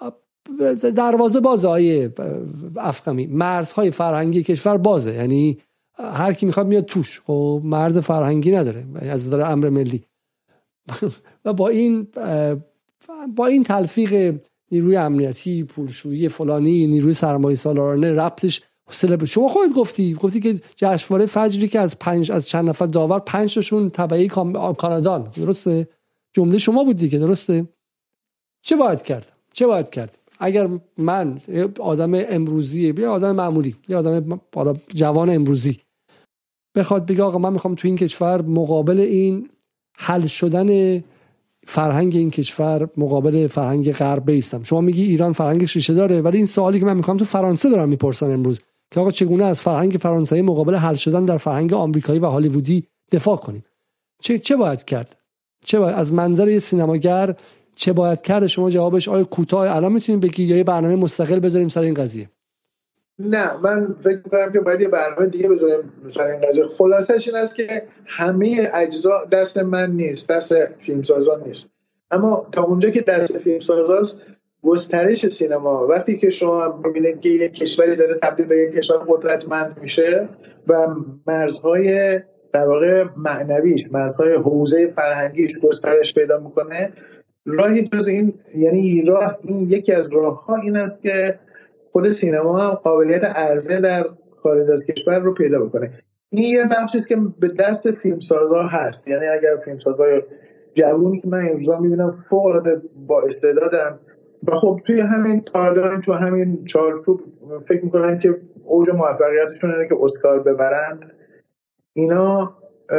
دروازه بازه، آقای افخمی مرزهای فرهنگی کشور بازه، یعنی هر کی میخواد میاد توش، خب مرز فرهنگی نداره از نظر امر ملی. و با این با این تلفیق نیروی امنیتی، پولشویی فلانی، نیروی سرمایه سالارانه، ربطش سلب. شما خودت گفتی گفتی که جشنواره فجری که از پنج از چند نفر داور پنج تاشون تبعی کانادان، درسته؟ جمله شما بود دیگه، درسته؟ چه باید کرد؟ چه باید کرد؟ اگر من آدم امروزی، یا آدم معمولی، یا آدم بالا جوان امروزی بخواد بگه آقا من میخوام تو این کشور مقابل این حل شدن فرهنگ این کشور مقابل فرهنگ غرب بیستم، شما میگی ایران فرهنگش ریشه داره، ولی این سوالی که من میخوام تو فرانسه دارم میپرسن امروز که آقا چگونه از فرهنگ فرانسوی مقابل حل شدن در فرهنگ آمریکایی و هالیوودی دفاع کنیم؟ چه چه باید کرد؟ چه باید از منظر یه سینماگر چه باید کرد؟ شما جوابش آیا کوتاه الان میتونیم بگی یا یه برنامه مستقل بذاریم سر این قضیه؟ نه من فکر می‌کنم که باید یه برنامه دیگه بذاریم سر این قضیه. خلاصش این است که همه اجزا دست من نیست، دست فیلمسازان نیست، اما تا اونجا که دست فیلمسازاست گسترش سینما، وقتی که شما ببینید که یک کشوری داره تبدیل به یک کشور قدرتمند میشه و مرزهای در واقع معنویش، مرزهای حوزه فرهنگیش گسترش پیدا میکنه، راهی جز این، یعنی راه این یکی از راهها این است که خود سینما هم قابلیت عرضه در خارج از کشور رو پیدا بکنه. این یه بخشی است که به دست فیلمسازا هست، یعنی اگر فیلمسازای جوونی که من امروز میبینم فوق العاده با استعدادن و خب توی همین پارادایم، تو همین چارچوب فکر میکنن که اوج موفقیتشون اینه که اسکار ببرند، اینا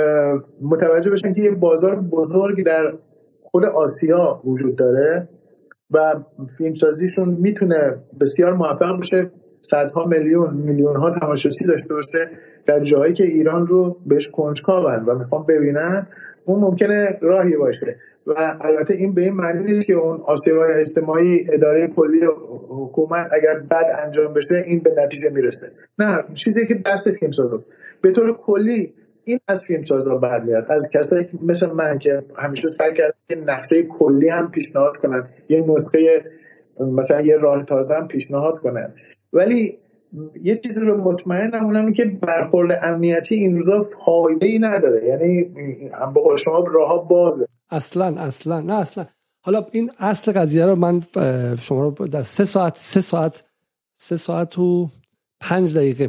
متوجه بشن که یه بازار بزرگی در خود آسیا وجود داره و فیلمسازیشون میتونه بسیار موفق بشه، صدها میلیون میلیون ها تماشاچی داشته باشه در جایی که ایران رو بهش کنجکاون و میخوام ببینن. اون ممکنه راهی باشه و البته این به این معنی نیست که اون آسیب‌های اجتماعی اداره کلی حکومت اگر بد انجام بشه این به نتیجه میرسه، نه، چیزی که دست فیلمساز است. به طور کلی این از فیلمسازا برمیاد، از کسایی که مثل من که همیشه سعی کردن که نقشه کلی هم پیشنهاد کنن، یه نسخه مثلا یه راه تازه هم پیشنهاد کنن. ولی یه چیزی رو مطمئنم، اونم که برخورد امنیتی این روزا فایده‌ای نداره. یعنی هم با شما راه‌ها بازه. اصلا اصلا نه اصلا. حالا این اصل قضیه رو من شما رو در سه ساعت سه ساعت سه ساعت و پنج دقیقه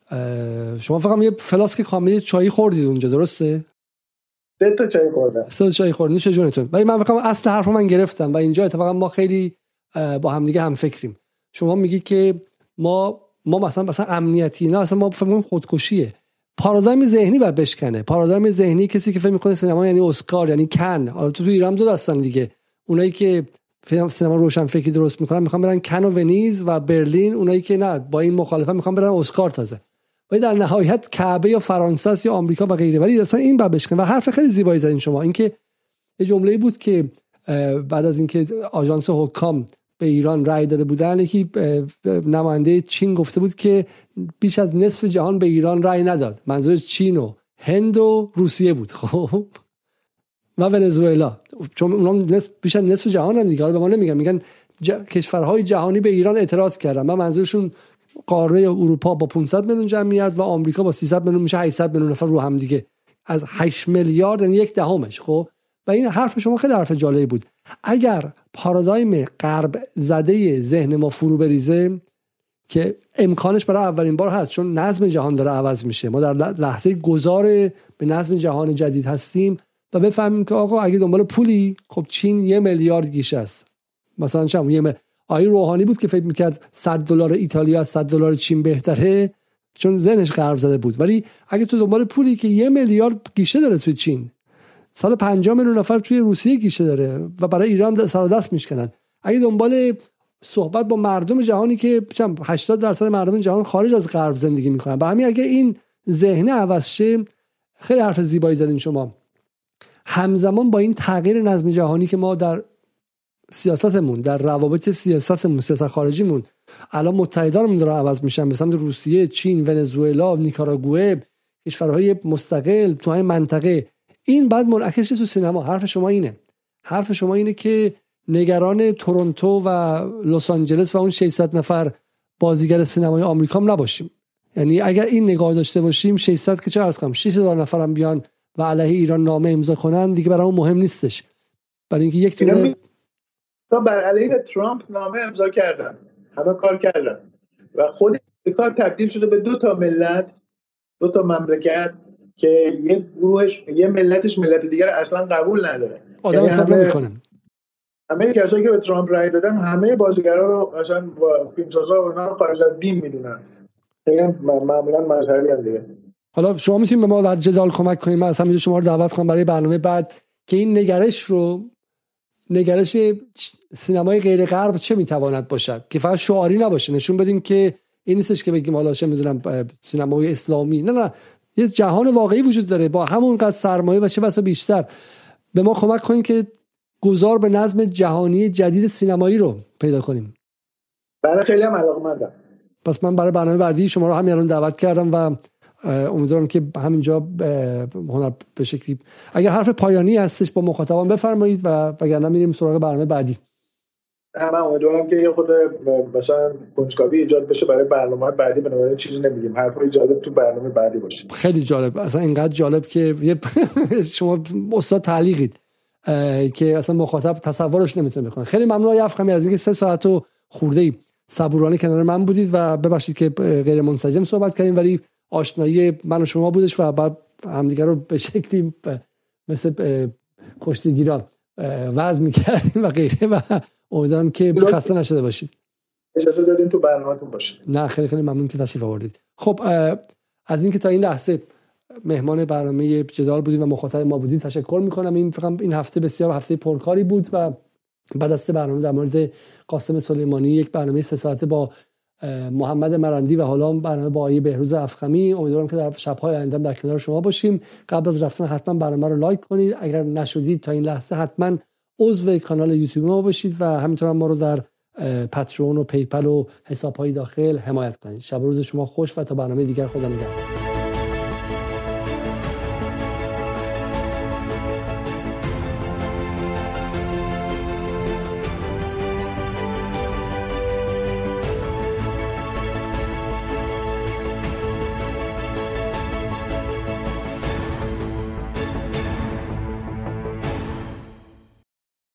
شما فقط یه فلاسک کامل چای خوردید اونجا، درسته؟ سه تا چای خوردم. سه تا چای خوردید، نوش جونتون. ولی من فقط اصل حرفو من گرفتم و اینجا اتفاقا ما خیلی با هم دیگه هم فکریم. شما میگی که ما ما مثلا مثلا امنیتی نه، اصلا ما فکر می‌کنیم خودکشیه. پارادایم ذهنی باید بشکنه. پارادایم ذهنی کسی که فکر می‌کنه سینما یعنی اسکار یعنی کن. حالا تو تو ایران دو دستن دیگه. اونایی که فیلم سینما روشن فکری درست میکنن میخوان برن کن و ونیز و برلین، اونایی که نه با این مخالفت میخوان برن اسکار تازه. ولی در نهایت کعبه یا فرانسه است یا آمریکا و غیره. ولی اصلا این باید بشکنه. و حرف خیلی زیبایی زدین شما، اینکه یه جمله‌ای بود که بعد از اینکه آژانس حکام به ایران رأی داده بودن، یکی نماینده چین گفته بود که بیش از نصف جهان به ایران رأی نداد. منظور چین و هند و روسیه بود. خب و ونزوئلا، چون اونها بیش از نصف جهان دیگه. حالا به ما نمیگن، میگن ج... کشورهای جهانی به ایران اعتراض کردن. من منظورشون قاره اروپا با پانصد میلیون جمعیت و آمریکا با سیصد میلیون میشه هشتصد میلیون نفر رو هم دیگه، از هشت میلیارد یعنی یک دهمش. خب و این حرف شما خیلی حرف جالبی بود. اگر پارادایم غرب زده ذهن ما فرو بریزه، که امکانش برای اولین بار هست چون نظم جهان داره عوض میشه، ما در لحظه گذار به نظم جهان جدید هستیم و بفهمیم که آقا اگه دنبال پولی، خب چین یه میلیارد گیشه است. مثلا چم یه م... آقای روحانی بود که فکر میکرد صد دلار ایتالیا از صد دلار چین بهتره چون ذهنش غرب زده بود. ولی اگه تو دنبال پولی که یه میلیارد گیشه داره توی چین، صد و پنجاه میلیون نفر توی روسیه گیشه داره و برای ایران سر و دست میشکنن، اگه دنبال صحبت با مردم جهانی که چم هشتاد درصد مردم جهان خارج از غرب زندگی میکنن، با همین اگه این ذهن عوض شه، خیلی حرف زیبایی زدین شما. همزمان با این تغییر نظم جهانی که ما در سیاستمون، در روابط سیاستمون، سیاست خارجیمون الان متحدانمون داره عوض میشن، مثلا روسیه، چین، ونزوئلا، نیکاراگوئه، کشورهای مستقل تو این منطقه، این بعد منعکس تو سینما. حرف شما اینه. حرف شما اینه که نگران تورنتو و لس آنجلس و اون ششصد نفر بازیگر سینمای آمریکا هم نباشیم. یعنی اگر این نگاه داشته باشیم، ششصد که چه عرض کنم شش هزار نفر هم بیان و علیه ایران نامه امضا کنن، دیگه برامون مهم نیستش. برای اینکه یک دونه تا بر علیه ترامپ نامه امضا کردن، همه کار کردن و خود کار تبدیل شده به دو تا ملت، دو تا مملکت که یه گروهش، یه ملتش ملت دیگر اصلا قبول نداره. آدم حساب نمی‌کنه. همه کسایی که به ترامپ رای دادن، همه بازیگرا رو مثلا فیلمسازا و اونا رو خارج از دین میدونن. میگن معمولا مذهبی ان دیگه. حالا شما میتونید به ما در جدال کمک کنید. من اصلا میتونم شما رو دعوت کنم برای برنامه بعد که این نگرش رو، نگرش سینمای غیر غرب چه میتواند باشد که فقط شعاری نباشه، نشون بدیم که این نیستش که بگیم حالا چه میدونم سینمای اسلامی، نه نه، یه جهان واقعی وجود داره با همون قدر سرمایه و چه بسا بیشتر. به ما کمک کنید که گذار به نظم جهانی جدید سینمایی رو پیدا کنیم. برای خیلی هم علاقه‌مندم. پس من برای برنامه بعدی شما رو همین الان دعوت کردم و امیدوارم که همینجا هنر به شکلی اگر حرف پایانی هستش با مخاطبان بفرمایید و وگرنه میریم سراغ برنامه بعدی. من امیدوارم که یه خود مثلا کنجکاوی ایجاد بشه برای برنامه بعدی، بنابراین چیزی نمیگیم، حرفای جالب تو برنامه بعدی باشه. خیلی جالب، اصلا اینقدر جالب که شما استاد تعلیقید که اصلا مخاطب تصورش نمیتونه بکنه. خیلی ممنون افخمی از اینکه سه ساعت و خورده‌ای صبورانه کنار من بودید و ببخشید که غیر منسجم صحبت کردیم، ولی آشنایی من و شما بودش و بعد همدیگه رو به شکلی مثل کشتیگیران وزن می‌کردیم و غیره و امیدوارم که خسته نشده باشید. اجازه دادین تو برنامه‌تون باشه. نه خیلی خیلی ممنون که تشریف آوردید. خب از اینکه تا این لحظه مهمان برنامه جدال بودید و مخاطب ما بودید تشکر میکنم. این فقط این هفته بسیار هفته پرکاری بود و بعد از سه برنامه در مورد قاسم سلیمانی، یک برنامه سه ساعته با محمد مرندی و حالا برنامه با آقای بهروز افخمی، امیدوارم که در شب‌های آینده در کنار شما باشیم. قبل از رفتن حتما برنامه رو لایک کنید، اگر نشدید تا این لحظه حتما عضو کانال یوتیوب ما باشید و همینطور هم ما رو در پترون و پیپل و حساب‌های داخل حمایت کنید. شب و روز شما خوش و تا برنامه دیگر خدا نگهدار.